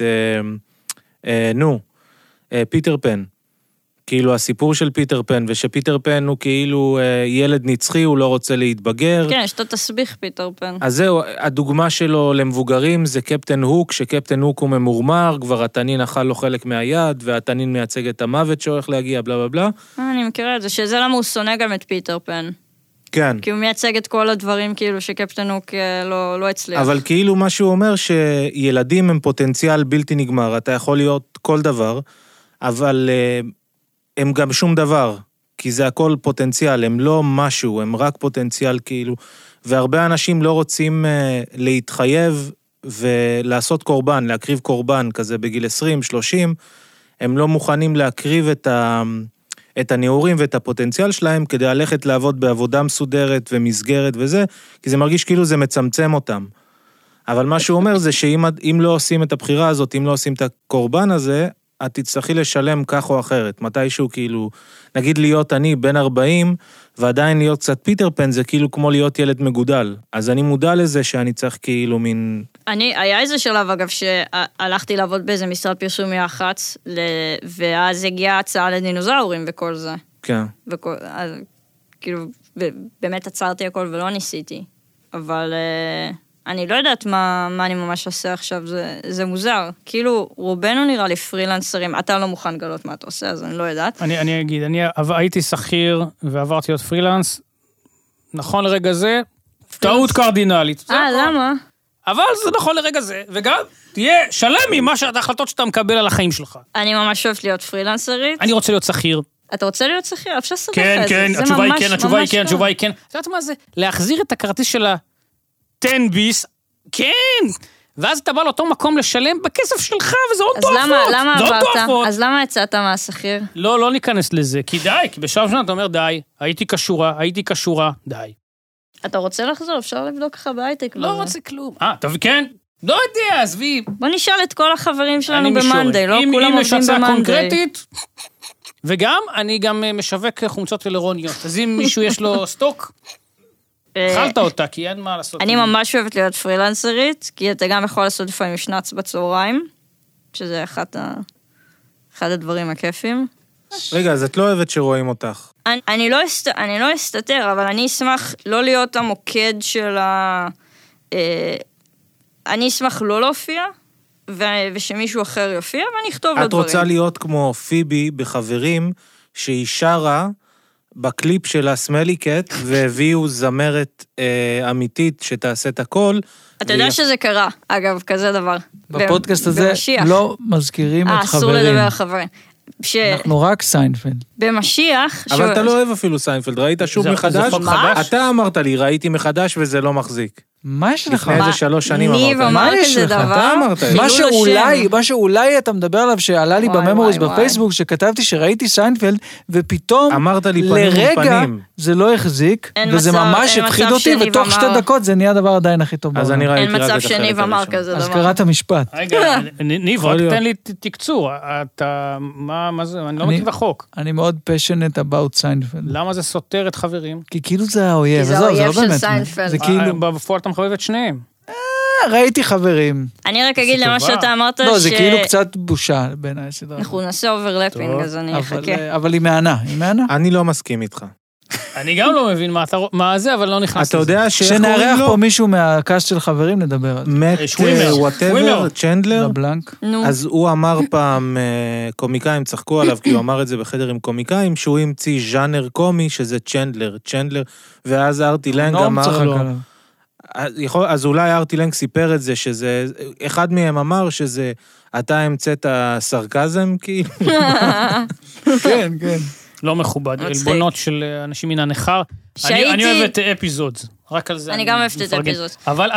אה, אה, נו, אה, פיטר פן. כאילו הסיפור של פיטר פן, ושפיטר פן הוא כאילו אה, ילד נצחי, הוא לא רוצה להתבגר.
כן, יש את התסביך פיטר פן.
אז זהו, הדוגמה שלו למבוגרים זה קפטן הוק, שקפטן הוק הוא ממורמר, כבר התנין אכל לו חלק מהיד, והתנין מייצג את המוות שהולך להגיע, בלה בלה בלה.
אני מכירה את זה, שזה למה הוא שונא גם את פיטר פן.
כן.
כי הוא מייצג את כל הדברים כאילו שקפטן הוק לא, לא הצליח.
אבל כאילו מה שהוא אומר שילדים הם פוטנציאל בלתי נגמר, אתה יכול להיות כל דבר, אבל הם גם שום דבר, כי זה הכל פוטנציאל, הם לא משהו, הם רק פוטנציאל כאילו, והרבה אנשים לא רוצים להתחייב ולעשות קורבן, להקריב קורבן כזה בגיל עשרים שלושים, הם לא מוכנים להקריב את ה... את הנאורים ואת הפוטנציאל שלהם, כדי ללכת לעבוד בעבודה מסודרת ומסגרת וזה, כי זה מרגיש כאילו זה מצמצם אותם. אבל מה שהוא אומר זה שאם אם לא עושים את הבחירה הזאת, אם לא עושים את הקורבן הזה, את תצטרכי לשלם כך או אחרת. מתישהו כאילו, נגיד להיות אני בן ארבעים, ועדיין להיות קצת פיטר פן, זה כאילו כמו להיות ילד מגודל. אז אני מודע לזה שאני צריך כאילו מין...
אני, היה איזה שלב אגב, שהלכתי לעבוד באיזה משרד פרסום יח"צ, ואז הגיעה הצעה לדינוזאורים וכל זה.
כן.
וכל, אז, כאילו, באמת עצרתי הכל ולא ניסיתי. אבל... אני לא יודעת מה, מה אני ממש עושה עכשיו, זה, זה מוזר. כאילו, רובנו נראה לי פרילנסרים, אתה לא מוכן לגלות מה אתה עושה, אז אני לא יודעת.
אני, אני אגיד, אני הייתי שכיר ועברתי להיות פרילנס, נכון לרגע זה, טעות קרדינלית.
אה, למה?
אבל זה נכון לרגע זה, וגם תהיה שלם ממה שאת ההחלטות שאתה מקבל על החיים שלך.
אני ממש אוהבת להיות פרילנסרית.
אני רוצה להיות שכיר.
אתה רוצה להיות שכיר? אפשר לסדר
כן,
לך את
כן,
זה.
התשובה היא
ממש,
כן, התשובה היא
ממש
כן,
לא.
התשובה היא כן. את יודעת מה זה? להחזיר את הכרטיס של ה-עשר ביס, כן! ואז אתה בא לאותו מקום לשלם בכסף שלך, וזה עוד תועפות.
אז למה, למה עברת? אז למה יצאת מהשכיר?
לא, לא ניכנס לזה, כי די, כי בשלב שנה אתה אומר, די, הייתי קשורה, הייתי קשורה, די.
אתה רוצה לחזור? אפשר לבדוק לך בהייטק.
לא רוצה כלום. אה, טוב, כן? לא יודע, עזבי.
בוא נשאל את כל החברים שלנו במנדי, לא כולם עובדים במנדי.
אם יש הצעה קונקרטית, וגם, אני גם משווק חומצות אלרוניות, אז אם מישהו יש לו סטוק, אכלת אותה, כי אין מה לעשות.
אני ממש אוהבת להיות פרילנסרית, כי אתה גם יכול לעשות לפעמים שנץ בצהריים, שזה אחד הדברים הכיפים.
רגע, אז את לא אוהבת שרואים אותך.
אני לא אסתתר, אבל אני אשמח לא להיות המוקד של ה... אני אשמח לא להופיע, ושמישהו אחר יופיע, ואני אכתוב לו דברים.
את רוצה להיות כמו פיבי בחברים, שהיא שרה בקליפ של הסמלי קט, והביאו זמרת אה, אמיתית שתעשה את הכל.
אתה יודע שזה קרה, אגב, כזה דבר.
בפודקאסט הזה לא מזכירים את חברים.
אסור לדבר על חברים.
אנחנו רק סיינפלד.
במשיח...
אבל אתה לא אוהב אפילו סיינפלד, ראית שוב מחדש? אתה אמרת לי, ראיתי מחדש וזה לא מחזיק.
מה יש לך?
לפני איזה שלוש שנים
אמרת.
מה יש לך?
אתה אמרת.
מה שאולי אתה מדבר עליו שעלה לי בממוריז בפייסבוק, שכתבתי שראיתי סיינפלד, ופתאום
אמרת לי פנים
לרגע זה לא החזיק, וזה ממש הפחיד אותי, ותוך שתי דקות זה נהיה הדבר עדיין הכי טוב.
אז אני ראיתי רק את החלק
אין מצב שני ואמר כזה דבר.
אז קראת משפט.
רגע, ניב, רק תן לי תקצור. אתה, מה זה? אני לא מכיר את החוק.
אני מאוד passionate about סיינפלד.
למה זה סותר את חברים?
כי כאילו זה האויב.
כי זה האויב של סיינפלד.
זה כאילו...
בפועל אתה מחבב את שניהם.
ראיתי חברים.
אני רק אגיד למה שאתה אמרת ש...
לא, זה כאילו קצת בושה בעיניי הסדרה.
אנחנו נעשה אוברלפינג, אז אני אחכה.
אבל היא מענה, היא מענה.
אני לא מסכים איתך.
אני גם לא מבין מה זה, אבל לא נכנס
לזה. אתה יודע ש...
שנערך פה מישהו מהקאסט של חברים, נדבר על זה.
מת וואטאבר, צ'נדלר.
לבלנק.
אז הוא אמר פעם, קומיקאים צחקו עליו, כי הוא אמר את זה בחדר עם קומיקאים, שהוא המציא ז'אנר קומי, שזה צ'נדלר, צ'נדלר, ואז ארטי לנג אמר לו... אז אולי ארטי לנג סיפר את זה, שזה... אחד מהם אמר שזה... אתה המצאת סרקזם, כאילו?
כן, כן.
לא מכובד, אלבונות של אנשים מן הנכר. אני אוהבת אפיזוד, רק על זה.
אני גם אוהבת את אפיזוד.
אבל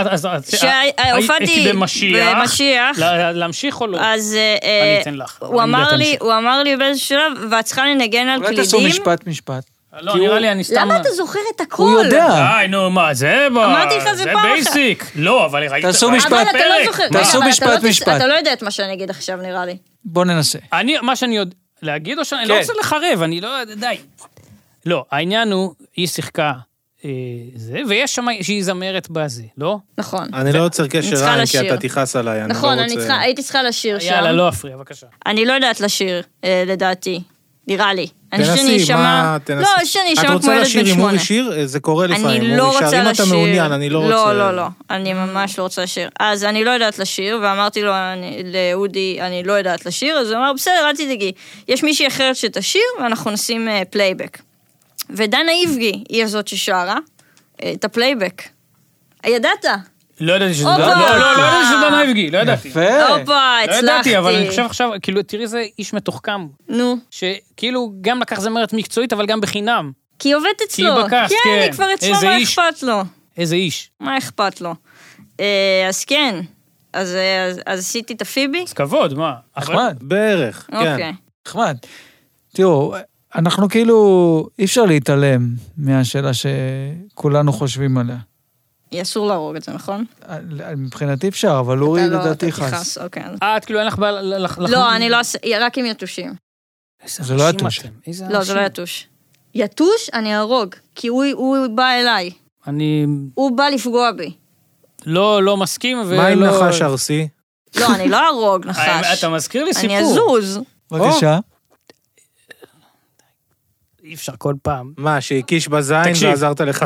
הייתי במשיח. להמשיך או לא?
אז
אני אתן לך.
הוא אמר לי באיזה שלב, ואת צריכה לנגן על קלידים.
אולי תעשו משפט משפט.
לא, נראה לי אני סתם...
למה אתה זוכר את הכל?
הוא יודע.
די, נו, מה, זה...
אמרתי לך זה פעם אחת.
זה בייסיק. לא, אבל ראית...
תעשו משפט.
אבל אתה לא זוכר.
תעשו משפט משפט.
אתה לא יודע את מה שאני אגיד עכשיו, נראה לי.
בוא ננסה.
אני, מה שאני יודע... להגיד או שאני לא רוצה לחרב, אני לא... די. לא, העניין הוא, היא שיחקה זה, ויש שם שהיא זמרת בזה, לא?
נכון.
אני לא יוצר קשר עין, כי אתה תיחס עליי.
נכון, הייתי צריכה לשיר שם.
יאללה, לא אפריע, בבקשה.
אני לא יודעת לשיר, לדעתי. נראה לי.
תנסי, מה, תנסי.
לא, שאני אשמע כמו ילד בן שמונה.
את רוצה לשיר עם אורי שיר? זה קורה לפעמים.
אני לא רוצה לשיר.
אם אתה מעוניין, אני לא רוצה...
לא, לא, לא. אני ממש לא רוצה לשיר. אז אני לא יודעת לשיר, ואמרתי לו, לאודי, אני לא יודעת לשיר, אז הוא אמר, בסדר, אל תדאגי. יש מישהי אחרת שתשיר, ואנחנו נשים פלייבק. ודנה איבגי היא הזאת ששרה את הפלייבק. ידעת?
לא ידעתי שזה... לא, לא, לא ידעתי שזה דנה איבגי, לא ידעתי.
יפה. הופה, הצלחתי.
לא ידעתי, אבל אני חושב עכשיו, כאילו, תראי איזה איש מתוחכם.
נו.
שכאילו גם לקח זמרת מקצועית, אבל גם בחינם.
כי היא עובדת אצלו.
כי היא בקאסט, כן.
כן, היא כבר אצלו, מה אכפת לו?
איזה איש.
מה אכפת לו? אז כן, אז עשיתי את הפיבי.
אז כבוד, מה?
נחמד.
בערך, כן.
אוקיי.
נחמד. תראו, אנחנו כאילו, אי אפשר להתעלם מהשאלה שכולנו חושבים עליה.
היא אסור להרוג את זה, נכון?
מבחינתי אפשר, אבל אורי לדעתי חס.
אה, את כאילו אין לך בעיה...
לא, אני לא אעשה, רק עם יתושים.
זה לא יתוש.
לא, זה לא יתוש. יתוש, אני ארוג, כי הוא בא אליי.
אני...
הוא בא לפגוע בי.
לא, לא מסכים ולא...
מה עם נחש ארסי?
לא, אני לא ארוג נחש.
אתה מזכיר לי סיפור.
אני אזוז.
בבקשה.
אי אפשר כל פעם.
מה, שהקיש בזין ועזרת לחבר?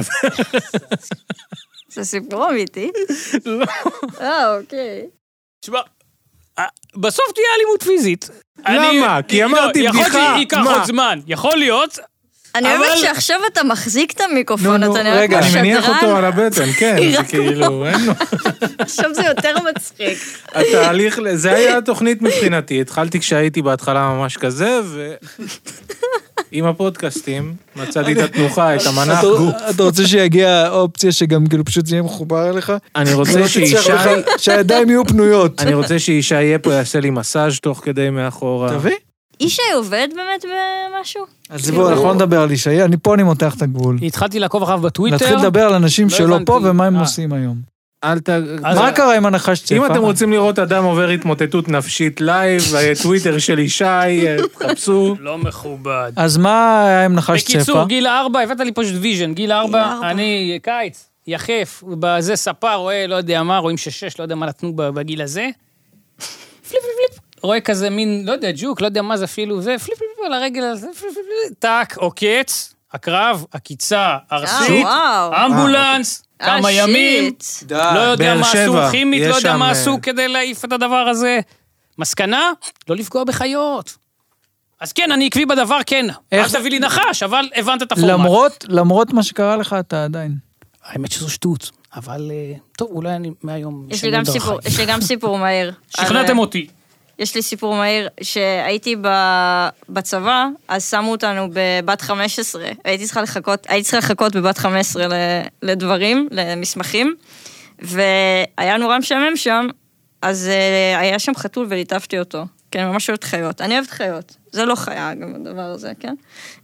זה סיפור אמיתי?
לא.
אה, אוקיי.
תשמע, בסוף תהיה אלימות פיזית.
למה? כי אמרתי בדיחה.
יכול להיות שייקח עוד זמן. יכול להיות...
אני אוהבת שעכשיו אתה מחזיק את המיקרופון, אתה נראה כמו שדרן.
אני מניח אותו על הבטן, כן. זה כאילו, אין לו.
עכשיו זה יותר מצחיק.
התהליך, זה היה התוכנית מבחינתי. התחלתי כשהייתי בהתחלה ממש כזה, ו... עם הפודקאסטים, מצאתי את התנוחה, את המנח גוף.
אתה רוצה שיגיע אופציה שגם כאילו פשוט זה יהיה מחובר אליך?
אני רוצה שאישי...
שהידיים יהיו פנויות.
אני רוצה שאישי יהיה פה, יעשה לי מסאז' תוך כדי מאחורה.
תביא?
אישי עובד באמת במשהו?
אז בואו, אנחנו לא נדבר על אישי, אני פה אני מותח את הגבול.
התחלתי לעקוב אחריו בטוויטר.
נתחיל לדבר על אנשים שלא פה ומה הם עושים היום. מה קרה עם הנחש צפה?
אם אתם רוצים לראות אדם עובר התמוטטות נפשית לייב, טוויטר של ישי, תחפשו.
לא מכובד.
אז מה היה עם נחש צפה?
בקיצור, גיל ארבע, הבאת לי פשוט ויז'ן, גיל ארבע, אני קיץ, יחף, בזה ספר, רואה, לא יודע מה, רואים ששש, לא יודע מה נתנו בגיל הזה. פליפ פליפ פליפ. רואה כזה מין, לא יודע, ג'וק, לא יודע מה זה אפילו, זה פליפ פליפ על הרגל הזה, פליפ פליפ פליפ, טק, עוקץ, הקרב, עקיצה, ארסית, אמבולנס, כמה ימים, לא יודע מה עשו כימית, לא יודע מה עשו כדי להעיף את הדבר הזה. מסקנה, לא לפגוע בחיות. אז כן, אני עקבי בדבר, כן. אל תביא לי נחש, אבל הבנת את הפורמט.
למרות, למרות מה שקרה לך, אתה עדיין.
האמת שזו שטות, אבל טוב, אולי אני מהיום...
יש לי גם סיפור מהיר.
שכנעתם אותי.
יש לי סיפור מהיר, שהייתי בצבא, אז שמו אותנו בבת חמש עשרה, הייתי צריכה לחכות, הייתי צריכה לחכות בבת חמש עשרה לדברים, למסמכים, והיה נורא משעמם שם, אז היה שם חתול וליטפתי אותו, כן, ממש אוהבת חיות, אני אוהבת חיות, זה לא חיה גם הדבר הזה, כן?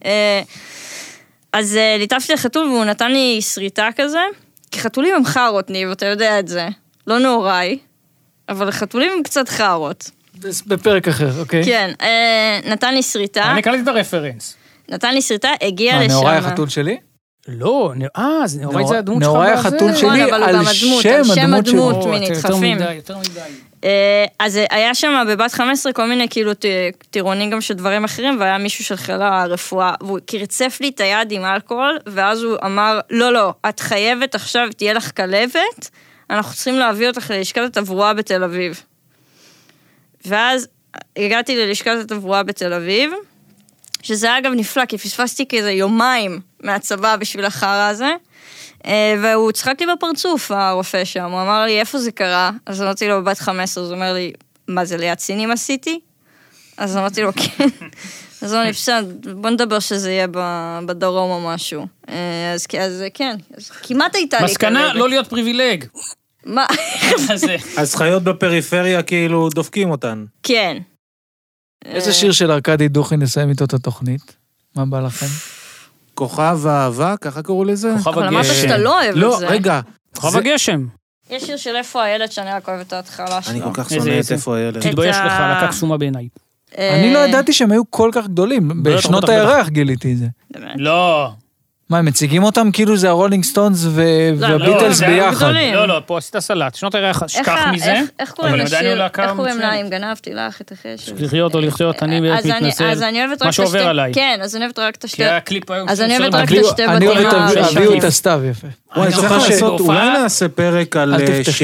אז ליטפתי לחתול והוא נתן לי שריטה כזה, כי חתולים הם חארות, ניב, אתה יודע את זה, לא נוראי, אבל חתולים הם קצת חארות.
בפרק אחר, אוקיי.
כן, נתן לי שריטה.
אני קלטתי את הרפרנס.
נתן לי שריטה, הגיע לשם.
מה, נאורי החתול שלי?
לא, אה, נאורי זה הדמות שלך.
נאורי החתול שלי על שם הדמות שלי.
נדחפים.
יותר מדי.
אז היה שם בבת חמש עשרה כל מיני כאילו טירונים גם של דברים אחרים, והיה מישהו של חיל הרפואה, והוא קרצף לי את היד עם אלכוהול, ואז הוא אמר, לא, לא, את חייבת עכשיו, תהיה לך כלבת, אנחנו צריכים להביא אותך ללשכת התברואה בתל אביב. ואז הגעתי ללשכת התברואה בתל אביב, שזה אגב נפלא, כי פספסתי כזה יומיים מהצבא בשביל החרה הזה, והוא צחק לי בפרצוף, הרופא שם, הוא אמר לי, איפה זה קרה? אז אמרתי לו, בבת חמש עשרה, אז הוא אומר לי, מה זה ליד סינים עשיתי? אז אמרתי לו, כן. אז הוא נפסד, בוא נדבר שזה יהיה בדרום או משהו. אז כן, כמעט הייתה לי.
מסקנה, לא להיות פריבילג.
מה?
אז חיות בפריפריה כאילו דופקים אותן.
כן.
איזה שיר של ארקדי דוכי נסיים איתו את התוכנית? מה בא לכם?
כוכב האהבה, ככה קראו לזה?
אבל אמרת שאתה לא אוהב את זה.
לא, רגע.
כוכב הגשם.
יש שיר של איפה הילד שאני רק אוהבת את ההתחלה שלו.
אני כל כך שונא את איפה הילד.
תתבייש לך, לקה קסומה בעיניי.
אני לא ידעתי שהם היו כל כך גדולים. בשנות הירח גיליתי את זה.
לא.
מה, הם מציגים אותם כאילו זה הרולינג סטונס והביטלס ביחד?
לא, לא, פה עשית סלט. שנות הירח, שכח מזה.
איך קוראים לשיר? איך קוראים לה? אם גנבתי לך את החשב.
לחיות או לחיות, אני באמת מתנסה. מה שעובר עליי.
כן, אז אני אוהבת רק את השתי...
כי הקליפ היום...
אז אני אוהבת רק את השתי בתים.
אני אוהבת, הביאו את הסתיו, יפה.
וואי, צריך לעשות, אולי נעשה פרק על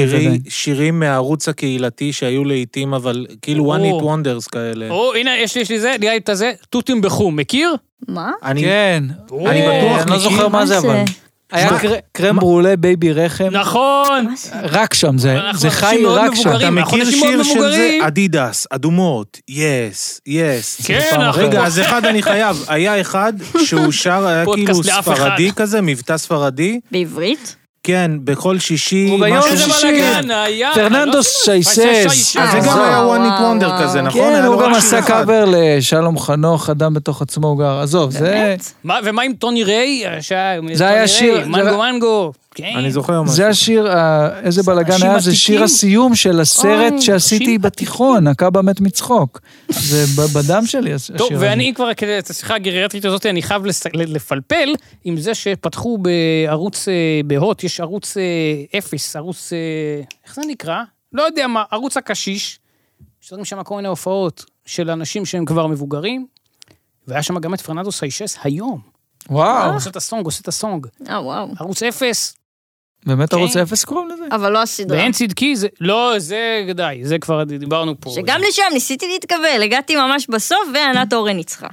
שירים מהערוץ הקהילתי שהיו לעיתים, אבל כאילו one hit wonders כאלה.
או, הנה, יש לי, יש לי זה, נראה לי את הזה, תותים בחום, מכיר?
מה?
כן.
אני בטוח,
אני לא זוכר מה זה, אבל... היה קרם ברולה בייבי רחם.
נכון.
רק שם, זה חי רק שם.
אתה מכיר שיר של זה? אדידס, אדומות, יס, יס.
כן,
רגע, אז אחד אני חייב. היה אחד שהוא שר, היה כאילו ספרדי כזה, מבטא ספרדי.
בעברית?
כן, בכל שישי.
הוא ביום שישי. פרננדוס שייסס.
זה גם היה one hit wonder כזה, נכון?
כן, הוא גם עשה קאבר לשלום חנוך, אדם בתוך עצמו הוא גר. עזוב, זה...
ומה עם טוני ריי?
זה היה שיר...
מנגו מנגו.
אני זוכר משהו.
זה השיר, איזה בלגן היה, זה שיר הסיום של הסרט שעשיתי בתיכון, הקאבה מת מצחוק. זה בדם שלי, השיר הזה.
טוב, ואני כבר, את השיחה הגריאטרית הזאת, אני חייב לפלפל עם זה שפתחו בערוץ, בהוט, יש ערוץ אפס, ערוץ, איך זה נקרא? לא יודע מה, ערוץ הקשיש, שתרים שם כל מיני הופעות של אנשים שהם כבר מבוגרים, והיה שם גם את פרננדו סייסס היום.
וואו.
עושה את הסונג, עושה את הסונג.
אה, וואו.
ערוץ אפס.
באמת ערוץ אפס קוראים לזה?
אבל לא הסדרה.
ואין צדקי, לא, זה גדאי, זה כבר דיברנו פה.
שגם לשם ניסיתי להתקבל, הגעתי ממש בסוף, וענת אורן ניצחה.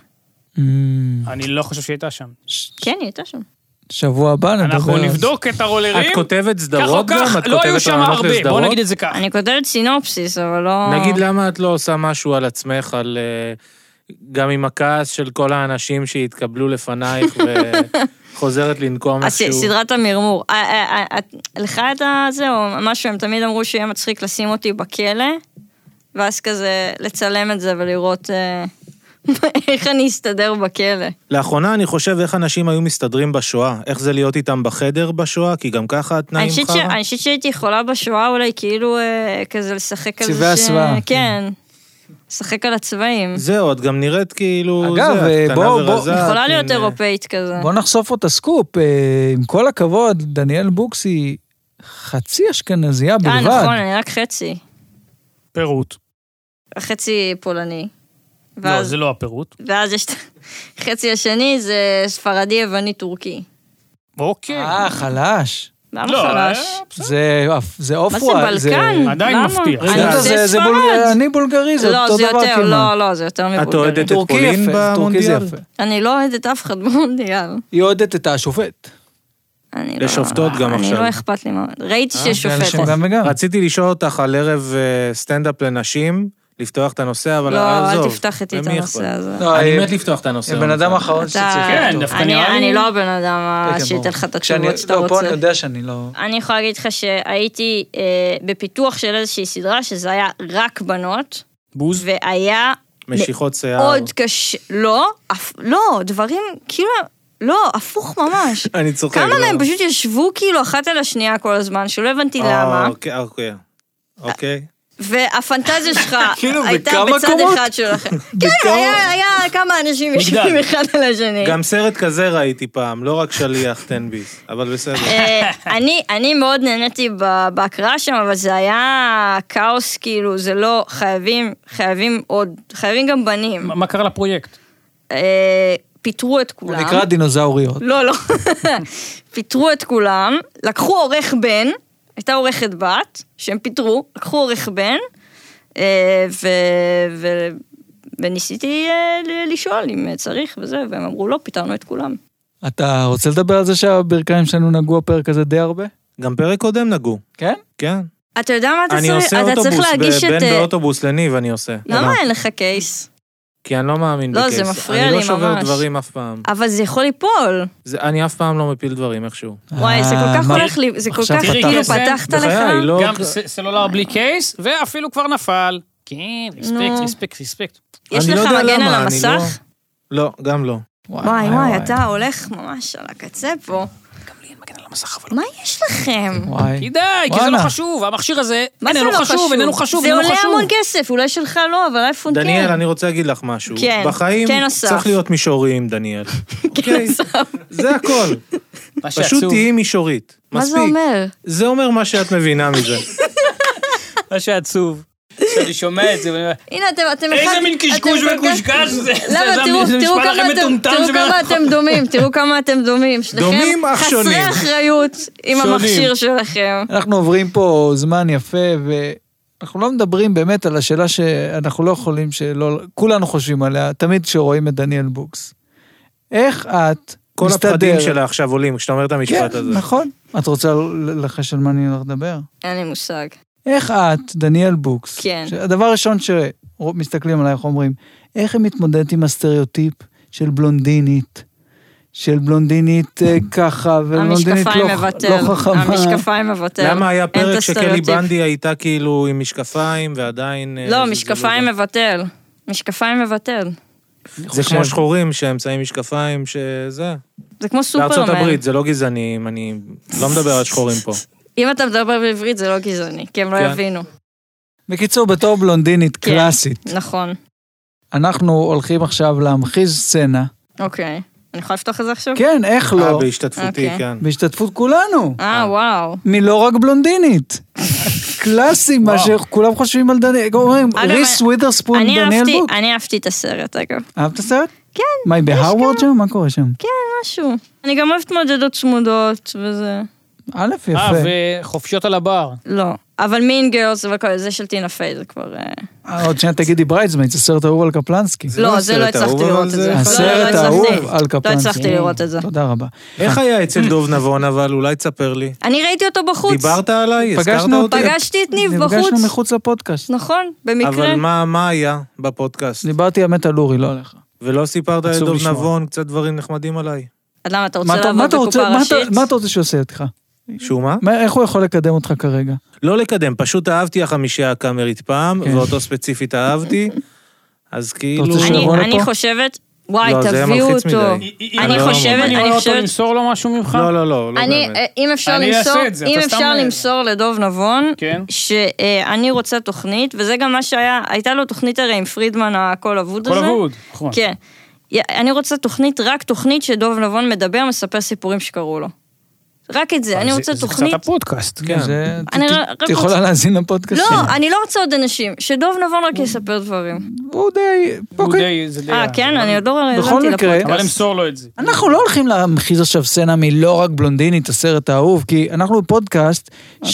אני לא חושב שהייתה שם.
כן, היא הייתה שם.
שבוע הבא נדבר.
אנחנו נבדוק את הרולרים.
את כותבת סדרות גם? את
לא היו
כותבת
שם
רעיונות
הרבה, בוא
לסדרות?
נגיד את זה ככה.
אני כותבת סינופסיס, אבל לא...
נגיד למה את לא עושה משהו על עצמך, על... גם עם הכעס של כל האנשים שהתקבלו לפנייך וחוזרת לנקום משהו.
סדרת המרמור. לך את זה, או משהו, הם תמיד אמרו שיהיה מצחיק לשים אותי בכלא, ואז כזה לצלם את זה ולראות איך אני אסתדר בכלא.
לאחרונה אני חושב איך אנשים היו מסתדרים בשואה, איך זה להיות איתם בחדר בשואה, כי גם ככה התנאים חרא.
אני חושבת שהייתי יכולה בשואה אולי כאילו כזה לשחק על זה.
צבעי הסוואה.
כן. שחק על הצבעים.
זהו, את גם נראית כאילו...
אגב, בוא, בוא...
יכולה להיות אירופאית כזה.
בוא נחשוף אותה סקופ. עם כל הכבוד, דניאל בוקס היא חצי אשכנזייה בלבד.
אה, נכון, אני רק חצי.
פירוט.
חצי פולני.
לא, זה לא הפירוט.
ואז יש... חצי השני זה ספרדי, יווני, טורקי.
אוקיי.
אה, חלש.
למה חלש?
זה אוף
מה זה בלקן?
עדיין מפתיע.
אני בולגרי, זה אותו דבר כמעט.
לא, לא, זה יותר מבולגרי.
את אוהדת את פולין במונדיאל?
אני לא אוהדת אף אחד במונדיאל.
היא אוהדת את השופט.
לשופטות גם עכשיו.
אני לא אכפת לי מה. ראיתי שיש שופטת.
רציתי לשאול אותך על ערב סטנדאפ לנשים, לפתוח את הנושא, אבל
לא,
עזוב.
אל תפתח איתי את הנושא הזה.
אני מת לפתוח את הנושא.
בן אדם האחרון שצריך.
כן, דווקא נראה לי.
אני לא הבן אדם שייתן לך את התשובות שאתה רוצה.
פה אני יודע שאני לא...
אני יכולה להגיד לך שהייתי בפיתוח של איזושהי סדרה, שזה היה רק בנות.
בוז.
והיה...
משיכות שיער.
מאוד קשה. לא, לא, דברים, כאילו... לא, הפוך ממש.
אני צוחק.
כמה מהם פשוט ישבו כאילו אחת על השנייה כל הזמן, שלא הבנתי למה.
אוקיי, אוקיי. אוקיי.
והפנטזיה שלך הייתה בצד אחד שלכם. כן, היה כמה אנשים יושבים אחד על השני.
גם סרט כזה ראיתי פעם, לא רק שליח טנביס, אבל בסדר.
אני מאוד נהניתי בהקראה שם, אבל זה היה כאוס, כאילו, זה לא, חייבים, חייבים עוד, חייבים גם בנים.
מה קרה לפרויקט?
פיתרו את כולם.
הוא נקרא דינוזאוריות.
לא, לא. פיתרו את כולם, לקחו עורך בן, הייתה עורכת בת, שהם פיתרו, לקחו עורך בן, וניסיתי לשאול אם צריך וזה, והם אמרו, לא, פיתרנו את כולם.
אתה רוצה לדבר על זה שהברכיים שלנו נגעו הפרק הזה די הרבה?
גם פרק קודם נגעו.
כן?
כן.
אתה יודע מה אתה צריך?
אני עושה אוטובוס, בין באוטובוס לניב אני עושה.
למה אין לך קייס?
כי אני לא מאמין בקייס.
לא, זה מפריע לי ממש.
אני לא שובר דברים אף פעם.
אבל זה יכול ליפול.
אני אף פעם לא מפיל דברים איכשהו.
וואי, זה כל כך הולך לי, זה כל כך כאילו פתחת לך.
גם סלולר בלי קייס, ואפילו כבר נפל. כן, ריספקט, ריספקט, ריספקט.
יש לך מגן על המסך?
לא, גם לא.
וואי, וואי, אתה הולך ממש על הקצה פה.
גם לי אין מגן על המסך, אבל...
מה יש לכם?
וואי.
כי די, כי זה לא חשוב, המכשיר הזה איננו חשוב, איננו חשוב,
זה
איננו
עולה
חשוב.
המון כסף, אולי שלך לא, אבל אייפון כן.
דניאל, אני רוצה להגיד לך משהו.
כן,
בחיים
כן, אסף.
צריך להיות מישוריים, דניאל.
כן, אסף.
זה הכל.
מה
פשוט
שעצוב.
תהיי מישורית.
מה זה
מספיק.
אומר?
זה אומר מה שאת מבינה מזה.
מה שעצוב. שאני שומע את זה, ואני אומר,
הנה, אתם... אתם
איזה
אחד-
מין קשקוש
אתם כל כך-
וקושקש זה?
למה,
זה-
תראו,
זה
תראו
נשמע
כמה
לכם
אתם,
מטומטם
תראו
שבא-
כמה אתם דומים, תראו כמה אתם דומים.
דומים,
שניכם
אך שונים.
חסרי אחריות עם
שונים.
המכשיר שלכם.
אנחנו עוברים פה זמן יפה, ואנחנו לא מדברים באמת על השאלה שאנחנו לא יכולים שלא... כולנו חושבים עליה, תמיד כשרואים את דניאל בוקס. איך את
כל
מסתדרת?
הפחדים שלה עכשיו עולים, כשאתה אומר את המשפט
כן,
הזה.
נכון. את רוצה לחש על מה אני הולך לדבר?
אין לי מושג.
איך את, דניאל בוקס,
כן.
הדבר הראשון שמסתכלים עליי, איך אומרים, איך היא מתמודדת עם הסטריאוטיפ של בלונדינית, של בלונדינית אה, ככה, ובלונדינית
המשקפיים
לא,
מבטל.
לא חכמה.
המשקפיים מבטל.
למה היה
אין את
פרק שקלי
הסטריאוטיפ.
בנדי הייתה כאילו עם משקפיים ועדיין... אה,
לא,
זה-
משקפיים
זה
מבטל. משקפיים מבטל.
זה כמו שחורים שהם שמים משקפיים שזה...
זה כמו
בארצות
סופרמן.
הברית, זה לא גזעני, אם אני לא מדבר על שחורים פה.
אם אתה מדבר בעברית זה לא גזעני, כי הם לא
כן.
יבינו.
בקיצור, בתור בלונדינית
כן.
קלאסית,
נכון.
אנחנו הולכים עכשיו להמחיז סצנה.
אוקיי. אני יכולה לפתוח את זה עכשיו?
כן, איך
אה,
לא?
בהשתתפותי,
אוקיי.
כן.
בהשתתפות כולנו.
אה, וואו.
מלא רק בלונדינית. קלאסי, מה שכולם חושבים על דניאל, אומרים,
אגב,
ריס ווית'רספון,
אני
דניאל
אהבתי,
בוק.
אני אהבתי את הסרט, אגב.
אהבת הסרט?
כן.
מה, היא בהרווארד שם? מה קורה שם?
כן, משהו. אני גם אוהבת מודדות צמודות, וזה...
א',
אה,
יפה.
וחופשיות על הבר.
לא. אבל מין גרס, זה של טינה פיי, זה כבר... אה,
אה, עוד שניה תגידי בריידסמייט, זה סרט אהוב על קפלנסקי.
זה
לא, זה לא
הסרט האהוב,
הצלחתי
אבל
לראות את
זה-
זה. לא, לא,
הסרט
לא
האהוב
הצלחתי.
על
לא
קפלנסקי.
הצלחתי לראות את זה.
תודה רבה.
איך היה אצל דוב נבון, אבל אולי תספר לי.
אני ראיתי אותו בחוץ.
דיברת עליי? הזכרת
פגשנו
אותי?
פגשתי את ניב בחוץ.
נפגשנו מחוץ לפודקאסט.
נכון, במקרה.
אבל מה מה היה בפודקאסט?
דיברתי אמת על אורי, לא עליך.
ולא סיפרת
עצוב
לדוב
לשמוע.
נבון קצת דברים נחמדים עליי.
אז למה, אתה
מה
רוצה
אתה- מה
לעבוד
אתה רוצה-
בקופה
מה אתה-
ראשית?
מה אתה רוצה שעושה איתך?
שהוא מה?
מה- איך הוא יכול לקדם אותך כרגע?
לא לקדם, פשוט אהבתי החמישייה הקאמרית פעם,
כן.
ואותו ספציפית אהבתי, אז כאילו...
רוצה
אני-
שיבוא
אני
לפה?
חושבת, וואי,
לא, זה
תביאו
מלחיץ
אותו.
מדי.
אני
לא
חושבת,
מאמין.
אני
אני
רואה אותו
חושבת...
למסור לו משהו ממך?
לא, לא, לא, לא
אני,
באמת.
אה, אם אפשר
אני
למסור,
אעשה את זה,
אם
אתה
אפשר
סתם-
למסור לדוב נבון,
כן.
שאני רוצה תוכנית, וזה גם מה שהיה, הייתה לו תוכנית הרי עם פרידמן הכל אבוד הזה.
כל אבוד, נכון.
כן. אני רוצה תוכנית, רק תוכנית שדוב נבון מדבר, מספר סיפורים שקרו לו. רק את זה, אני רוצה
זה
תוכנית...
קצת הפודקאסט.
כן.
זה-
אני
ת-
רק
את יכולה
רוצה-
להאזין לפודקאסט
לא,
שלי.
אני לא רוצה עוד אנשים, שדוב נבון רק יספר דברים.
הוא די...
הוא
אוקיי.
די, זה די...
אה, כן? אני עוד לא
בכל
האזנתי
מקרה-
לפודקאסט.
אבל למסור לו את זה.
אנחנו לא הולכים להמחיז עכשיו סצנה מלא רק בלונדינית, הסרט האהוב, כי אנחנו בפודקאסט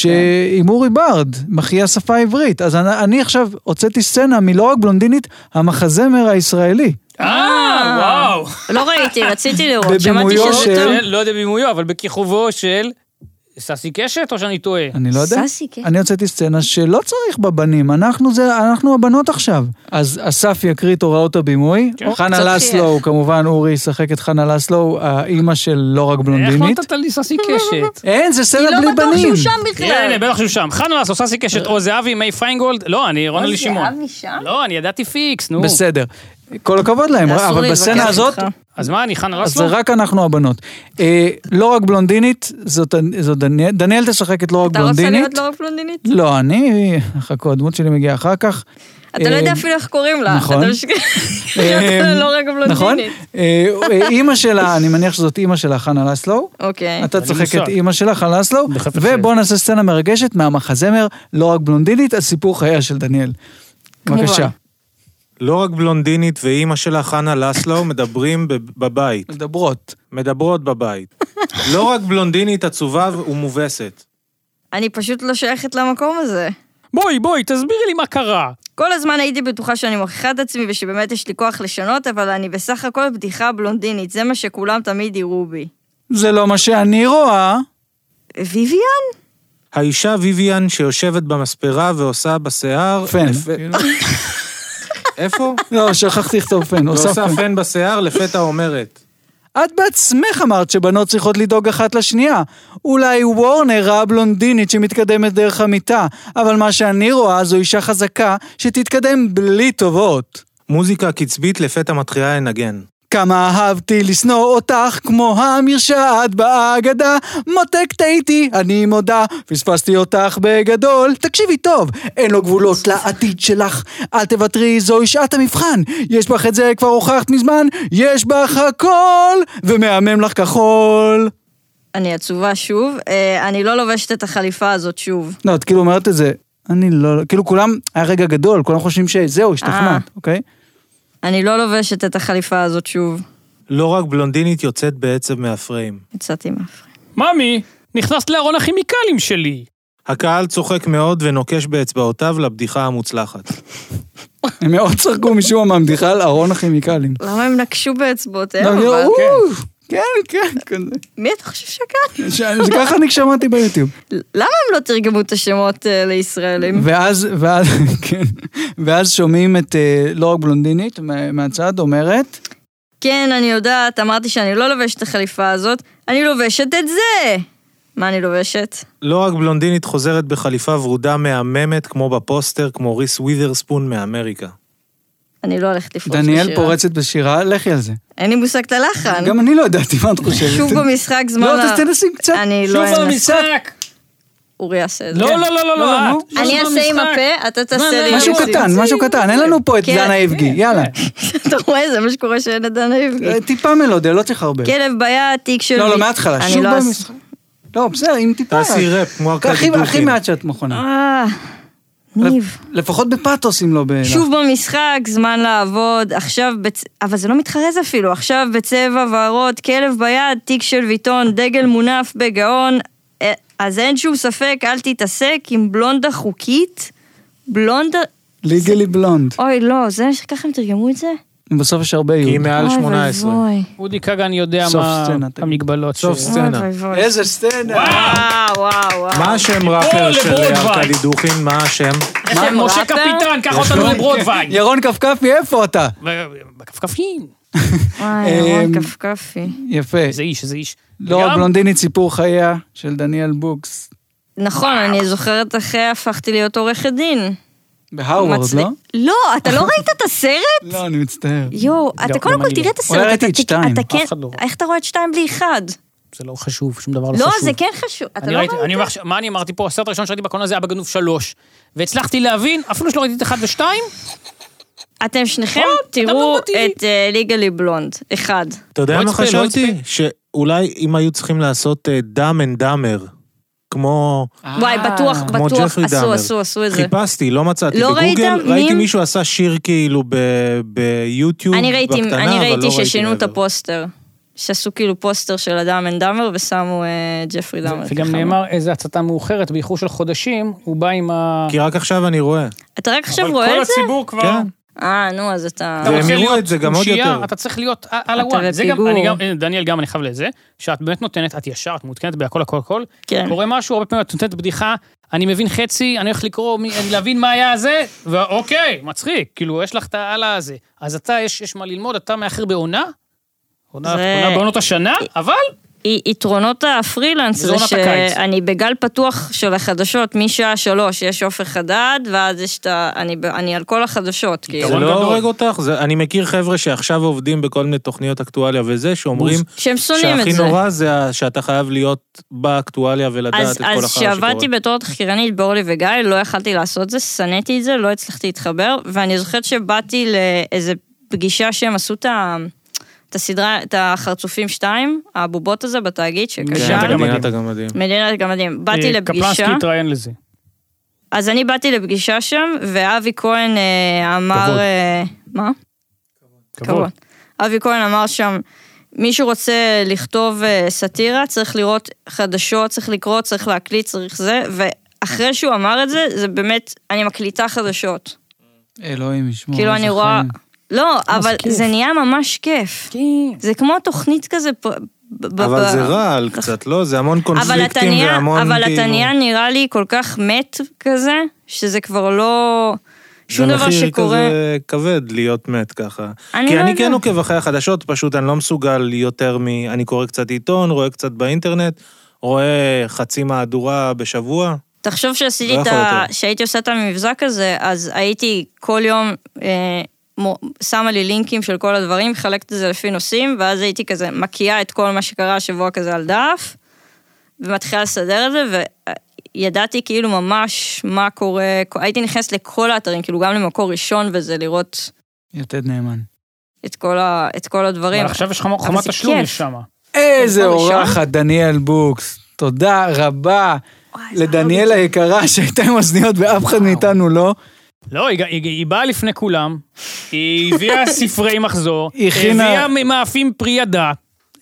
שעם אורי ברד, מחיה השפה העברית. אז אני, אני עכשיו הוצאתי סצנה מלא רק בלונדינית, המחזמר הישראלי.
אה, וואו.
לא ראיתי, רציתי לראות, שמעתי
בבימויו
שזה
של-
טוב.
של- לא יודע בימויו, אבל בכיכובו של ססי קשת, או שאני טועה?
אני לא יודע.
ססי, כן.
אני הוצאתי סצנה שלא צריך בבנים, אנחנו זה, אנחנו הבנות עכשיו. אז אסף יקריא את הוראות הבימוי, חנה
קצת
לסלו, כמובן אורי ישחק את חנה לסלו, האימא של לא רק
איך
בלונדינית.
לא נתת לי ססי קשת?
אין, זה סרט
היא
בלי
לא בטוח
בנים.
שהוא שם בכלל.
הנה, בטח שהוא שם. חנה לעשות ססי קשת, או זהבי, מי פיינגולד. לא, אני רונלי שמעון.
זהבי שם?
לא, אני ידעתי פיקס, נו.
בסדר. כל הכבוד להם,
אסור
אבל
להתווכח
בסצנה הזאת,
איתך.
אז מה, אני חנה
אז
לסלו?
זה רק אנחנו הבנות. אה, לא רק בלונדינית, זאת זאת דניאל, דניאל תשחק את לא רק
אתה רוצה
בלונדינית.
להיות לא רק בלונדינית?
לא, אני, חכו, הדמות שלי מגיעה אחר כך.
אתה לא יודע אפילו איך קוראים לה.
נכון.
אתה משגע- אתה לא רק
נכון?
בלונדינית.
אה, אה, אימא שלה, אני מניח שזאת אימא שלה, חנה לסלו.
אוקיי.
אתה תשחק את
מושג.
אימא שלה, חנה לסלו,
בחפץ לב.
ובוא נעשה סצנה מרגשת מהמחזמר, לא רק בלונדינית, על סיפור חייה של דניאל.
כמובן.
בבקשה.
לא רק בלונדינית ואימא שלה חנה לסלו מדברים בב- בבית.
מדברות.
מדברות בבית. לא רק בלונדינית עצובה ומובסת.
אני פשוט לא שייכת למקום הזה.
בואי, בואי, תסבירי לי מה קרה.
כל הזמן הייתי בטוחה שאני מוכיחה את עצמי ושבאמת יש לי כוח לשנות, אבל אני בסך הכל בדיחה בלונדינית, זה מה שכולם תמיד יראו בי.
זה לא מה שאני רואה.
ויויאן?
האישה ויויאן שיושבת במספרה ועושה בשיער...
פן.
לפ- איפה?
לא, שכחתי לכתוב פן.
ועושה
עושה פן.
פן בשיער, לפתע אומרת.
את בעצמך אמרת שבנות צריכות לדאוג אחת לשנייה. אולי וורנר ראה בלונדינית שמתקדמת דרך המיטה, אבל מה שאני רואה זו אישה חזקה שתתקדם בלי טובות.
מוזיקה קצבית לפתע מתחילה לנגן.
כמה אהבתי לשנוא אותך כמו המרשעת באגדה, מותק טעיתי, אני מודה, פספסתי אותך בגדול. תקשיבי טוב, אין לו גבולות לעתיד שלך, אל תוותרי, זוהי שעת המבחן, יש בך את זה כבר הוכחת מזמן, יש בך הכל, ומהמם לך כחול.
אני עצובה שוב, אני לא לובשת את החליפה הזאת שוב.
לא, את כאילו אומרת את זה, אני לא, כאילו כולם, היה רגע גדול, כולם חושבים שזהו, השתכנעת, אוקיי?
אני לא לובשת את החליפה הזאת שוב.
לא רק בלונדינית יוצאת בעצב מהפריים.
יצאתי מהפריים.
ממי, נכנסת לארון הכימיקלים שלי.
הקהל צוחק מאוד ונוקש באצבעותיו לבדיחה המוצלחת.
הם מאוד צחקו משום מהבדיחה על ארון הכימיקלים.
למה הם נקשו באצבעותיהם?
כן, כן, כן.
מי אתה חושב שכאן?
שככה אני שמעתי ביוטיוב.
למה הם לא תרגמו את השמות לישראלים?
ואז, ואז, כן, ואז שומעים את לא רק בלונדינית מהצד אומרת,
כן, אני יודעת, אמרתי שאני לא לובשת את החליפה הזאת, אני לובשת את זה. מה אני לובשת?
לא רק בלונדינית חוזרת בחליפה ורודה מהממת כמו בפוסטר, כמו ריס ווית'רספון מאמריקה.
אני לא הולכת לפרוץ בשירה.
דניאל פורצת בשירה, לכי על זה.
אין לי מושג את הלחן.
גם אני לא ידעתי מה את חושבת.
שוב במשחק זמן...
לא, אז תנסים קצת.
שוב במשחק.
אורי יעשה את זה.
לא, לא, לא, לא, לא.
אני אעשה עם הפה, אתה תעשה לי...
משהו קטן, משהו קטן. אין לנו פה את דנה איבגי, יאללה.
אתה רואה, זה מה שקורה שאין את דנה איבגי.
טיפה מלודיה, לא צריך הרבה.
כלב ביד, תיק שלי.
לא, לא, מההתחלה, שוב במשחק. לא, בסדר, עם טיפה.
תעשי רפ, כמו ארקדי דוכין.
הכי מעט שאת מוכנה.
אה, ניב.
לפחות בפאטוס, אם לא ב...
שוב במשחק, זמן לעבוד, עכשיו, אבל זה לא מתחרז אפילו, עכשיו בצבע ורוד, כלב ביד, תיק של ויטון, דגל מונף בגאון, אז אין שום ספק, אל תתעסק עם בלונדה חוקית, בלונדה...
ליגלי בלונד.
אוי, לא, זה ככה הם תרגמו את זה?
בסוף יש הרבה יהוד.
כי היא מעל שמונה עשרה.
אודי כגן יודע מה המגבלות.
סוף סצנה.
איזה סצנה.
וואו, וואו, וואו.
מה השם ראפר של ארקדי דוכין? מה השם?
משה קפיטן, קח אותנו לברודווי.
ירון קפקפי, איפה אתה?
בקפקפין.
וואי, ירון קפקפי.
יפה.
איזה איש, איזה איש.
לא, בלונדינית סיפור חייה של דניאל בוקס.
נכון, אני זוכרת אחרי הפכתי להיות עורכת דין.
בהרווארד, לא?
לא, אתה לא ראית את הסרט?
לא, אני מצטער.
יואו, אתה קודם כל תראה את הסרט.
אולי ראיתי את שתיים.
איך אתה רואה את שתיים בלי אחד?
זה לא חשוב, שום דבר לא חשוב.
לא, זה כן חשוב. אתה לא ראית?
מה אני אמרתי פה? הסרט הראשון שראיתי בקולנוע זה היה בגנוב שלוש. והצלחתי להבין, אפילו שלא ראיתי את אחד ושתיים.
אתם שניכם תראו את ליגלי בלונד, אחד.
אתה יודע מה חשבתי? שאולי אם היו צריכים לעשות דאם אנד דאמר, כמו...
וואי, בטוח, בטוח, עשו, עשו, עשו את זה.
חיפשתי, לא מצאתי. בגוגל ראיתי מישהו עשה שיר כאילו ביוטיוב.
אני ראיתי ששינו את הפוסטר. שעשו כאילו פוסטר של הדאם אנד דאמר, ושמו ג'פרי דאמר.
וגם נאמר איזו הצתה מאוחרת, באיחור של חודשים, הוא בא עם ה...
כי רק עכשיו אני רואה.
אתה רק עכשיו רואה את זה?
אבל כל הציבור כבר...
אה, נו, אז אתה...
והם יראו את זה גם עוד יותר.
אתה צריך להיות על הוואן. דניאל, גם אני חייב לזה, שאת באמת נותנת, את ישר, את מעודכנת בהכל, הכל, הכל. קורה משהו, הרבה פעמים את נותנת בדיחה, אני מבין חצי, אני הולך לקרוא, להבין מה היה הזה, ואוקיי, מצחיק, כאילו, יש לך את העלה הזה. אז אתה, יש מה ללמוד, אתה מאחר בעונה, עונה בעונות השנה, אבל...
יתרונות הפרילנס זה שאני בגל פתוח של החדשות, משעה שלוש יש אופר חדד, ואז יש את ה... אני על כל החדשות.
זה לא הורג אותך? אני מכיר חבר'ה שעכשיו עובדים בכל מיני תוכניות אקטואליה וזה, שאומרים שהכי נורא זה שאתה חייב להיות באקטואליה ולדעת את כל אחר שקורה.
אז שעבדתי בתור תחקירנית באורלי וגיא, לא יכלתי לעשות זה, סניתי את זה, לא הצלחתי להתחבר, ואני זוכרת שבאתי לאיזה פגישה שהם עשו את ה... את הסדרה, את החרצופים שתיים, הבובות הזה בתאגיד שקשה.
מדינת הגמדים.
מדינת הגמדים. באתי לפגישה.
קפלנסקי התראיין לזה.
אז אני באתי לפגישה שם, ואבי כהן אמר... מה? כבוד. אבי כהן אמר שם, מישהו רוצה לכתוב סאטירה, צריך לראות חדשות, צריך לקרוא, צריך להקליט, צריך זה, ואחרי שהוא אמר את זה, זה באמת, אני מקליטה חדשות.
אלוהים ישמור.
כאילו אני רואה... לא, אבל זה נהיה ממש כיף. זה כמו תוכנית כזה...
אבל זה רעל קצת, לא? זה המון קונפליקטים והמון...
אבל אתה נהיה נראה לי כל כך מת כזה, שזה כבר לא... שום דבר שקורה...
זה מחיר כזה כבד להיות מת ככה. כי אני כן עוקב אחרי החדשות, פשוט אני לא מסוגל יותר מ... אני קורא קצת עיתון, רואה קצת באינטרנט, רואה חצי מהדורה בשבוע.
תחשוב שהייתי עושה את המבזק הזה, אז הייתי כל יום... שמה לי לינקים של כל הדברים, חלקת את זה לפי נושאים, ואז הייתי כזה מקיאה את כל מה שקרה השבוע כזה על דף, ומתחילה לסדר את זה, וידעתי כאילו ממש מה קורה, הייתי נכנסת לכל האתרים, כאילו גם למקור ראשון, וזה לראות...
יתד נאמן.
את כל, ה, את כל הדברים.
אבל עכשיו יש חומת תשלום שם.
איזה אורחת, דניאל בוקס. תודה רבה לדניאל היקרה, שהייתה עם אוזניות ואף אחד מאיתנו לא.
לא, היא, היא, היא באה לפני כולם, היא הביאה ספרי מחזור, היא הביאה מאפים פרי ידה,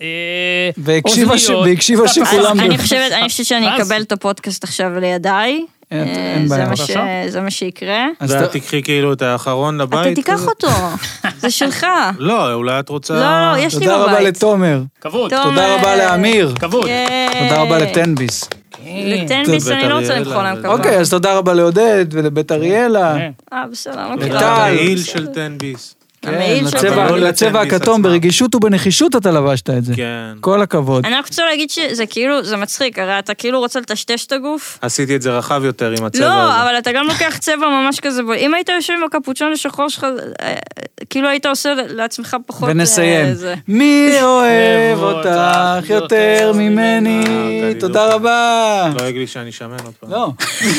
והקשיבה שכולם...
אני חושבת שאני אקבל את הפודקאסט עכשיו לידיי, זה מה שיקרה.
ואת תקחי כאילו את האחרון לבית.
אתה תיקח אותו, זה שלך.
לא, אולי את רוצה...
לא, לא, יש לי בבית.
תודה רבה לתומר.
כבוד.
תודה רבה לאמיר.
כבוד.
תודה רבה לטנביס.
לטנביס אני לא רוצה למחוא להם כבוד.
אוקיי, אז תודה רבה לעודד ולבית אריאלה.
אה, בסדר.
לטל של טנביס.
כן, לצבע הכתום, ברגישות ובנחישות אתה לבשת את זה.
כן.
כל הכבוד.
אני רק רוצה להגיד שזה כאילו, זה מצחיק, הרי אתה כאילו רוצה לטשטש את הגוף.
עשיתי את זה רחב יותר עם הצבע הזה.
לא, אבל אתה גם לוקח צבע ממש כזה, אם היית יושב עם הקפוצ'ון השחור שלך, כאילו היית עושה לעצמך פחות...
ונסיים. מי אוהב אותך יותר ממני? תודה רבה.
לא יגיד לי שאני שמן עוד פעם.
לא.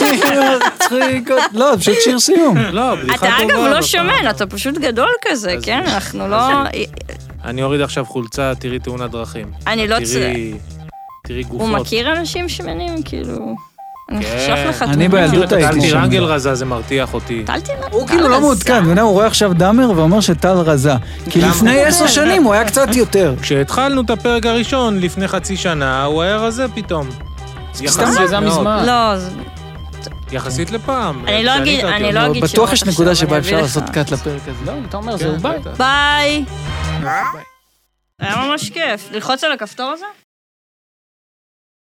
לא, פשוט שיר סיום.
לא, בדיחה טובה.
אתה אגב לא שמן, אתה פשוט גדול כזה, כן? אנחנו לא...
אני אוריד עכשיו חולצה, תראי תאונת דרכים.
אני לא צריך...
תראי גופות.
הוא מכיר אנשים שמנים, כאילו... אני חושב לך תאונת.
אני בילדות הייתי
טלתי רגל רזה, זה מרתיח אותי.
טלתי רגל רזה?
הוא כאילו לא מעודכן, הוא רואה עכשיו דאמר ואומר שטל רזה. כי לפני עשר שנים הוא היה קצת יותר.
כשהתחלנו את הפרק הראשון, לפני חצי שנה, הוא היה רזה פתאום.
סתם רזה מזמן.
לא,
יחסית לפעם.
אני לא אגיד, אני לא אגיד...
בטוח יש נקודה שבה אפשר לעשות קאט לפרק הזה.
לא, אתה אומר, זהו ביי.
ביי. היה ממש כיף. ללחוץ על הכפתור הזה?